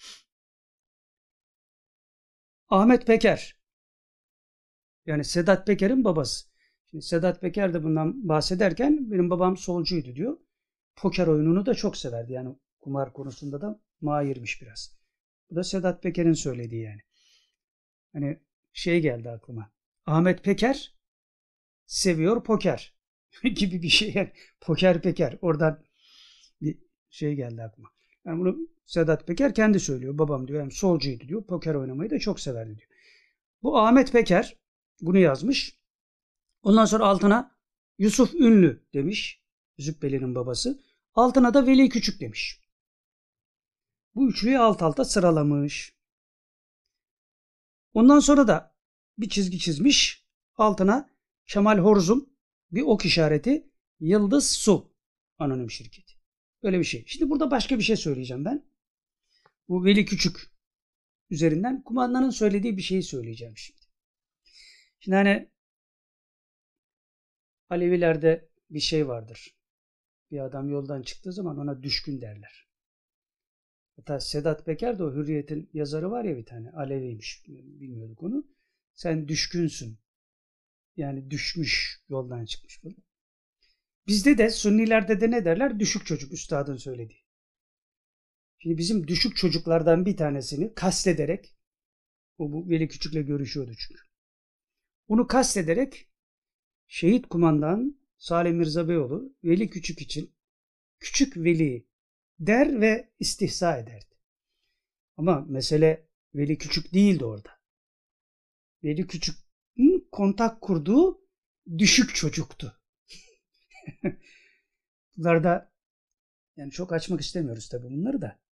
Ahmet Peker. Yani Sedat Peker'in babası. Şimdi Sedat Peker de bundan bahsederken benim babam solcuydu diyor. Poker oyununu da çok severdi. Yani kumar konusunda da mahirmiş biraz. Bu da Sedat Peker'in söylediği yani. Hani şey geldi aklıma. Ahmet Peker seviyor poker gibi bir şey. Yani poker Peker. Oradan bir şey geldi aklıma. Yani bunu Sedat Peker kendi söylüyor. Babam diyor yani solcuydu diyor. Poker oynamayı da çok severdi diyor. Bu Ahmet Peker bunu yazmış. Ondan sonra altına Yusuf Ünlü demiş. Zübbeli'nin babası. Altına da Veli Küçük demiş. Bu üçlüyü alt alta sıralamış. Ondan sonra da bir çizgi çizmiş. Altına Kemal Horzum, bir ok işareti, Yıldız Su Anonim şirketi. Öyle bir şey. Şimdi burada başka bir şey söyleyeceğim ben. Bu Veli Küçük üzerinden kumandanın söylediği bir şeyi söyleyeceğim şimdi. Şimdi hani Alevilerde bir şey vardır. Bir adam yoldan çıktığı zaman ona düşkün derler. Hatta Sedat Peker de o Hürriyet'in yazarı var ya bir tane. Aleviymiş. Bilmiyorduk onu. Sen düşkünsün Yani düşmüş, yoldan çıkmış bunu. Bizde de Sünnilerde de ne derler? Düşük çocuk, üstadın söylediği. Şimdi bizim düşük çocuklardan bir tanesini kastederek, o bu Veli Küçük'le görüşüyordu çünkü. Onu kastederek şehit kumandan Salih Mirza Beyoğlu Veli Küçük için Küçük Veli der ve istihza ederdi. Ama mesele Veli Küçük değildi orada. Veli Küçük'ün kontak kurduğu düşük çocuktu. Bunlar da yani çok açmak istemiyoruz tabii bunları da.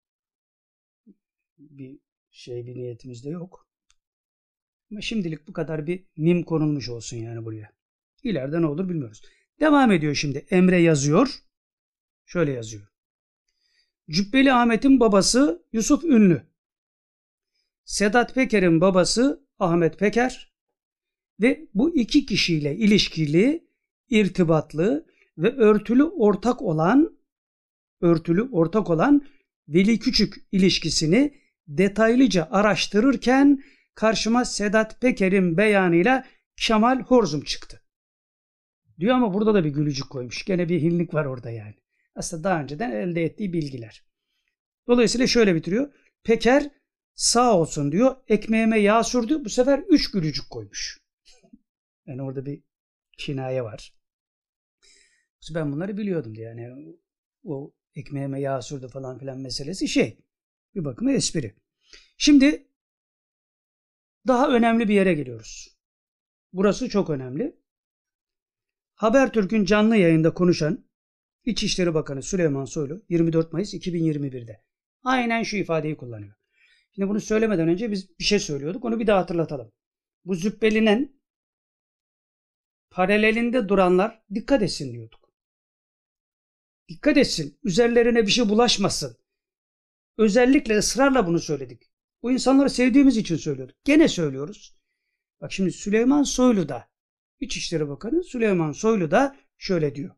Bir şey bir niyetimiz de yok. Ama şimdilik bu kadar bir mim konulmuş olsun yani buraya. İleride ne olur bilmiyoruz. Devam ediyor şimdi. Emre yazıyor. Şöyle yazıyor. Cübbeli Ahmet'in babası Yusuf Ünlü. Sedat Peker'in babası Ahmet Peker. Ve bu iki kişiyle ilişkili, irtibatlı ve örtülü ortak olan örtülü ortak olan Veli Küçük ilişkisini detaylıca araştırırken karşıma Sedat Peker'in beyanıyla Kemal Horzum çıktı. Diyor ama burada da bir gülücük koymuş. Gene bir hinlik var orada yani. Aslında daha önceden elde ettiği bilgiler. Dolayısıyla şöyle bitiriyor. Peker sağ olsun diyor. Ekmeğime yağ sürdü. Bu sefer üç gülücük koymuş. Yani orada bir kinaye var. Ben bunları biliyordum diye. Yani o ekmeğime yağ sürdü falan filan meselesi şey. Bir bakıma espri. Şimdi daha önemli bir yere geliyoruz. Burası çok önemli. Habertürk'ün canlı yayında konuşan İçişleri Bakanı Süleyman Soylu yirmi dört Mayıs iki bin yirmi bir'de aynen şu ifadeyi kullanıyor. Şimdi bunu söylemeden önce biz bir şey söylüyorduk. Onu bir daha hatırlatalım. Bu Zübbeli'nin paralelinde duranlar dikkat etsin diyorduk. Dikkat etsin. Üzerlerine bir şey bulaşmasın. Özellikle ısrarla bunu söyledik. O insanları sevdiğimiz için söylüyorduk. Gene söylüyoruz. Bak şimdi Süleyman Soylu da İçişleri Bakanı Süleyman Soylu da şöyle diyor.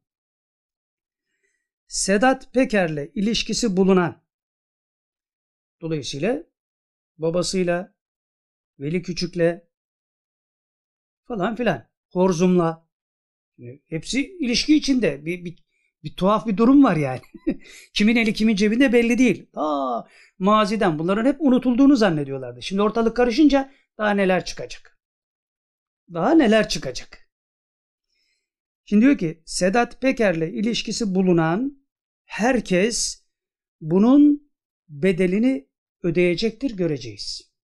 Sedat Peker'le ilişkisi bulunan, dolayısıyla babasıyla, Veli Küçük'le falan filan, Horzum'la, hepsi ilişki içinde. Bir, bir, bir tuhaf bir durum var yani. Kimin eli kimin cebinde belli değil. Aa, maziden bunların hep unutulduğunu zannediyorlardı. Şimdi ortalık karışınca daha neler çıkacak? Daha neler çıkacak? Şimdi diyor ki Sedat Peker'le ilişkisi bulunan herkes bunun bedelini ödeyecektir, göreceğiz.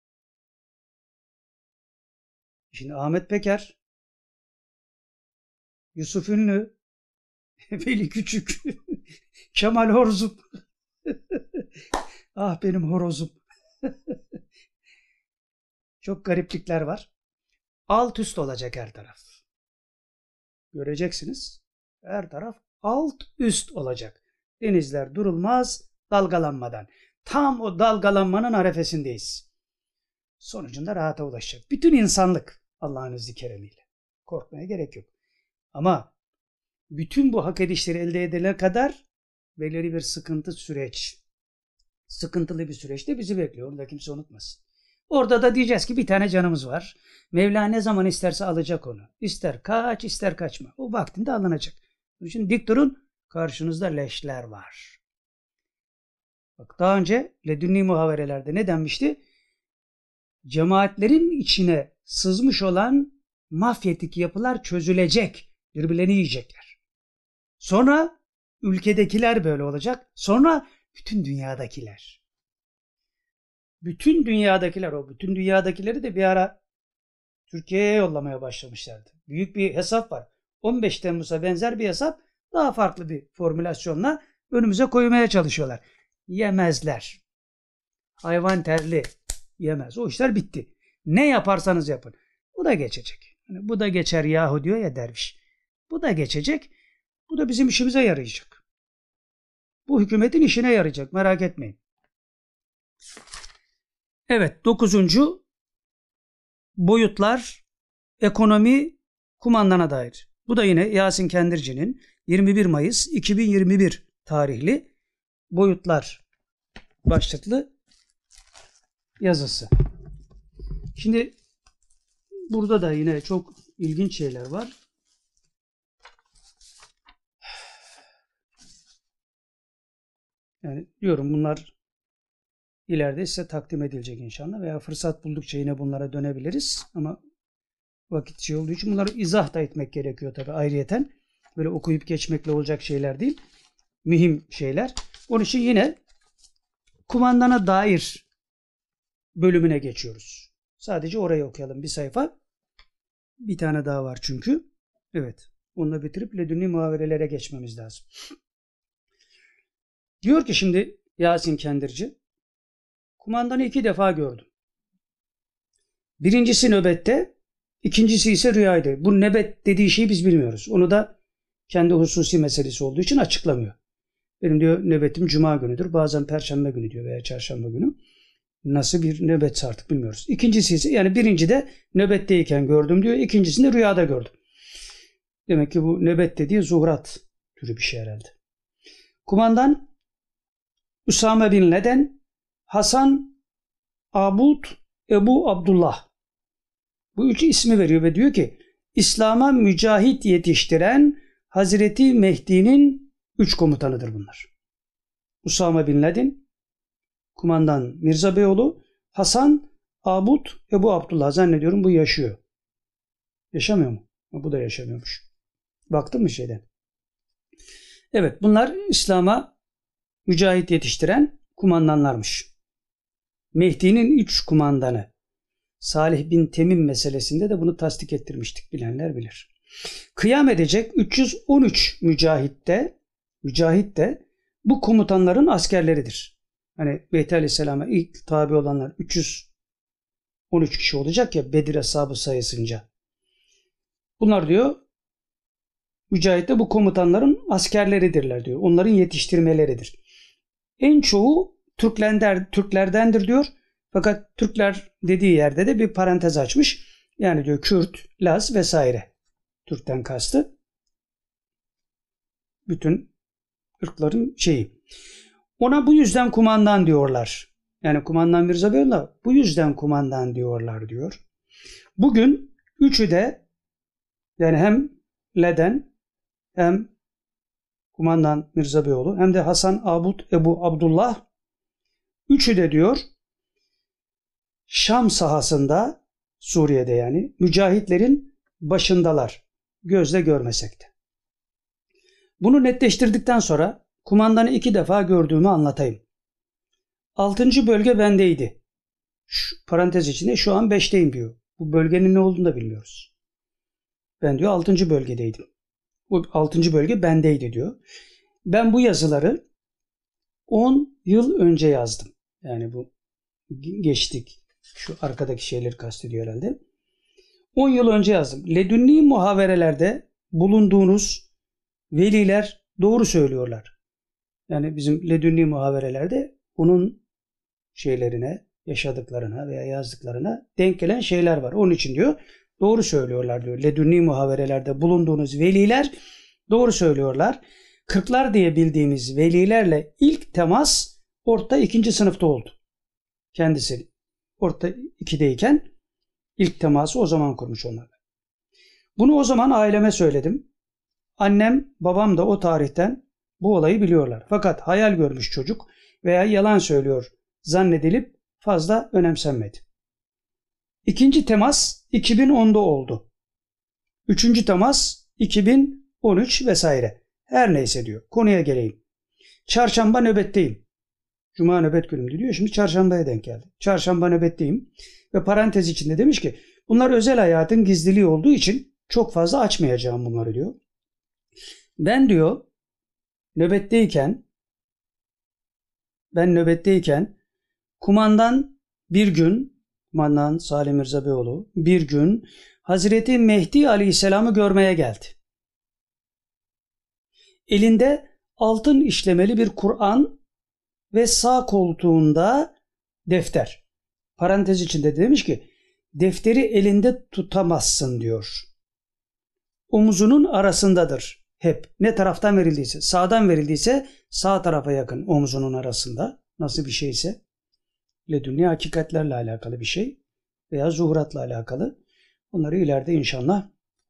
Şimdi Ahmet Peker, Yusuf Ünlü, Veli Küçük, Kemal Horzum. Ah benim horozum. Çok gariplikler var. Alt üst olacak her taraf. Göreceksiniz. Her taraf alt üst olacak. Denizler durulmaz dalgalanmadan. Tam o dalgalanmanın arefesindeyiz. Sonucunda rahata ulaşacak. Bütün insanlık Allah'ın izni keremiyle. Korkmaya gerek yok. Ama bütün bu hak edişleri elde edilene kadar belirli bir sıkıntı süreç. Sıkıntılı bir süreçte bizi bekliyor. Onu da kimse unutmasın. Orada da diyeceğiz ki bir tane canımız var. Mevla ne zaman isterse alacak onu. İster kaç ister kaçma. O vaktinde alınacak. Onun için dik durun. Karşınızda leşler var. Bak daha önce ledünni muhaverelerde ne denmişti? Cemaatlerin içine sızmış olan mafyatik yapılar çözülecek. Birbirlerini yiyecekler. Sonra ülkedekiler böyle olacak. Sonra bütün dünyadakiler. Bütün dünyadakiler o. Bütün dünyadakileri de bir ara Türkiye'ye yollamaya başlamışlardı. Büyük bir hesap var. on beş Temmuz'a benzer bir hesap daha farklı bir formülasyonla önümüze koymaya çalışıyorlar. Yemezler. Hayvan terli yemez. O işler bitti. Ne yaparsanız yapın. Bu da geçecek. Yani bu da geçer yahu diyor ya derviş. Bu da geçecek. Bu da bizim işimize yarayacak. Bu hükümetin işine yarayacak. Merak etmeyin. Evet, dokuzuncu boyutlar ekonomi kumandana dair. Bu da yine Yasin Kendirci'nin yirmi bir Mayıs iki bin yirmi bir tarihli boyutlar başlıklı yazısı. Şimdi burada da yine çok ilginç şeyler var. Yani diyorum bunlar ileride size takdim edilecek inşallah veya fırsat buldukça yine bunlara dönebiliriz ama vakit şey olduğu için bunları izah da etmek gerekiyor tabii ayrıyeten. Böyle okuyup geçmekle olacak şeyler değil. Mühim şeyler. Onun için yine kumandana dair bölümüne geçiyoruz. Sadece orayı okuyalım bir sayfa. Bir tane daha var çünkü. Evet. Onunla bitirip ledünni muhaverelere geçmemiz lazım. Diyor ki şimdi Yasin Kendirci, kumandanı iki defa gördüm. Birincisi nöbette, ikincisi ise rüyaydı. Bu nöbet dediği şeyi biz bilmiyoruz. Onu da kendi hususi meselesi olduğu için açıklamıyor. Benim diyor nöbetim cuma günüdür. Bazen perşembe günü diyor veya çarşamba günü. Nasıl bir nöbetse artık bilmiyoruz. İkincisi ise yani birinci de nöbetteyken gördüm diyor. İkincisini rüyada gördüm. Demek ki bu nöbet dediği zuhrat türü bir şey herhalde. Kumandan Usame bin Laden, Hasan, Abud, Ebu Abdullah. Bu üç ismi veriyor ve diyor ki İslam'a mücahit yetiştiren Hazreti Mehdi'nin üç komutanıdır bunlar. Usame bin Laden, kumandan Mirza Beyoğlu, Hasan, Abud, Ebu Abdullah. Zannediyorum bu yaşıyor. Yaşamıyor mu? Bu da yaşamıyormuş. Baktın mı şeyden? Evet, bunlar İslam'a mücahit yetiştiren kumandanlarmış. Mehdi'nin üç kumandanı. Salih bin Temim meselesinde de bunu tasdik ettirmiştik. Bilenler bilir. Kıyam edecek üç yüz on üç mücahit de, mücahit de bu komutanların askerleridir. Hani Mehdi Aleyhisselam'a ilk tabi olanlar üç yüz on üç kişi olacak ya Bedir ashabı sayısınca. Bunlar diyor mücahit de bu komutanların askerleridirler diyor. Onların yetiştirmeleridir. En çoğu Türkler, Türklerdendir diyor. Fakat Türkler dediği yerde de bir parantez açmış. Yani diyor Kürt, Laz vesaire. Türk'ten kastı. Bütün ırkların şeyi. Ona bu yüzden kumandan diyorlar. Yani kumandan Mirza Beyoğlu bu yüzden kumandan diyorlar diyor. Bugün üçü de yani hem Leden hem kumandan Mirza Beyoğlu hem de Hasan, Abud, Ebu Abdullah üçü de diyor Şam sahasında Suriye'de yani mücahitlerin başındalar. Gözle görmesek de. Bunu netleştirdikten sonra kumandanı iki defa gördüğümü anlatayım. Altıncı bölge bendeydi. Şu, parantez içinde şu an beşteyim diyor. Bu bölgenin ne olduğunu da bilmiyoruz. Ben diyor altıncı bölgedeydim. Bu altıncı bölge bendeydi diyor. Ben bu yazıları on yıl önce yazdım. Yani bu geçtik. Şu arkadaki şeyleri kastediyor herhalde. on yıl önce yazdım. Ledünni muhaverelerde bulunduğunuz veliler doğru söylüyorlar. Yani bizim ledünni muhaverelerde onun şeylerine, yaşadıklarına veya yazdıklarına denk gelen şeyler var. Onun için diyor doğru söylüyorlar diyor. Ledünni muhaverelerde bulunduğunuz veliler doğru söylüyorlar. Kırklar diye bildiğimiz velilerle ilk temas orta ikinci sınıfta oldu. Kendisi orta ikideyken ilk teması o zaman kurmuş onlarla. Bunu o zaman aileme söyledim. Annem, babam da o tarihten bu olayı biliyorlar. Fakat hayal görmüş çocuk veya yalan söylüyor zannedilip fazla önemsenmedi. İkinci temas iki bin onda oldu. Üçüncü temas iki bin on üç vesaire. Her neyse diyor. Konuya geleyim. Çarşamba nöbetteyim. Cuma nöbet günümdü diyor. Şimdi çarşambaya denk geldi. Çarşamba nöbetteyim. Ve parantez içinde demiş ki bunlar özel hayatın gizliliği olduğu için çok fazla açmayacağım bunları diyor. Ben diyor nöbetteyken ben nöbetteyken kumandan bir gün kumandan Salih Mirza Beyoğlu bir gün Hazreti Mehdi Aleyhisselam'ı görmeye geldi. Elinde altın işlemeli bir Kur'an ve sağ koltuğunda defter. Parantez içinde demiş ki defteri elinde tutamazsın diyor. Omuzunun arasındadır hep. Ne taraftan verildiyse, sağdan verildiyse sağ tarafa yakın omuzunun arasında. Nasıl bir şeyse. Ledünni hakikatlerle alakalı bir şey veya zuhuratla alakalı. Bunları ileride inşallah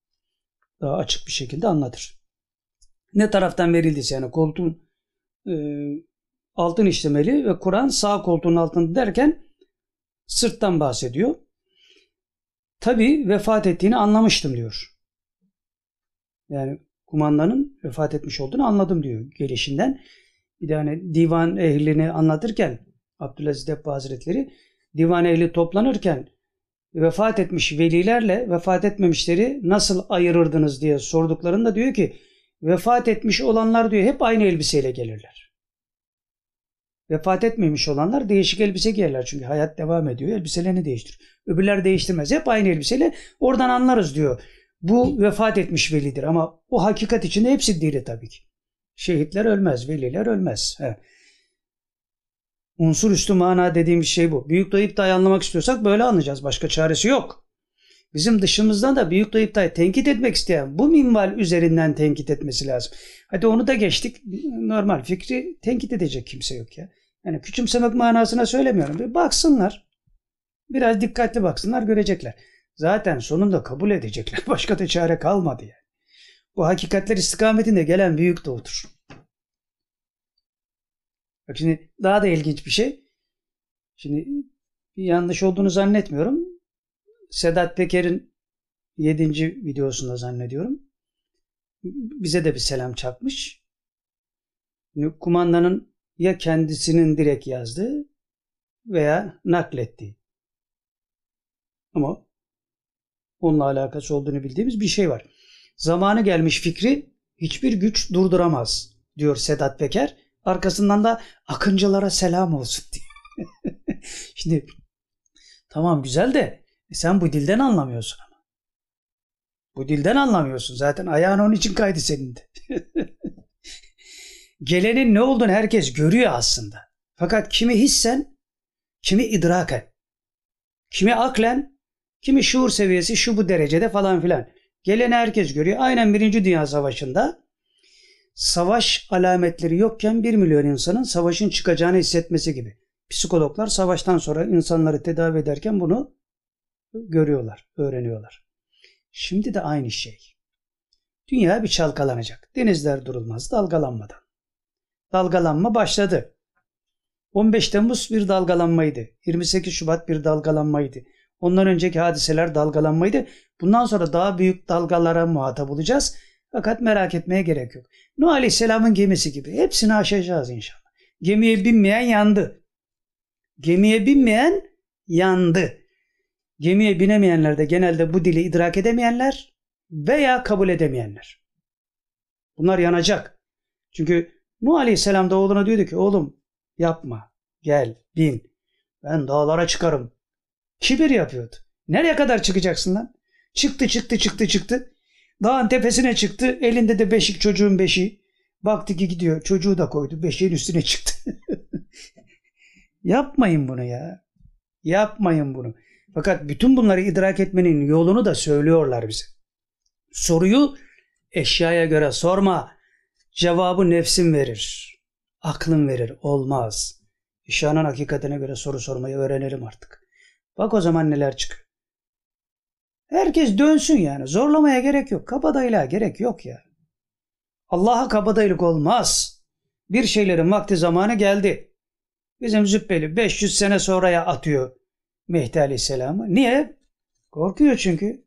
daha açık bir şekilde anlatır. Ne taraftan verildiyse yani koltuğun e, altın işlemeli ve Kur'an sağ koltuğun altında derken sırttan bahsediyor. Tabii vefat ettiğini anlamıştım diyor. Yani kumandanın vefat etmiş olduğunu anladım diyor gelişinden. Bir de hani divan ehlini anlatırken Abdülaziz Debba Hazretleri divan ehli toplanırken vefat etmiş velilerle vefat etmemişleri nasıl ayırırdınız diye sorduklarında diyor ki vefat etmiş olanlar diyor hep aynı elbiseyle gelirler. Vefat etmemiş olanlar değişik elbise giyerler çünkü hayat devam ediyor. Elbiselerini değiştirir. Öbürler değiştirmez. Hep aynı elbiseyle oradan anlarız diyor. Bu vefat etmiş velidir ama o hakikat içinde hepsi diri tabii ki. Şehitler ölmez, veliler ölmez. He. Unsur üstü mana dediğimiz şey bu. Büyük Dayı İptiha'yı anlamak istiyorsak böyle anlayacağız. Başka çaresi yok. Bizim dışımızdan da Büyük Dayı İptiha'yı tenkit etmek isteyen bu minval üzerinden tenkit etmesi lazım. Hadi onu da geçtik. Normal fikri tenkit edecek kimse yok ya. Yani küçümsemek manasına söylemiyorum. Bir baksınlar. Biraz dikkatli baksınlar görecekler. Zaten sonunda kabul edecekler. Başka da çare kalmadı yani. Bu hakikatler istikametinde gelen büyük doğudur. Bak şimdi daha da ilginç bir şey. Şimdi bir yanlış olduğunu zannetmiyorum. Sedat Peker'in yedinci videosunda zannediyorum. Bize de bir selam çakmış. Kumandanın ya kendisinin direkt yazdığı veya naklettiği. Ama onunla alakası olduğunu bildiğimiz bir şey var. Zamanı gelmiş fikri hiçbir güç durduramaz diyor Sedat Peker. Arkasından da akıncılara selam olsun diyor. Şimdi tamam güzel de sen bu dilden anlamıyorsun ama. Bu dilden anlamıyorsun. Zaten ayağın onun için kaydı senin de. Gelenin ne olduğunu herkes görüyor aslında. Fakat kimi hissen, kimi idraken, kimi aklen, kimi şuur seviyesi şu bu derecede falan filan. Geleni herkes görüyor. Aynen Birinci Dünya Savaşı'nda savaş alametleri yokken bir milyon insanın savaşın çıkacağını hissetmesi gibi. Psikologlar savaştan sonra insanları tedavi ederken bunu görüyorlar, öğreniyorlar. Şimdi de aynı şey. Dünya bir çalkalanacak. Denizler durulmaz dalgalanmadan. Dalgalanma başladı. on beş Temmuz bir dalgalanmaydı. yirmi sekiz Şubat bir dalgalanmaydı. Ondan önceki hadiseler dalgalanmaydı. Bundan sonra daha büyük dalgalara muhatap olacağız. Fakat merak etmeye gerek yok. Nuh Aleyhisselam'ın gemisi gibi. Hepsini aşacağız inşallah. Gemiye binmeyen yandı. Gemiye binmeyen yandı. Gemiye binemeyenler de genelde bu dili idrak edemeyenler veya kabul edemeyenler. Bunlar yanacak. Çünkü Nuh Aleyhisselam da oğluna diyordu ki oğlum yapma, gel, bin. Ben dağlara çıkarım. Kibir yapıyordu. Nereye kadar çıkacaksın lan? Çıktı çıktı çıktı çıktı. Dağın tepesine çıktı. Elinde de beşik çocuğun beşiği. Baktı ki gidiyor. Çocuğu da koydu. Beşiğin üstüne çıktı. Yapmayın bunu ya. Yapmayın bunu. Fakat bütün bunları idrak etmenin yolunu da söylüyorlar bize. Soruyu eşyaya göre sorma. Cevabı nefsin verir. Aklın verir. Olmaz. Eşyanın hakikatine göre soru sormayı öğrenelim artık. Bak o zaman neler çıkıyor. Herkes dönsün yani. Zorlamaya gerek yok. Kabadayılığa gerek yok ya. Allah'a kabadayılık olmaz. Bir şeylerin vakti zamanı geldi. Bizim Zübbeli beş yüz sene sonraya atıyor Mehdi Aleyhisselam'ı. Niye? Korkuyor çünkü.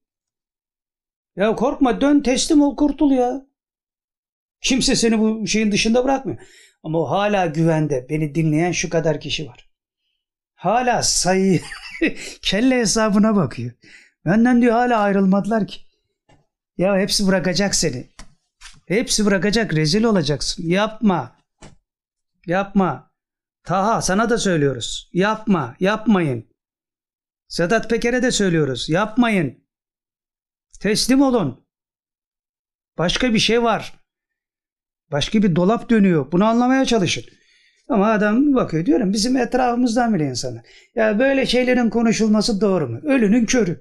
Ya korkma, dön, teslim ol, kurtul ya. Kimse seni bu şeyin dışında bırakmıyor. Ama o hala güvende. Beni dinleyen şu kadar kişi var. Hala sayı kelle hesabına bakıyor. Benden diyor hala ayrılmadılar ki. Ya hepsi bırakacak seni. Hepsi bırakacak, rezil olacaksın. Yapma. Yapma. Taha sana da söylüyoruz. Yapma, yapmayın. Sedat Peker'e de söylüyoruz. Yapmayın. Teslim olun. Başka bir şey var. Başka bir dolap dönüyor. Bunu anlamaya çalışın. Ama adam bakıyor, diyorum bizim etrafımızdan bile insanlar. Ya böyle şeylerin konuşulması doğru mu? Ölünün körü.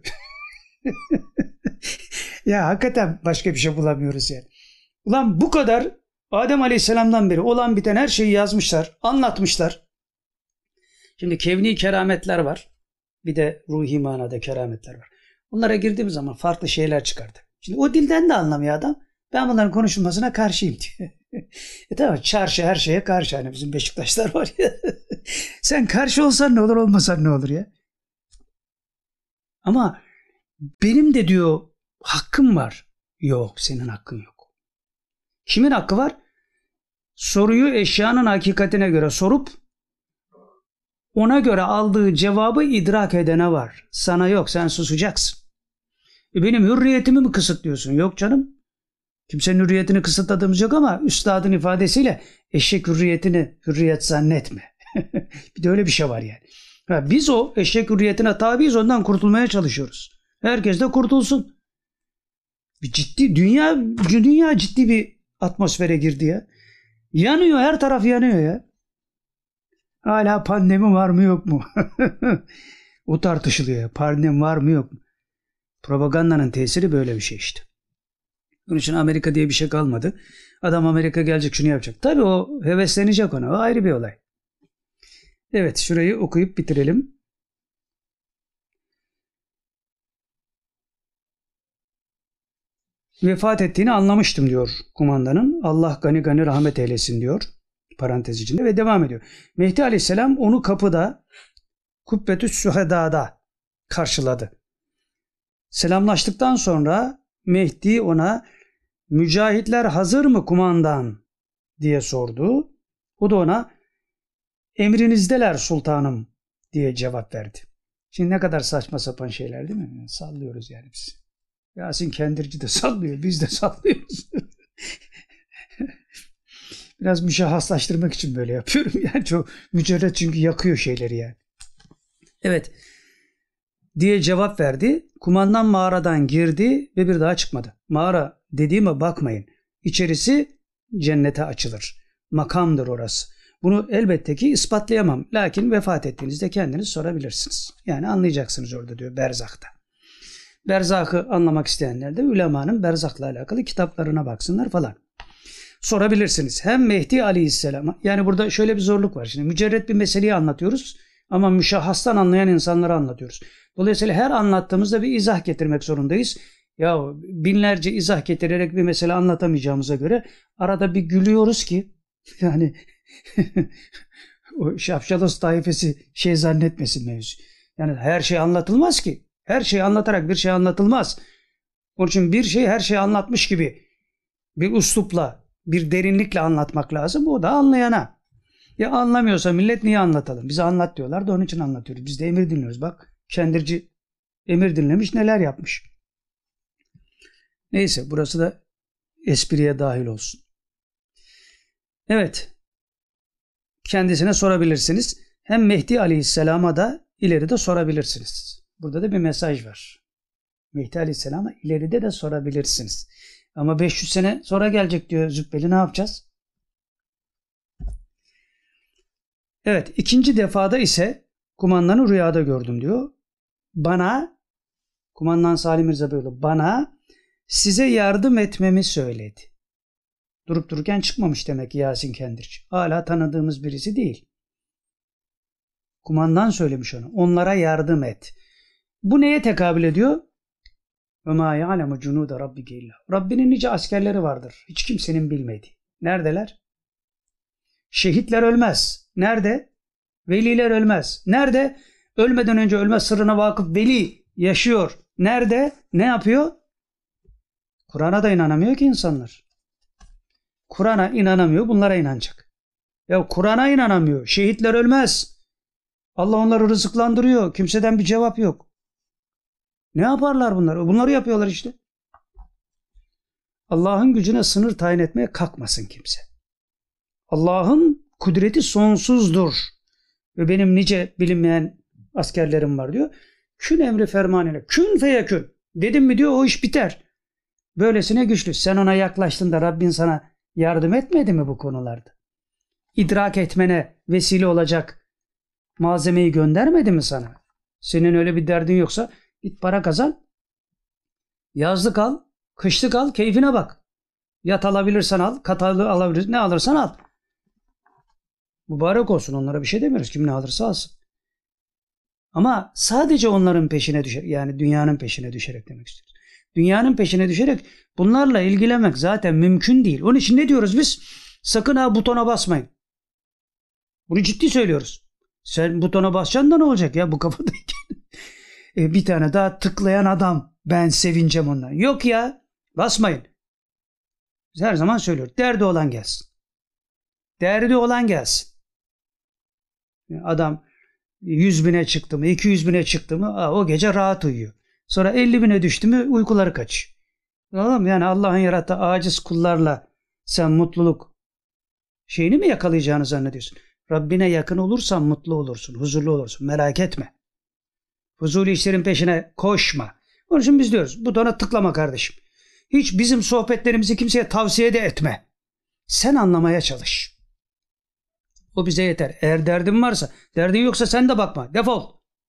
Ya hakikaten başka bir şey bulamıyoruz yani. Ulan bu kadar Adem Aleyhisselam'dan beri olan biten her şeyi yazmışlar, anlatmışlar. Şimdi kevni kerametler var. Bir de ruhi manada kerametler var. Onlara girdiğimiz zaman farklı şeyler çıkardı. Şimdi o dilden de anlamıyor adam. Ben bunların konuşulmasına karşıyım diyor. e tamam, çarşı her şeye karşı. Hani bizim Beşiktaşlar var ya. Sen karşı olsan ne olur, olmasan ne olur ya. Ama benim de diyor hakkım var. Yok, senin hakkın yok. Kimin hakkı var? Soruyu eşyanın hakikatine göre sorup ona göre aldığı cevabı idrak edene var. Sana yok, sen susacaksın. E benim hürriyetimi mi kısıtlıyorsun? Yok canım. Kimsenin hürriyetini kısıtladığımız yok ama üstadın ifadesiyle eşek hürriyetini hürriyet zannetme. Bir de öyle bir şey var yani. Ha, biz o eşek hürriyetine tabiiz, ondan kurtulmaya çalışıyoruz. Herkes de kurtulsun. Bir ciddi dünya dünya ciddi bir atmosfere girdi ya. Yanıyor, her taraf yanıyor ya. Hala pandemi var mı yok mu? O tartışılıyor ya. Pandemi var mı yok mu? Propagandanın tesiri böyle bir şey işte. Bunun için Amerika diye bir şey kalmadı. Adam Amerika gelecek, şunu yapacak. Tabii o heveslenecek ona. O ayrı bir olay. Evet, şurayı okuyup bitirelim. Vefat ettiğini anlamıştım diyor kumandanın. Allah gani gani rahmet eylesin diyor. Parantez içinde ve devam ediyor. Mehdi Aleyhisselam onu kapıda Kubbetü's Şuheda'da karşıladı. Selamlaştıktan sonra Mehdi ona mücahitler hazır mı kumandan diye sordu. O da ona emrinizdeler sultanım diye cevap verdi. Şimdi ne kadar saçma sapan şeyler değil mi? Sallıyoruz yani biz. Yasin Kendirci de sallıyor, biz de sallıyoruz. Biraz müşahhaslaştırmak için böyle yapıyorum. Yani çok mücerret, çünkü yakıyor şeyleri yani. Evet diye cevap verdi. Kumandan mağaradan girdi ve bir daha çıkmadı. Mağara dediğime bakmayın. İçerisi cennete açılır. Makamdır orası. Bunu elbette ki ispatlayamam. Lakin vefat ettiğinizde kendiniz sorabilirsiniz. Yani anlayacaksınız orada diyor, berzakta. Berzakı anlamak isteyenler de ulemanın berzakla alakalı kitaplarına baksınlar falan. Sorabilirsiniz. Hem Mehdi Aleyhisselam'a, yani burada şöyle bir zorluk var. Şimdi mücerret bir meseleyi anlatıyoruz ama müşahhastan anlayan insanları anlatıyoruz. Dolayısıyla her anlattığımızda bir izah getirmek zorundayız. Ya binlerce izah getirerek bir mesele anlatamayacağımıza göre arada bir gülüyoruz ki yani o Şapşalos taifesi şey zannetmesin mevzu. Yani her şey anlatılmaz ki. Her şeyi anlatarak bir şey anlatılmaz. Onun için bir şey her şeyi anlatmış gibi bir üslupla, bir derinlikle anlatmak lazım. O da anlayana. Ya anlamıyorsa millet niye anlatalım? Bize anlat diyorlar da onun için anlatıyoruz. Biz de emir dinliyoruz. Bak Kendirci emir dinlemiş, neler yapmış. Neyse, burası da espriye dahil olsun. Evet. Kendisine sorabilirsiniz. Hem Mehdi Aleyhisselam'a da ileride sorabilirsiniz. Burada da bir mesaj var. Mehdi Aleyhisselam'a ileride de sorabilirsiniz. Ama beş yüz sene sonra gelecek diyor Zübbeli, ne yapacağız? Evet, ikinci defada ise kumandanı rüyada gördüm diyor. Bana, kumandan Salim Mirza Beyoğlu, bana size yardım etmemi söyledi. Durup dururken çıkmamış demek ki Yasin Kendirci. Hala tanıdığımız birisi değil. Kumandan söylemiş ona. Onlara yardım et. Bu neye tekabül ediyor? وَمَا يَعْلَمُ جُنُودَ رَبِّكَ اِلَّا Rabbinin nice askerleri vardır. Hiç kimsenin bilmediği. Neredeler? Şehitler ölmez. Nerede? Veliler ölmez. Nerede? Ölmeden önce ölme sırrına vakıf veli yaşıyor. Nerede? Ne yapıyor? Kur'an'a da inanamıyor ki insanlar. Kur'an'a inanamıyor, bunlara inanacak. Ya Kur'an'a inanamıyor. Şehitler ölmez. Allah onları rızıklandırıyor. Kimseden bir cevap yok. Ne yaparlar bunlar? Bunları yapıyorlar işte. Allah'ın gücüne sınır tayin etmeye kalkmasın kimse. Allah'ın kudreti sonsuzdur. Ve benim nice bilinmeyen askerlerim var diyor. Kün emri fermanıyla. Kün feyekün. Dedim mi diyor, o iş biter. Böylesine güçlü. Sen ona yaklaştığında Rabbin sana yardım etmedi mi bu konularda? İdrak etmene vesile olacak malzemeyi göndermedi mi sana? Senin öyle bir derdin yoksa git para kazan. Yazlık al, kışlık al, keyfine bak. Yat alabilirsen al, katalı alabilirsen, ne alırsan al. Mübarek olsun, onlara bir şey demiyoruz. Kim ne alırsa alsın. Ama sadece onların peşine düşer, yani dünyanın peşine düşerek demek istiyoruz. Dünyanın peşine düşerek bunlarla ilgilenmek zaten mümkün değil. Onun için ne diyoruz biz? Sakın ha butona basmayın. Bunu ciddi söylüyoruz. Sen butona basacaksın da ne olacak ya bu kafadayken? e, bir tane daha tıklayan adam, ben sevineceğim ondan. Yok ya, basmayın. Biz her zaman söylüyoruz. Derdi olan gelsin. Derdi olan gelsin. Adam yüz bine çıktı mı, iki yüz bine çıktı mı aa, o gece rahat uyuyor. Sonra elli bine düştü mü uykuları kaçıyor. Anladın? Yani Allah'ın yarattığı aciz kullarla sen mutluluk şeyini mi yakalayacağını zannediyorsun? Rabbine yakın olursan mutlu olursun, huzurlu olursun. Merak etme. Huzurlu işlerin peşine koşma. Onun için biz diyoruz butona tıklama kardeşim. Hiç bizim sohbetlerimizi kimseye tavsiye de etme. Sen anlamaya çalış. O bize yeter. Eğer derdin varsa, derdin yoksa sen de bakma. Defol.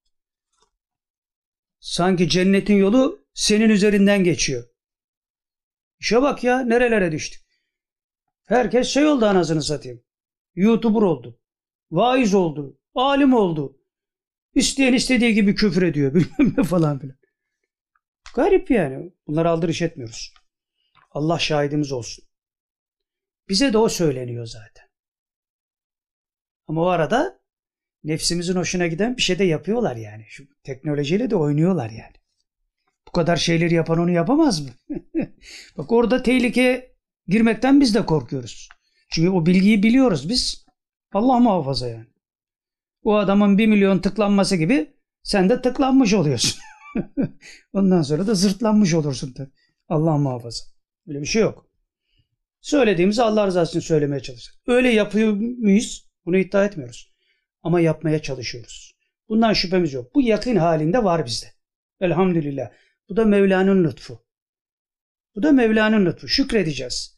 Sanki cennetin yolu senin üzerinden geçiyor. İşe bak ya, nerelere düştük. Herkes şey oldu anasını satayım. YouTuber oldu. Vaiz oldu. Alim oldu. İsteyen istediği gibi küfür ediyor. Bilmem ne falan filan. Garip yani. Bunlara aldırış etmiyoruz. Allah şahidimiz olsun. Bize de o söyleniyor zaten. Ama o arada nefsimizin hoşuna giden bir şey de yapıyorlar yani. Şu teknolojiyle de oynuyorlar yani. Bu kadar şeyleri yapan onu yapamaz mı? Bak orada tehlikeye girmekten biz de korkuyoruz. Çünkü o bilgiyi biliyoruz biz. Allah muhafaza yani. O adamın bir milyon tıklanması gibi sen de tıklanmış oluyorsun. Ondan sonra da zırtlanmış olursun tabii. Allah muhafaza. Öyle bir şey yok. Söylediğimizi Allah rızası için söylemeye çalışıyoruz. Öyle yapıyor muyuz? Bunu iddia etmiyoruz. Ama yapmaya çalışıyoruz. Bundan şüphemiz yok. Bu yakın halinde var bizde. Elhamdülillah. Bu da Mevla'nın lütfu. Bu da Mevla'nın lütfu. Şükredeceğiz.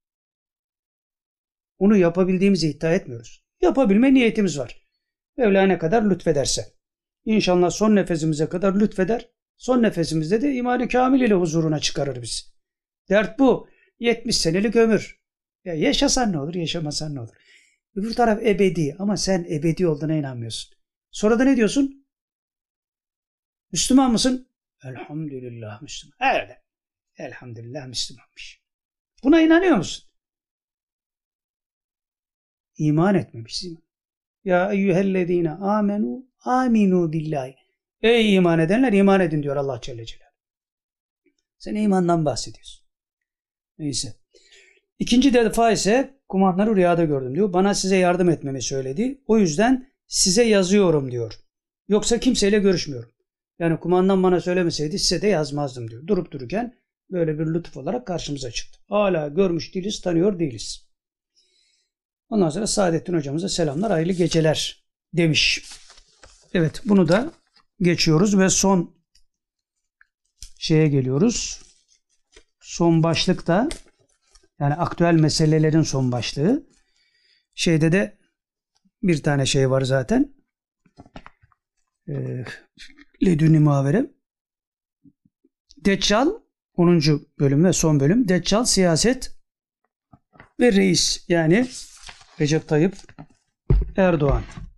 Onu yapabildiğimizi iddia etmiyoruz. Yapabilme niyetimiz var. Mevla ne kadar lütfederse. İnşallah son nefesimize kadar lütfeder. Son nefesimizde de iman-ı kamil ile huzuruna çıkarır bizi. Dert bu. yetmiş senelik ömür. Ya yaşasan ne olur, yaşamasan ne olur. Öbür taraf ebedi ama sen ebedi olduğuna inanmıyorsun. Sonra da ne diyorsun? Müslüman mısın? Elhamdülillah Müslüman. Evet. Elhamdülillah Müslümanmış. Buna inanıyor musun? İman etmemişsin. Ya eyyühellezine amenu aminu billahi. Ey iman edenler iman edin diyor Allah Celle Celaluhu. Sen imandan bahsediyorsun. Neyse. İkinci defa ise kumandanları rüyada gördüm diyor. Bana size yardım etmemi söyledi. O yüzden size yazıyorum diyor. Yoksa kimseyle görüşmüyorum. Yani kumandan bana söylemeseydi size de yazmazdım diyor. Durup dururken böyle bir lütuf olarak karşımıza çıktı. Hala görmüş değiliz, tanıyor değiliz. Ondan sonra Saadettin hocamıza selamlar, hayırlı geceler demiş. Evet, bunu da geçiyoruz ve son şeye geliyoruz. Son başlıkta yani aktüel meselelerin son başlığı. Şeyde de bir tane şey var zaten. Ee, Ledünni muhavere. Deccal onuncu bölüm ve son bölüm. Deccal, siyaset ve reis. Yani Recep Tayyip Erdoğan.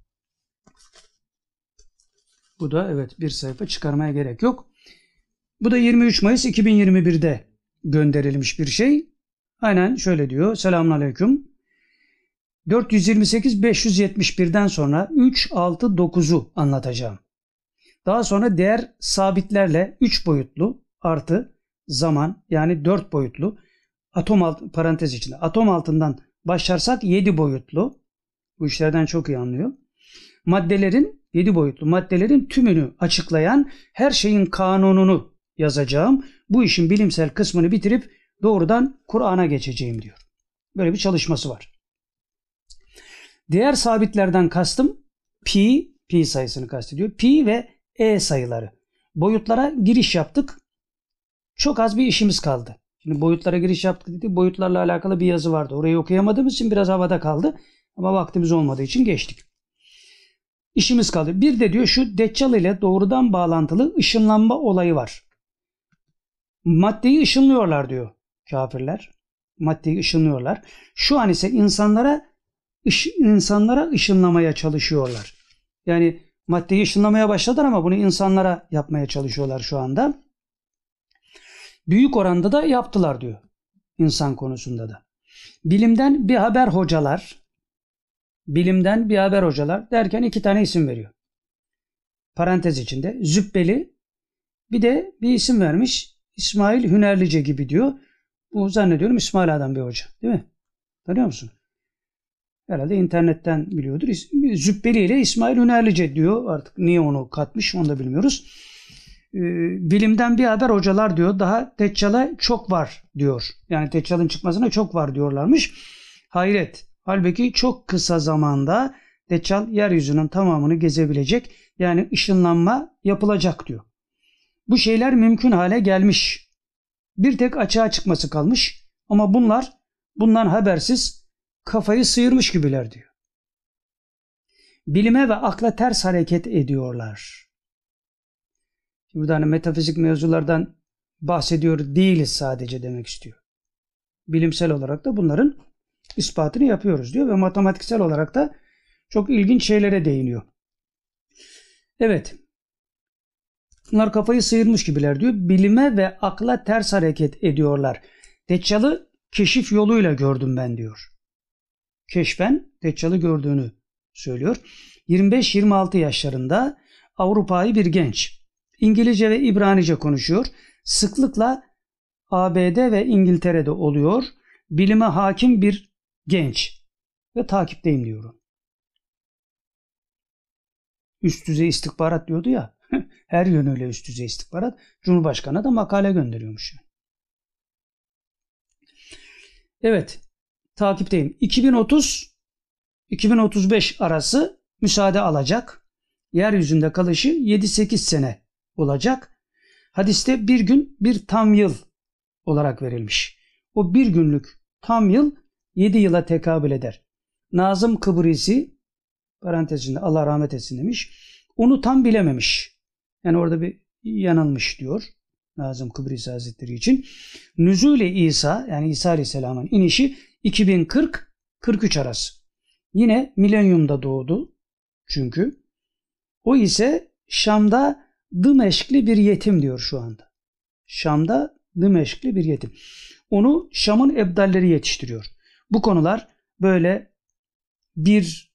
Bu da evet bir sayfa çıkarmaya gerek yok. Bu da yirmi üç Mayıs iki bin yirmi bir'de gönderilmiş bir şey. Aynen şöyle diyor. Selamünaleyküm. dört yüz yirmi sekiz beş yüz yetmiş bir'den sonra üç, altı, dokuz'u anlatacağım. Daha sonra değer sabitlerle üç boyutlu artı zaman yani dört boyutlu atom alt, parantez içinde atom altından başlarsak yedi boyutlu, bu işlerden çok iyi anlıyor. Maddelerin yedi boyutlu maddelerin tümünü açıklayan her şeyin kanununu yazacağım. Bu işin bilimsel kısmını bitirip doğrudan Kur'an'a geçeceğim diyor. Böyle bir çalışması var. Diğer sabitlerden kastım pi, pi sayısını kastediyor. Pi ve e sayıları. Boyutlara giriş yaptık. Çok az bir işimiz kaldı. Şimdi boyutlara giriş yaptık dedi. Boyutlarla alakalı bir yazı vardı. Orayı okuyamadığımız için biraz havada kaldı. Ama vaktimiz olmadığı için geçtik. İşimiz kaldı. Bir de diyor şu Deccal ile doğrudan bağlantılı ışınlanma olayı var. Maddeyi ışınlıyorlar diyor kafirler. Maddeyi ışınlıyorlar. Şu an ise insanlara ış, insanlara ışınlamaya çalışıyorlar. Yani maddeyi ışınlamaya başladılar ama bunu insanlara yapmaya çalışıyorlar şu anda. Büyük oranda da yaptılar diyor. İnsan konusunda da. Bilimden bir haber hocalar, bilimden bir haber hocalar derken iki tane isim veriyor. Parantez içinde Zübbeli, bir de bir isim vermiş. İsmail Hünerlice gibi diyor. Bu zannediyorum İsmaila'dan bir hoca. Değil mi? Tanıyor musun? Herhalde internetten biliyordur. Zübbeli ile İsmail Hünerlice diyor. Artık niye onu katmış onu da bilmiyoruz. Ee, bilimden bir haber hocalar diyor. Daha Deccal'a çok var diyor. Yani Deccal'ın çıkmasına çok var diyorlarmış. Hayret. Halbuki çok kısa zamanda Deccal yeryüzünün tamamını gezebilecek. Yani ışınlanma yapılacak diyor. Bu şeyler mümkün hale gelmiş. Bir tek açığa çıkması kalmış. Ama bunlar bundan habersiz kafayı sıyırmış gibiler diyor. Bilime ve akla ters hareket ediyorlar. Burada hani metafizik mevzulardan bahsediyor değiliz sadece demek istiyor. Bilimsel olarak da bunların ispatını yapıyoruz diyor ve matematiksel olarak da çok ilginç şeylere değiniyor. Evet. Bunlar kafayı sıyırmış gibiler diyor. Bilime ve akla ters hareket ediyorlar. Deccal'ı keşif yoluyla gördüm ben diyor. Keşfen Deccal'ı gördüğünü söylüyor. yirmi beş yirmi altı yaşlarında Avrupa'yı bir genç. İngilizce ve İbranice konuşuyor. Sıklıkla A B D ve İngiltere'de oluyor. Bilime hakim bir genç. Ve takipteyim diyor. Üst düzey istihbarat diyordu ya. Her yönüyle üst düzey istihbarat. Cumhurbaşkanı'na da makale gönderiyormuş. Evet. Takipteyim. iki bin otuz iki bin otuz beş arası müsaade alacak. Yeryüzünde kalışı yedi sekiz sene olacak. Hadiste bir gün bir tam yıl olarak verilmiş. O bir günlük tam yıl yedi yıla tekabül eder. Nazım Kıbrisi parantezinde Allah rahmet etsin demiş. Onu tam bilememiş. Yani orada bir yanılmış diyor Nazım Kıbrisi Hazretleri için. Nüzul-i İsa yani İsa Aleyhisselam'ın inişi iki bin kırk kırk üç arası. Yine milenyumda doğdu çünkü. O ise Şam'da Dımeşkli bir yetim diyor şu anda. Şam'da Dımeşkli bir yetim. Onu Şam'ın ebdalleri yetiştiriyor. Bu konular böyle bir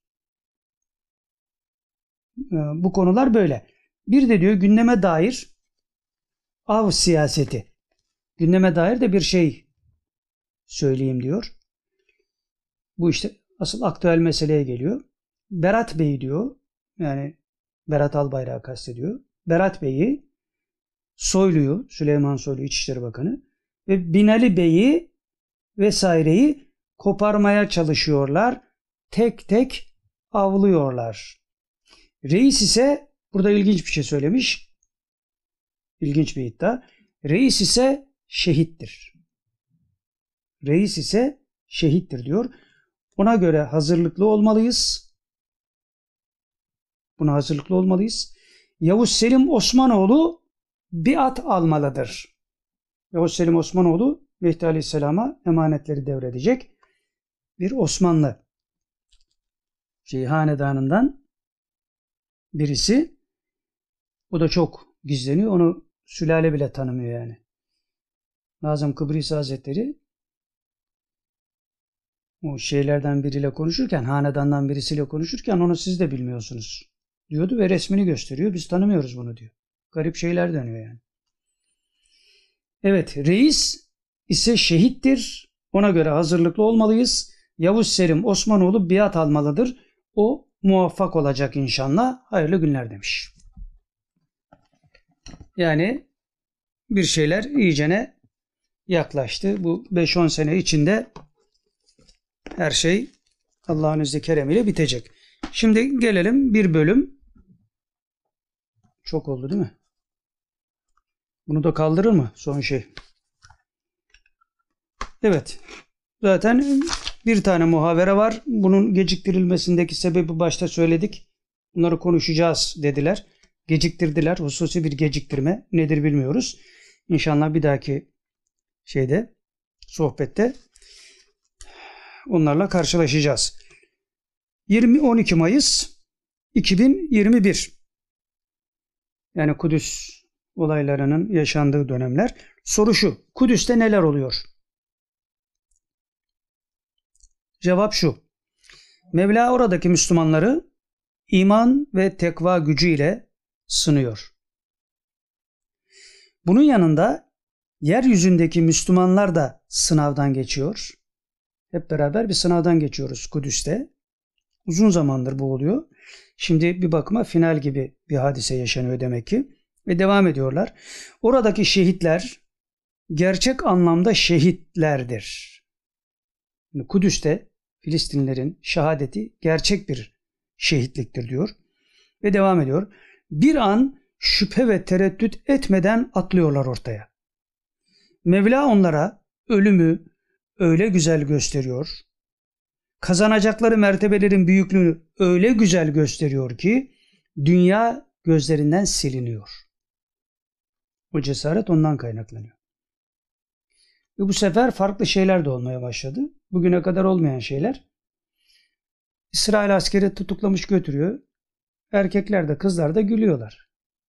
bu konular böyle. Bir de diyor gündeme dair av siyaseti. Gündeme dair de bir şey söyleyeyim diyor. Bu işte asıl aktüel meseleye geliyor. Berat Bey diyor. Yani Berat Albayrak'ı kastediyor. Berat Bey'i, Soylu'yu, Süleyman Soylu İçişleri Bakanı ve Binali Bey'i vesaireyi koparmaya çalışıyorlar. Tek tek avlıyorlar. Reis ise burada ilginç bir şey söylemiş. İlginç bir iddia. Reis ise şehittir. Reis ise şehittir diyor. Ona göre hazırlıklı olmalıyız. Buna hazırlıklı olmalıyız. Yavuz Selim Osmanoğlu biat almalıdır. Yavuz Selim Osmanoğlu Mehdi Aleyhisselam'a emanetleri devredecek bir Osmanlı şey, hanedanından birisi. O da çok gizleniyor. Onu sülale bile tanımıyor yani. Nazım Kıbrisi Hazretleri o şeylerden biriyle konuşurken, hanedandan birisiyle konuşurken onu siz de bilmiyorsunuz diyordu ve resmini gösteriyor. Biz tanımıyoruz bunu diyor. Garip şeyler dönüyor yani. Evet, reis ise şehittir. Ona göre hazırlıklı olmalıyız. Yavuz Selim Osmanoğlu biat almalıdır. O muvaffak olacak inşallah. Hayırlı günler demiş. Yani bir şeyler iyicene yaklaştı. Bu beş on sene içinde her şey Allah'ın izni keremiyle bitecek. Şimdi gelelim bir bölüm. Çok oldu değil mi? Bunu da kaldırır mı son şey? Evet. Zaten bir tane muhavere var. Bunun geciktirilmesindeki sebebi başta söyledik. Bunları konuşacağız dediler. Geciktirdiler. Hususi bir geciktirme. Nedir bilmiyoruz. İnşallah bir dahaki şeyde, sohbette onlarla karşılaşacağız. yirmi on iki Mayıs iki bin yirmi bir. Yani Kudüs olaylarının yaşandığı dönemler. Soru şu. Kudüs'te neler oluyor? Cevap şu. Mevla oradaki Müslümanları iman ve tekva gücüyle sınıyor. Bunun yanında yeryüzündeki Müslümanlar da sınavdan geçiyor. Hep beraber bir sınavdan geçiyoruz Kudüs'te. Uzun zamandır bu oluyor. Şimdi bir bakıma final gibi bir hadise yaşanıyor demek ki. Ve devam ediyorlar. Oradaki şehitler gerçek anlamda şehitlerdir. Yani Kudüs'te Filistinlilerin şehadeti gerçek bir şehitliktir diyor. Ve devam ediyor. Bir an şüphe ve tereddüt etmeden atlıyorlar ortaya. Mevla onlara ölümü öyle güzel gösteriyor. Kazanacakları mertebelerin büyüklüğünü öyle güzel gösteriyor ki dünya gözlerinden siliniyor. O cesaret ondan kaynaklanıyor. Ve bu sefer farklı şeyler de olmaya başladı. Bugüne kadar olmayan şeyler. İsrail askeri tutuklamış götürüyor. Erkekler de kızlar da gülüyorlar.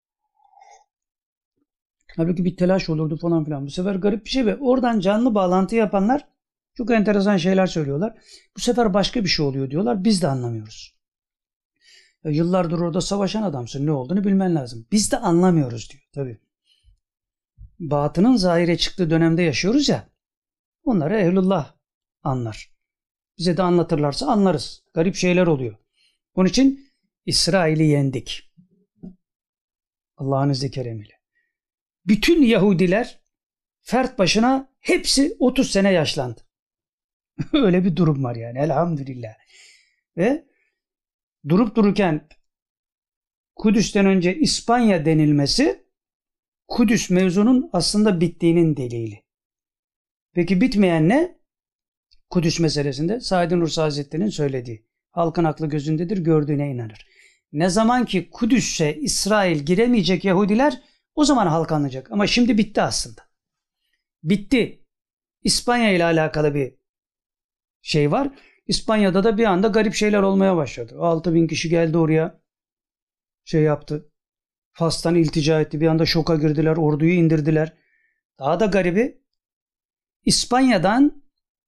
Halbuki bir telaş olurdu falan filan. Bu sefer garip bir şey ve oradan canlı bağlantı yapanlar çok enteresan şeyler söylüyorlar. Bu sefer başka bir şey oluyor diyorlar. Biz de anlamıyoruz. Ya yıllardır orada savaşan adamsın. Ne olduğunu bilmen lazım. Biz de anlamıyoruz diyor. Tabii. Batının zahire çıktığı dönemde yaşıyoruz ya. Onları ehlullah anlar. Bize de anlatırlarsa anlarız. Garip şeyler oluyor. Onun için İsrail'i yendik. Allah'ın izni keremiyle. Bütün Yahudiler fert başına hepsi otuz sene yaşlandı. Öyle bir durum var yani elhamdülillah. Ve durup dururken Kudüs'ten önce İspanya denilmesi Kudüs mevzunun aslında bittiğinin delili. Peki bitmeyen ne? Kudüs meselesinde Said Nursi Hazretleri'nin söylediği. Halkın aklı gözündedir, gördüğüne inanır. Ne zaman ki Kudüs'e İsrail giremeyecek Yahudiler o zaman halk anlayacak. Ama şimdi bitti aslında. Bitti. İspanya ile alakalı bir şey var. İspanya'da da bir anda garip şeyler olmaya başladı. altı bin kişi geldi oraya. Şey yaptı. Fas'tan iltica etti. Bir anda şoka girdiler. Orduyu indirdiler. Daha da garibi İspanya'dan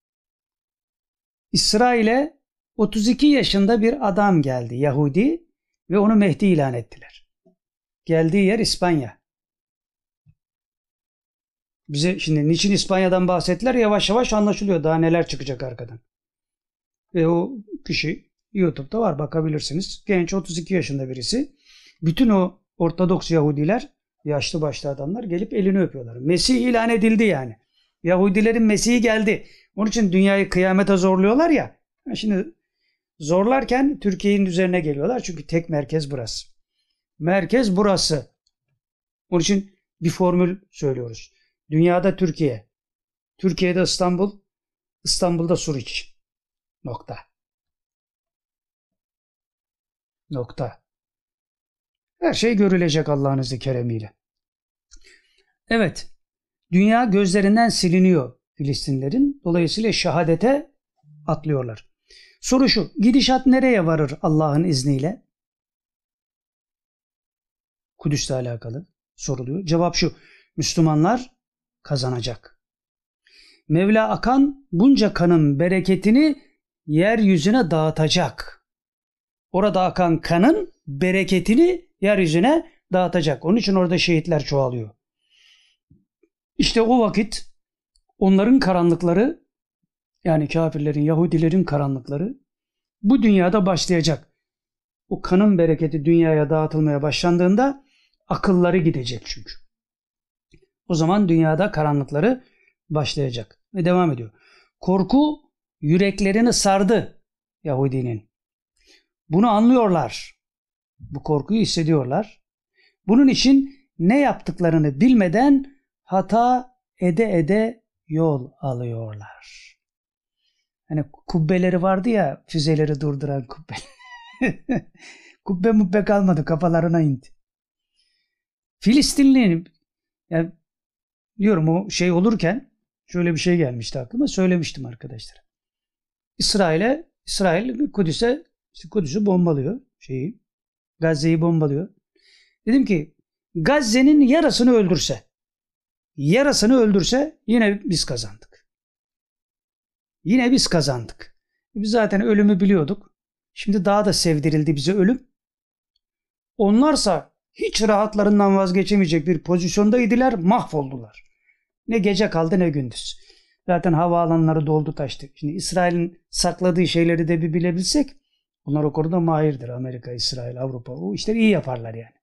İsrail'e otuz iki yaşında bir adam geldi. Yahudi ve onu Mehdi ilan ettiler. Geldiği yer İspanya. Bize şimdi niçin İspanya'dan bahsettiler yavaş yavaş anlaşılıyor. Daha neler çıkacak arkadan. Ve o kişi YouTube'da var bakabilirsiniz. Genç otuz iki yaşında birisi. Bütün o Ortodoks Yahudiler yaşlı başlı adamlar gelip elini öpüyorlar. Mesih ilan edildi yani. Yahudilerin Mesih'i geldi. Onun için dünyayı kıyamete zorluyorlar ya. Şimdi zorlarken Türkiye'nin üzerine geliyorlar. Çünkü tek merkez burası. Merkez burası. Onun için bir formül söylüyoruz. Dünyada Türkiye. Türkiye'de İstanbul. İstanbul'da Suriç. Nokta. Nokta. Her şey görülecek Allah'ın izni keremiyle. Evet. Dünya gözlerinden siliniyor Filistinlerin. Dolayısıyla şehadete atlıyorlar. Soru şu. Gidişat nereye varır Allah'ın izniyle? Kudüs'le alakalı soruluyor. Cevap şu. Müslümanlar kazanacak. Mevla akan bunca kanın bereketini yeryüzüne dağıtacak. Orada akan kanın bereketini yeryüzüne dağıtacak. Onun için orada şehitler çoğalıyor. İşte o vakit onların karanlıkları, yani kafirlerin, Yahudilerin karanlıkları bu dünyada başlayacak. O kanın bereketi dünyaya dağıtılmaya başlandığında akılları gidecek çünkü. O zaman dünyada karanlıkları başlayacak. Ve devam ediyor. Korku yüreklerini sardı Yahudinin. Bunu anlıyorlar. Bu korkuyu hissediyorlar. Bunun için ne yaptıklarını bilmeden hata ede ede yol alıyorlar. Hani kubbeleri vardı ya, füzeleri durduran kubbe. Kubbe mubbe kalmadı, kafalarına indi. Filistinli'nin, yani diyorum o şey olurken şöyle bir şey gelmişti aklıma, söylemiştim arkadaşlar. İsrail'e, İsrail Kudüs'e, Kudüs'ü bombalıyor, şeyi, Gazze'yi bombalıyor. Dedim ki Gazze'nin yarısını öldürse, yarısını öldürse yine biz kazandık. Yine biz kazandık. Biz zaten ölümü biliyorduk. Şimdi daha da sevdirildi bize ölüm. Onlarsa hiç rahatlarından vazgeçemeyecek bir pozisyondaydılar, mahvoldular. Ne gece kaldı ne gündüz. Zaten havaalanları doldu taştı. Şimdi İsrail'in sakladığı şeyleri de bir bilebilsek, bunlar o konuda mahirdir. Amerika, İsrail, Avrupa o işleri iyi yaparlar yani.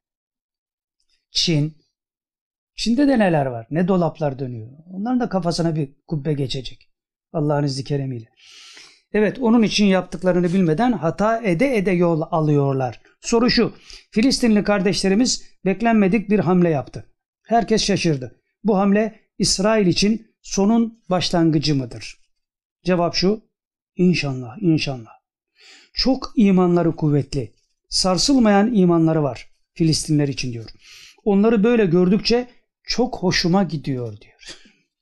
Çin. Çin'de de neler var? Ne dolaplar dönüyor. Onların da kafasına bir kubbe geçecek. Allah'ın izni keremiyle. Evet, onun için yaptıklarını bilmeden hata ede ede yol alıyorlar. Soru şu. Filistinli kardeşlerimiz beklenmedik bir hamle yaptı. Herkes şaşırdı. Bu hamle İsrail için sonun başlangıcı mıdır? Cevap şu. İnşallah, inşallah. Çok imanları kuvvetli, sarsılmayan imanları var Filistinler için diyor. Onları böyle gördükçe çok hoşuma gidiyor diyor.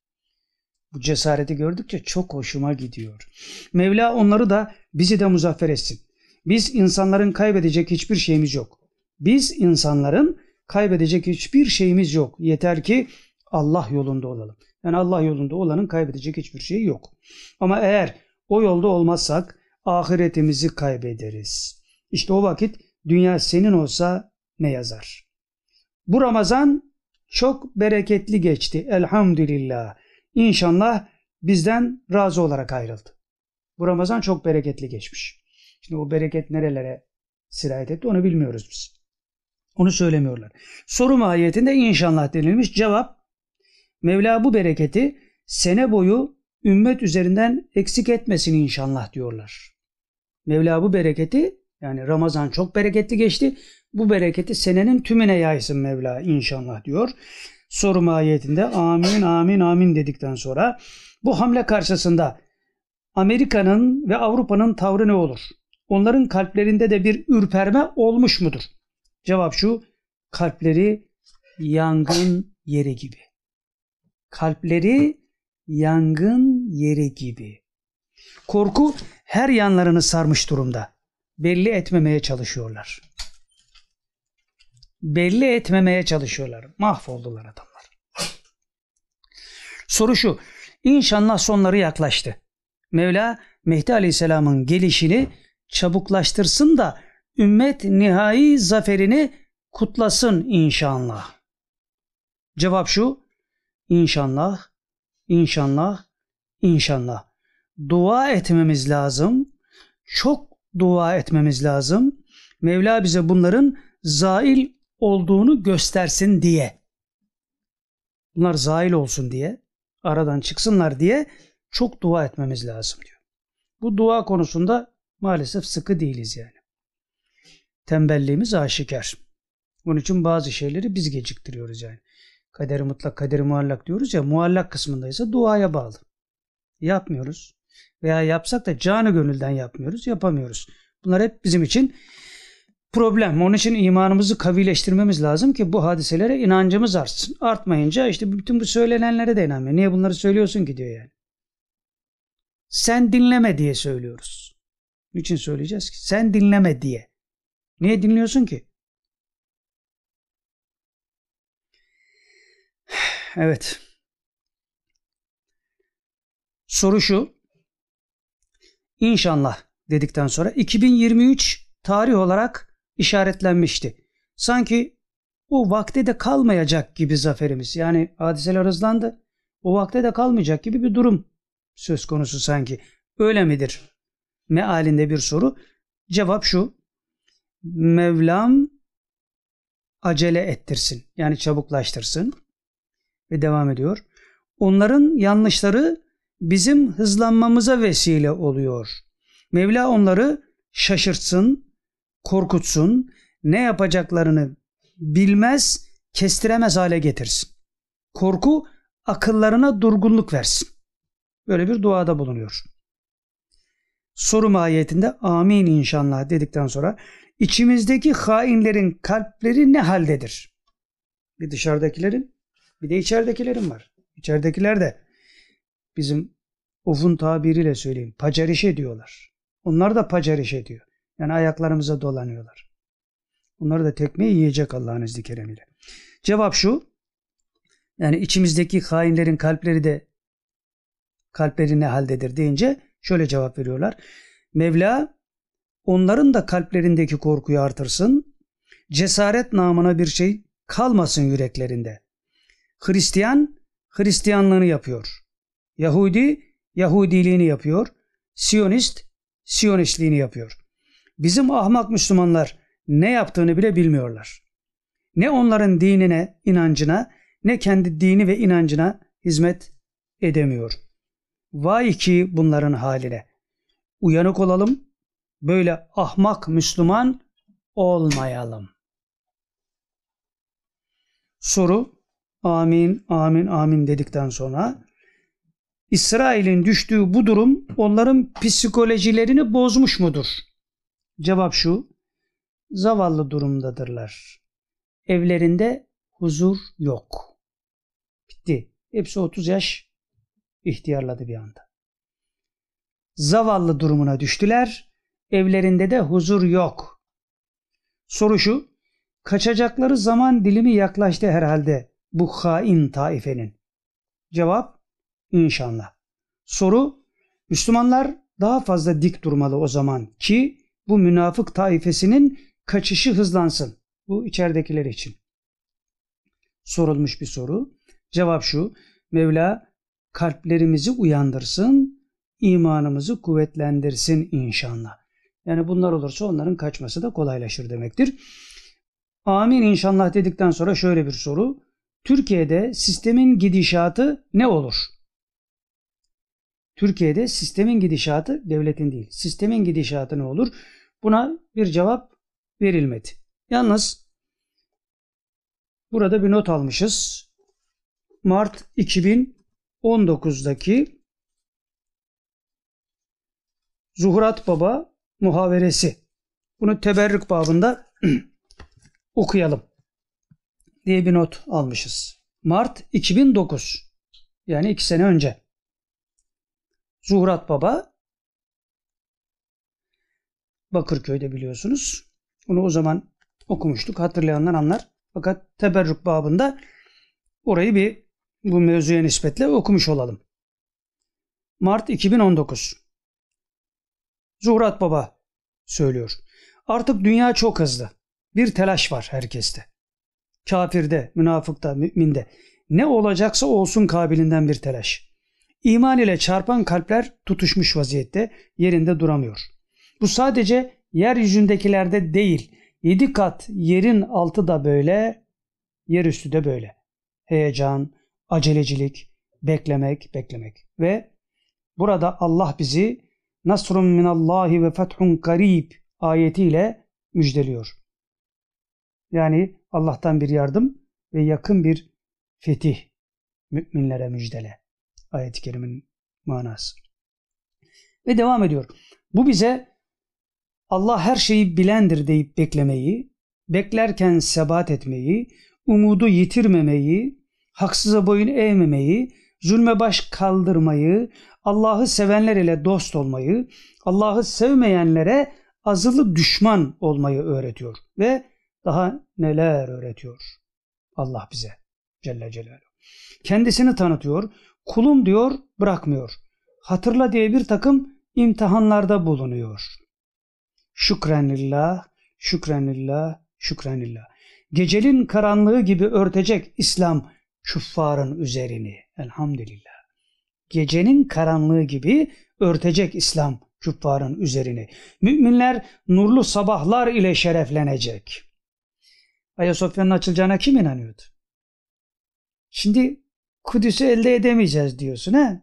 Bu cesareti gördükçe çok hoşuma gidiyor. Mevla onları da bizi de muzaffer etsin. Biz insanların kaybedecek hiçbir şeyimiz yok. Biz insanların kaybedecek hiçbir şeyimiz yok. Yeter ki Allah yolunda olalım. Yani Allah yolunda olanın kaybedecek hiçbir şeyi yok. Ama eğer o yolda olmazsak ahiretimizi kaybederiz. İşte o vakit dünya senin olsa ne yazar? Bu Ramazan çok bereketli geçti. Elhamdülillah. İnşallah bizden razı olarak ayrıldı. Bu Ramazan çok bereketli geçmiş. Şimdi o bereket nerelere sirayet etti onu bilmiyoruz biz. Onu söylemiyorlar. Soru mahiyetinde inşallah denilmiş. Cevap, Mevla bu bereketi sene boyu ümmet üzerinden eksik etmesin inşallah diyorlar. Mevla bu bereketi, yani Ramazan çok bereketli geçti, bu bereketi senenin tümüne yaysın Mevla inşallah diyor. Soru mahiyetinde amin amin amin dedikten sonra bu hamle karşısında Amerika'nın ve Avrupa'nın tavrı ne olur? Onların kalplerinde de bir ürperme olmuş mudur? Cevap şu, kalpleri yangın yeri gibi. Kalpleri yangın yeri gibi. Korku her yanlarını sarmış durumda. Belli etmemeye çalışıyorlar. Belli etmemeye çalışıyorlar. Mahvoldular adamlar. Soru şu. İnşallah sonları yaklaştı. Mevla Mehdi Aleyhisselam'ın gelişini çabuklaştırsın da ümmet nihai zaferini kutlasın inşallah. Cevap şu. İnşallah, inşallah, inşallah. Dua etmemiz lazım. Çok dua etmemiz lazım. Mevla bize bunların zail olduğunu göstersin diye. Bunlar zail olsun diye, aradan çıksınlar diye çok dua etmemiz lazım diyor. Bu dua konusunda maalesef sıkı değiliz yani. Tembelliğimiz aşikar. Onun için bazı şeyleri biz geciktiriyoruz yani. Kaderi mutlak, kaderi muallak diyoruz ya, muallak kısmındaysa duaya bağlı. Yapmıyoruz. Veya yapsak da canı gönülden yapmıyoruz, yapamıyoruz. Bunlar hep bizim için problem. Onun için imanımızı kavileştirmemiz lazım ki bu hadiselere inancımız artsın. Artmayınca işte bütün bu söylenenlere de inanmıyor. Niye bunları söylüyorsun ki diyor yani. Sen dinleme diye söylüyoruz. Niçin söyleyeceğiz ki? Sen dinleme diye. Niye dinliyorsun ki? Evet. Soru şu. İnşallah dedikten sonra iki bin yirmi üç tarih olarak işaretlenmişti. Sanki o vakte de kalmayacak gibi zaferimiz. Yani hadiseler hızlandı. O vakte de kalmayacak gibi bir durum söz konusu sanki. Öyle midir? Mealinde bir soru. Cevap şu. Mevlam acele ettirsin. Yani çabuklaştırsın. Ve devam ediyor. Onların yanlışları bizim hızlanmamıza vesile oluyor. Mevla onları şaşırtsın, korkutsun, ne yapacaklarını bilmez, kestiremez hale getirsin. Korku akıllarına durgunluk versin. Böyle bir duada bulunuyor. Soru mahiyetinde amin inşallah dedikten sonra içimizdeki hainlerin kalpleri ne haldedir? Bir dışarıdakilerin, bir de içeridekilerin var. İçeridekiler de bizim Of'un tabiriyle söyleyeyim, pacariş ediyorlar. Onlar da pacariş ediyor. Yani ayaklarımıza dolanıyorlar. Onları da tekmeyi yiyecek Allah'ın izni keremiyle. Cevap şu. Yani içimizdeki hainlerin kalpleri de kalpleri ne haldedir deyince şöyle cevap veriyorlar. Mevla onların da kalplerindeki korkuyu artırsın. Cesaret namına bir şey kalmasın yüreklerinde. Hristiyan Hristiyanlığını yapıyor. Yahudi Yahudiliğini yapıyor. Siyonist Siyonistliğini yapıyor. Bizim ahmak Müslümanlar ne yaptığını bile bilmiyorlar. Ne onların dinine, inancına, ne kendi dini ve inancına hizmet edemiyor. Vay ki bunların haline. Uyanık olalım, böyle ahmak Müslüman olmayalım. Soru, amin, amin, amin dedikten sonra, İsrail'in düştüğü bu durum onların psikolojilerini bozmuş mudur? Cevap şu, zavallı durumdadırlar. Evlerinde huzur yok. Bitti. Hepsi otuz yaş ihtiyarladı bir anda. Zavallı durumuna düştüler. Evlerinde de huzur yok. Soru şu, kaçacakları zaman dilimi yaklaştı herhalde bu hain taifenin. Cevap, İnşallah. Soru, Müslümanlar daha fazla dik durmalı o zaman ki bu münafık taifesinin kaçışı hızlansın. Bu içeridekiler için sorulmuş bir soru. Cevap şu, Mevla kalplerimizi uyandırsın, imanımızı kuvvetlendirsin inşallah. Yani bunlar olursa onların kaçması da kolaylaşır demektir. Amin inşallah dedikten sonra şöyle bir soru. Türkiye'de sistemin gidişatı ne olur? Türkiye'de sistemin gidişatı devletin değil. Sistemin gidişatı ne olur? Buna bir cevap verilmedi. Yalnız burada bir not almışız. Mart iki bin on dokuzdaki Zuhurat Baba muhaveresi. Bunu teberrük babında okuyalım diye bir not almışız. Mart iki bin dokuz, yani iki sene önce. Zuhurat Baba Bakırköy'de biliyorsunuz. Bunu o zaman okumuştuk. Hatırlayanlar anlar. Fakat teberrük babında orayı bir bu mevzuya nispetle okumuş olalım. Mart iki bin on dokuz. Zuhurat Baba söylüyor. Artık dünya çok hızlı. Bir telaş var herkeste. Kafirde, münafıkta, müminde. Ne olacaksa olsun kabilinden bir telaş. İman ile çarpan kalpler tutuşmuş vaziyette, yerinde duramıyor. Bu sadece yeryüzündekilerde değil, yedi kat yerin altı da böyle, yer üstü de böyle. Heyecan, acelecilik, beklemek, beklemek. Ve burada Allah bizi Nasrun minallahi ve fethun karib ayetiyle müjdeliyor. Yani Allah'tan bir yardım ve yakın bir fetih müminlere müjdele. Ayet-i kerimenin manası. Ve devam ediyor. Bu bize Allah her şeyi bilendir deyip beklemeyi, beklerken sebat etmeyi, umudu yitirmemeyi, haksıza boyun eğmemeyi, zulme baş kaldırmayı, Allah'ı sevenler ile dost olmayı, Allah'ı sevmeyenlere azılı düşman olmayı öğretiyor. Ve daha neler öğretiyor Allah bize Celle Celaluhu. Kendisini tanıtıyor, kulum diyor, bırakmıyor. Hatırla diye bir takım imtihanlarda bulunuyor. Şükrenillah, şükrenillah, şükrenillah. Gecelin karanlığı gibi örtecek İslam küffarın üzerini. Elhamdülillah. Gecenin karanlığı gibi örtecek İslam küffarın üzerini. Müminler nurlu sabahlar ile şereflenecek. Ayasofya'nın açılacağına kim inanıyordu? Şimdi Kudüs'ü elde edemeyeceğiz diyorsun ha?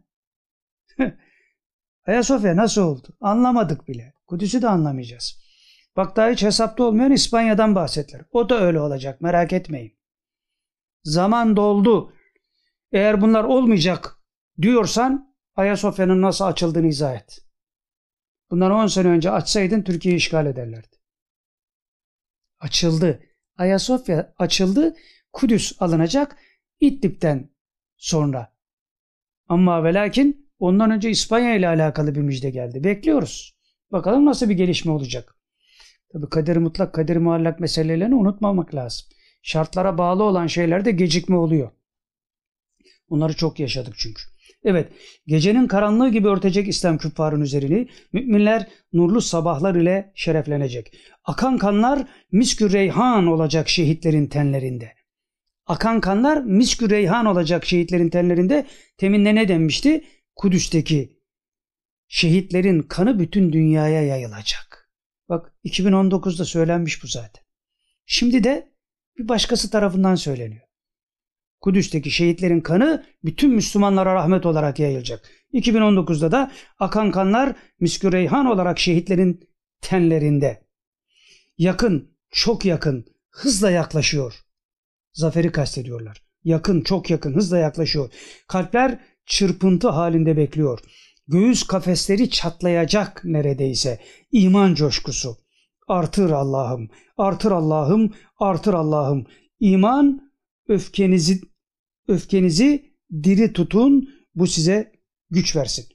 Ayasofya nasıl oldu? Anlamadık bile. Kudüs'ü de anlamayacağız. Bak daha hiç hesapta olmayan İspanya'dan bahsettiler. O da öyle olacak, merak etmeyin. Zaman doldu. Eğer bunlar olmayacak diyorsan Ayasofya'nın nasıl açıldığını izah et. Bundan on sene önce açsaydın Türkiye'yi işgal ederlerdi. Açıldı. Ayasofya açıldı. Kudüs alınacak İdlib'den sonra. Ama ve lakin ondan önce İspanya ile alakalı bir müjde geldi. Bekliyoruz. Bakalım nasıl bir gelişme olacak. Tabii kader mutlak, kader muallak meselelerini unutmamak lazım. Şartlara bağlı olan şeylerde gecikme oluyor. Onları çok yaşadık çünkü. Evet, gecenin karanlığı gibi örtecek İslam küffarın üzerini, müminler nurlu sabahlar ile şereflenecek. Akan kanlar miskü reyhan olacak şehitlerin tenlerinde. Akan kanlar miskü reyhan olacak şehitlerin tenlerinde. Teminde ne denmişti? Kudüs'teki şehitlerin kanı bütün dünyaya yayılacak. Bak iki bin on dokuzda söylenmiş bu zaten. Şimdi de bir başkası tarafından söyleniyor. Kudüs'teki şehitlerin kanı bütün Müslümanlara rahmet olarak yayılacak. iki bin on dokuzda da akan kanlar miskü reyhan olarak şehitlerin tenlerinde. Yakın, çok yakın, hızla yaklaşıyor. Zaferi kastediyorlar. Yakın, çok yakın, hızla yaklaşıyor. Kalpler çırpıntı halinde bekliyor. Göğüs kafesleri çatlayacak neredeyse. İman coşkusu. Artır Allah'ım, artır Allah'ım, artır Allah'ım. İman öfkenizi öfkenizi diri tutun, bu size güç versin.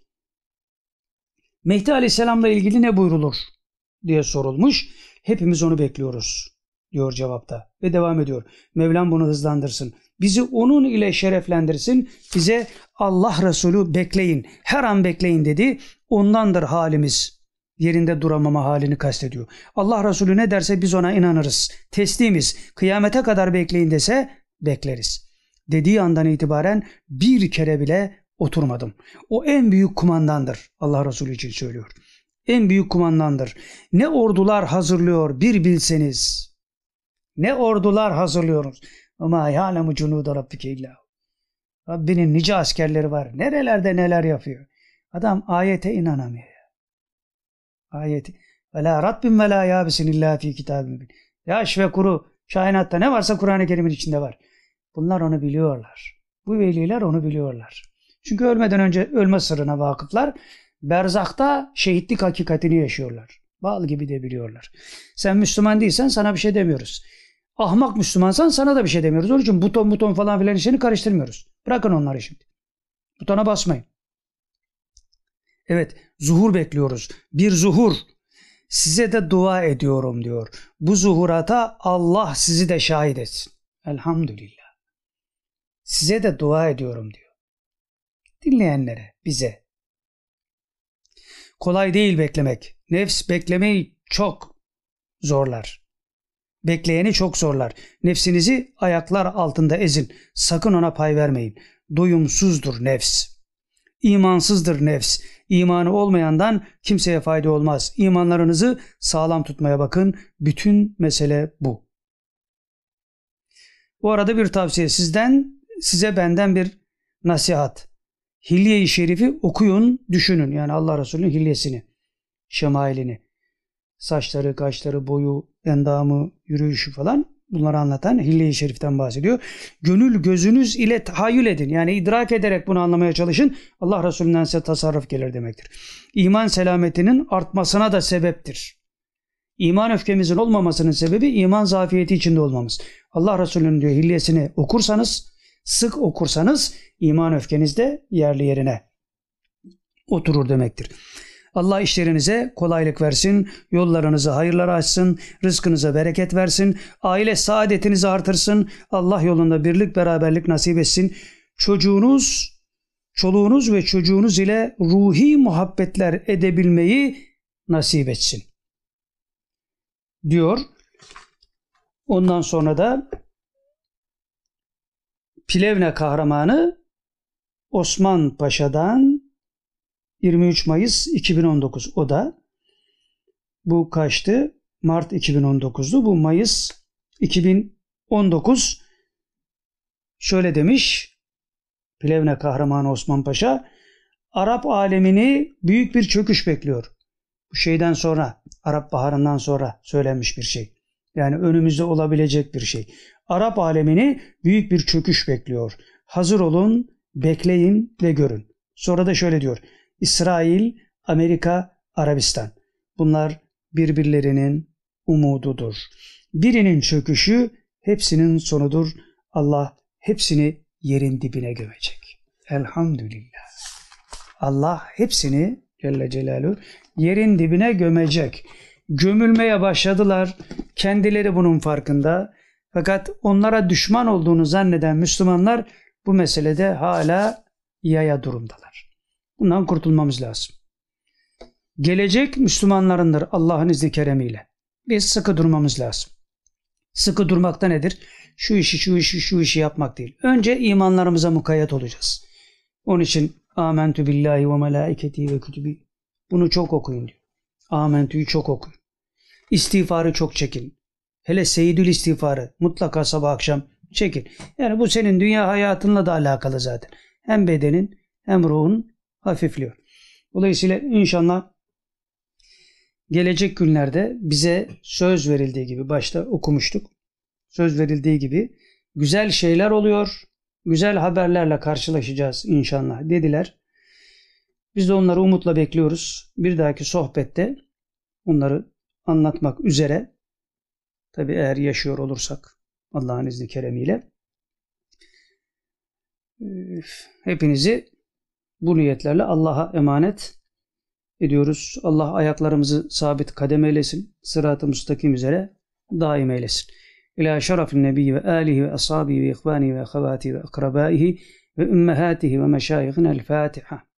Mehdi Aleyhisselam'la ilgili ne buyrulur diye sorulmuş. Hepimiz onu bekliyoruz diyor cevapta ve devam ediyor. Mevlam bunu hızlandırsın. Bizi onun ile şereflendirsin. Bize Allah Resulü bekleyin, her an bekleyin dedi. Ondandır halimiz. Yerinde duramama halini kastediyor. Allah Resulü ne derse biz ona inanırız. Teslimiz. Kıyamete kadar bekleyin dese bekleriz. Dediği andan itibaren bir kere bile oturmadım. O en büyük kumandandır. Allah Resulü için söylüyor. En büyük kumandandır. Ne ordular hazırlıyor bir bilseniz. Ne ordular hazırlıyoruz. Ama ya'lemu cunude rabbike illa. Rabbinin nice askerleri var. Nerelerde neler yapıyor. Adam ayete inanamıyor. Ayeti. Ve la rabbin ve la yabisin illa fi kitabin. Yaş ve kuru. Kainatta ne varsa Kur'an-ı Kerim'in içinde var. Bunlar onu biliyorlar. Bu veliler onu biliyorlar. Çünkü ölmeden önce ölme sırrına vakıflar. Berzakta şehitlik hakikatini yaşıyorlar. Bal gibi de biliyorlar. Sen Müslüman değilsen sana bir şey demiyoruz. Ahmak Müslümansan sana da bir şey demiyoruz. Onun için buton buton falan filan işini karıştırmıyoruz. Bırakın onları şimdi. Butona basmayın. Evet, zuhur bekliyoruz. Bir zuhur. Size de dua ediyorum diyor. Bu zuhurata Allah sizi de şahit etsin. Elhamdülillah. Size de dua ediyorum diyor. Dinleyenlere, bize. Kolay değil beklemek. Nefs beklemeyi çok zorlar. Bekleyeni çok zorlar. Nefsinizi ayaklar altında ezin. Sakın ona pay vermeyin. Doyumsuzdur nefs. İmansızdır nefs. İmanı olmayandan kimseye fayda olmaz. İmanlarınızı sağlam tutmaya bakın. Bütün mesele bu. Bu arada bir tavsiye sizden, size benden bir nasihat. Hilye-i Şerif'i okuyun, düşünün. Yani Allah Resulü'nün hilyesini, şemailini. Saçları, kaşları, boyu, endamı, yürüyüşü falan bunları anlatan Hilye-i Şerif'ten bahsediyor. Gönül gözünüz ile tahayyül edin. Yani idrak ederek bunu anlamaya çalışın. Allah Resulü'nden size tasarruf gelir demektir. İman selametinin artmasına da sebeptir. İman öfkemizin olmamasının sebebi iman zafiyeti içinde olmamız. Allah Resulü'nün diyor hilyesini okursanız, sık okursanız iman öfkeniz de yerli yerine oturur demektir. Allah işlerinize kolaylık versin, yollarınızı hayırlara açsın, rızkınıza bereket versin, aile saadetinizi artırsın, Allah yolunda birlik beraberlik nasip etsin. Çocuğunuz, çoluğunuz ve çocuğunuz ile ruhi muhabbetler edebilmeyi nasip etsin diyor. Ondan sonra da Plevne kahramanı Osman Paşa'dan yirmi üç Mayıs iki bin on dokuz. O da bu kaçtı? Mart iki bin on dokuz'du. Bu Mayıs iki bin on dokuz. Şöyle demiş Plevne kahramanı Osman Paşa. Arap alemini büyük bir çöküş bekliyor. Bu şeyden sonra, Arap Baharı'ndan sonra söylenmiş bir şey. Yani önümüzde olabilecek bir şey. Arap alemini büyük bir çöküş bekliyor. Hazır olun, bekleyin ve görün. Sonra da şöyle diyor. İsrail, Amerika, Arabistan. Bunlar birbirlerinin umududur. Birinin çöküşü hepsinin sonudur. Allah hepsini yerin dibine gömecek. Elhamdülillah. Allah hepsini Celle Celaluhu yerin dibine gömecek. Gömülmeye başladılar. Kendileri bunun farkında. Fakat onlara düşman olduğunu zanneden Müslümanlar bu meselede hala yaya durumdalar. Bundan kurtulmamız lazım. Gelecek Müslümanlarındır Allah'ın izni keremiyle. Biz sıkı durmamız lazım. Sıkı durmak da nedir? Şu işi, şu işi, şu işi yapmak değil. Önce imanlarımıza mukayyet olacağız. Onun için Âmentü billahi ve melâiketi ve kütübî. Bunu çok okuyun diyor. Âmentü'yü çok okuyun. İstiğfarı çok çekin. Hele seyyidül istiğfarı mutlaka sabah akşam çekin. Yani bu senin dünya hayatınla da alakalı zaten. Hem bedenin hem ruhun hafifliyor. Dolayısıyla inşallah gelecek günlerde bize söz verildiği gibi, başta okumuştuk, söz verildiği gibi güzel şeyler oluyor, güzel haberlerle karşılaşacağız inşallah dediler. Biz de onları umutla bekliyoruz. Bir dahaki sohbette onları anlatmak üzere, tabii eğer yaşıyor olursak Allah'ın izni keremiyle, hepinizi bu niyetlerle Allah'a emanet ediyoruz. Allah ayaklarımızı sabit kadem eylesin. Sırat-ı müstakim üzere daim eylesin. İlâ şerefin nebiyyi ve âlihi ve ashabihi ve ihvânihi ve ahavâtihi ve akrabâihi ve ümmehâtihi ve meşâyihinel Fâtiha.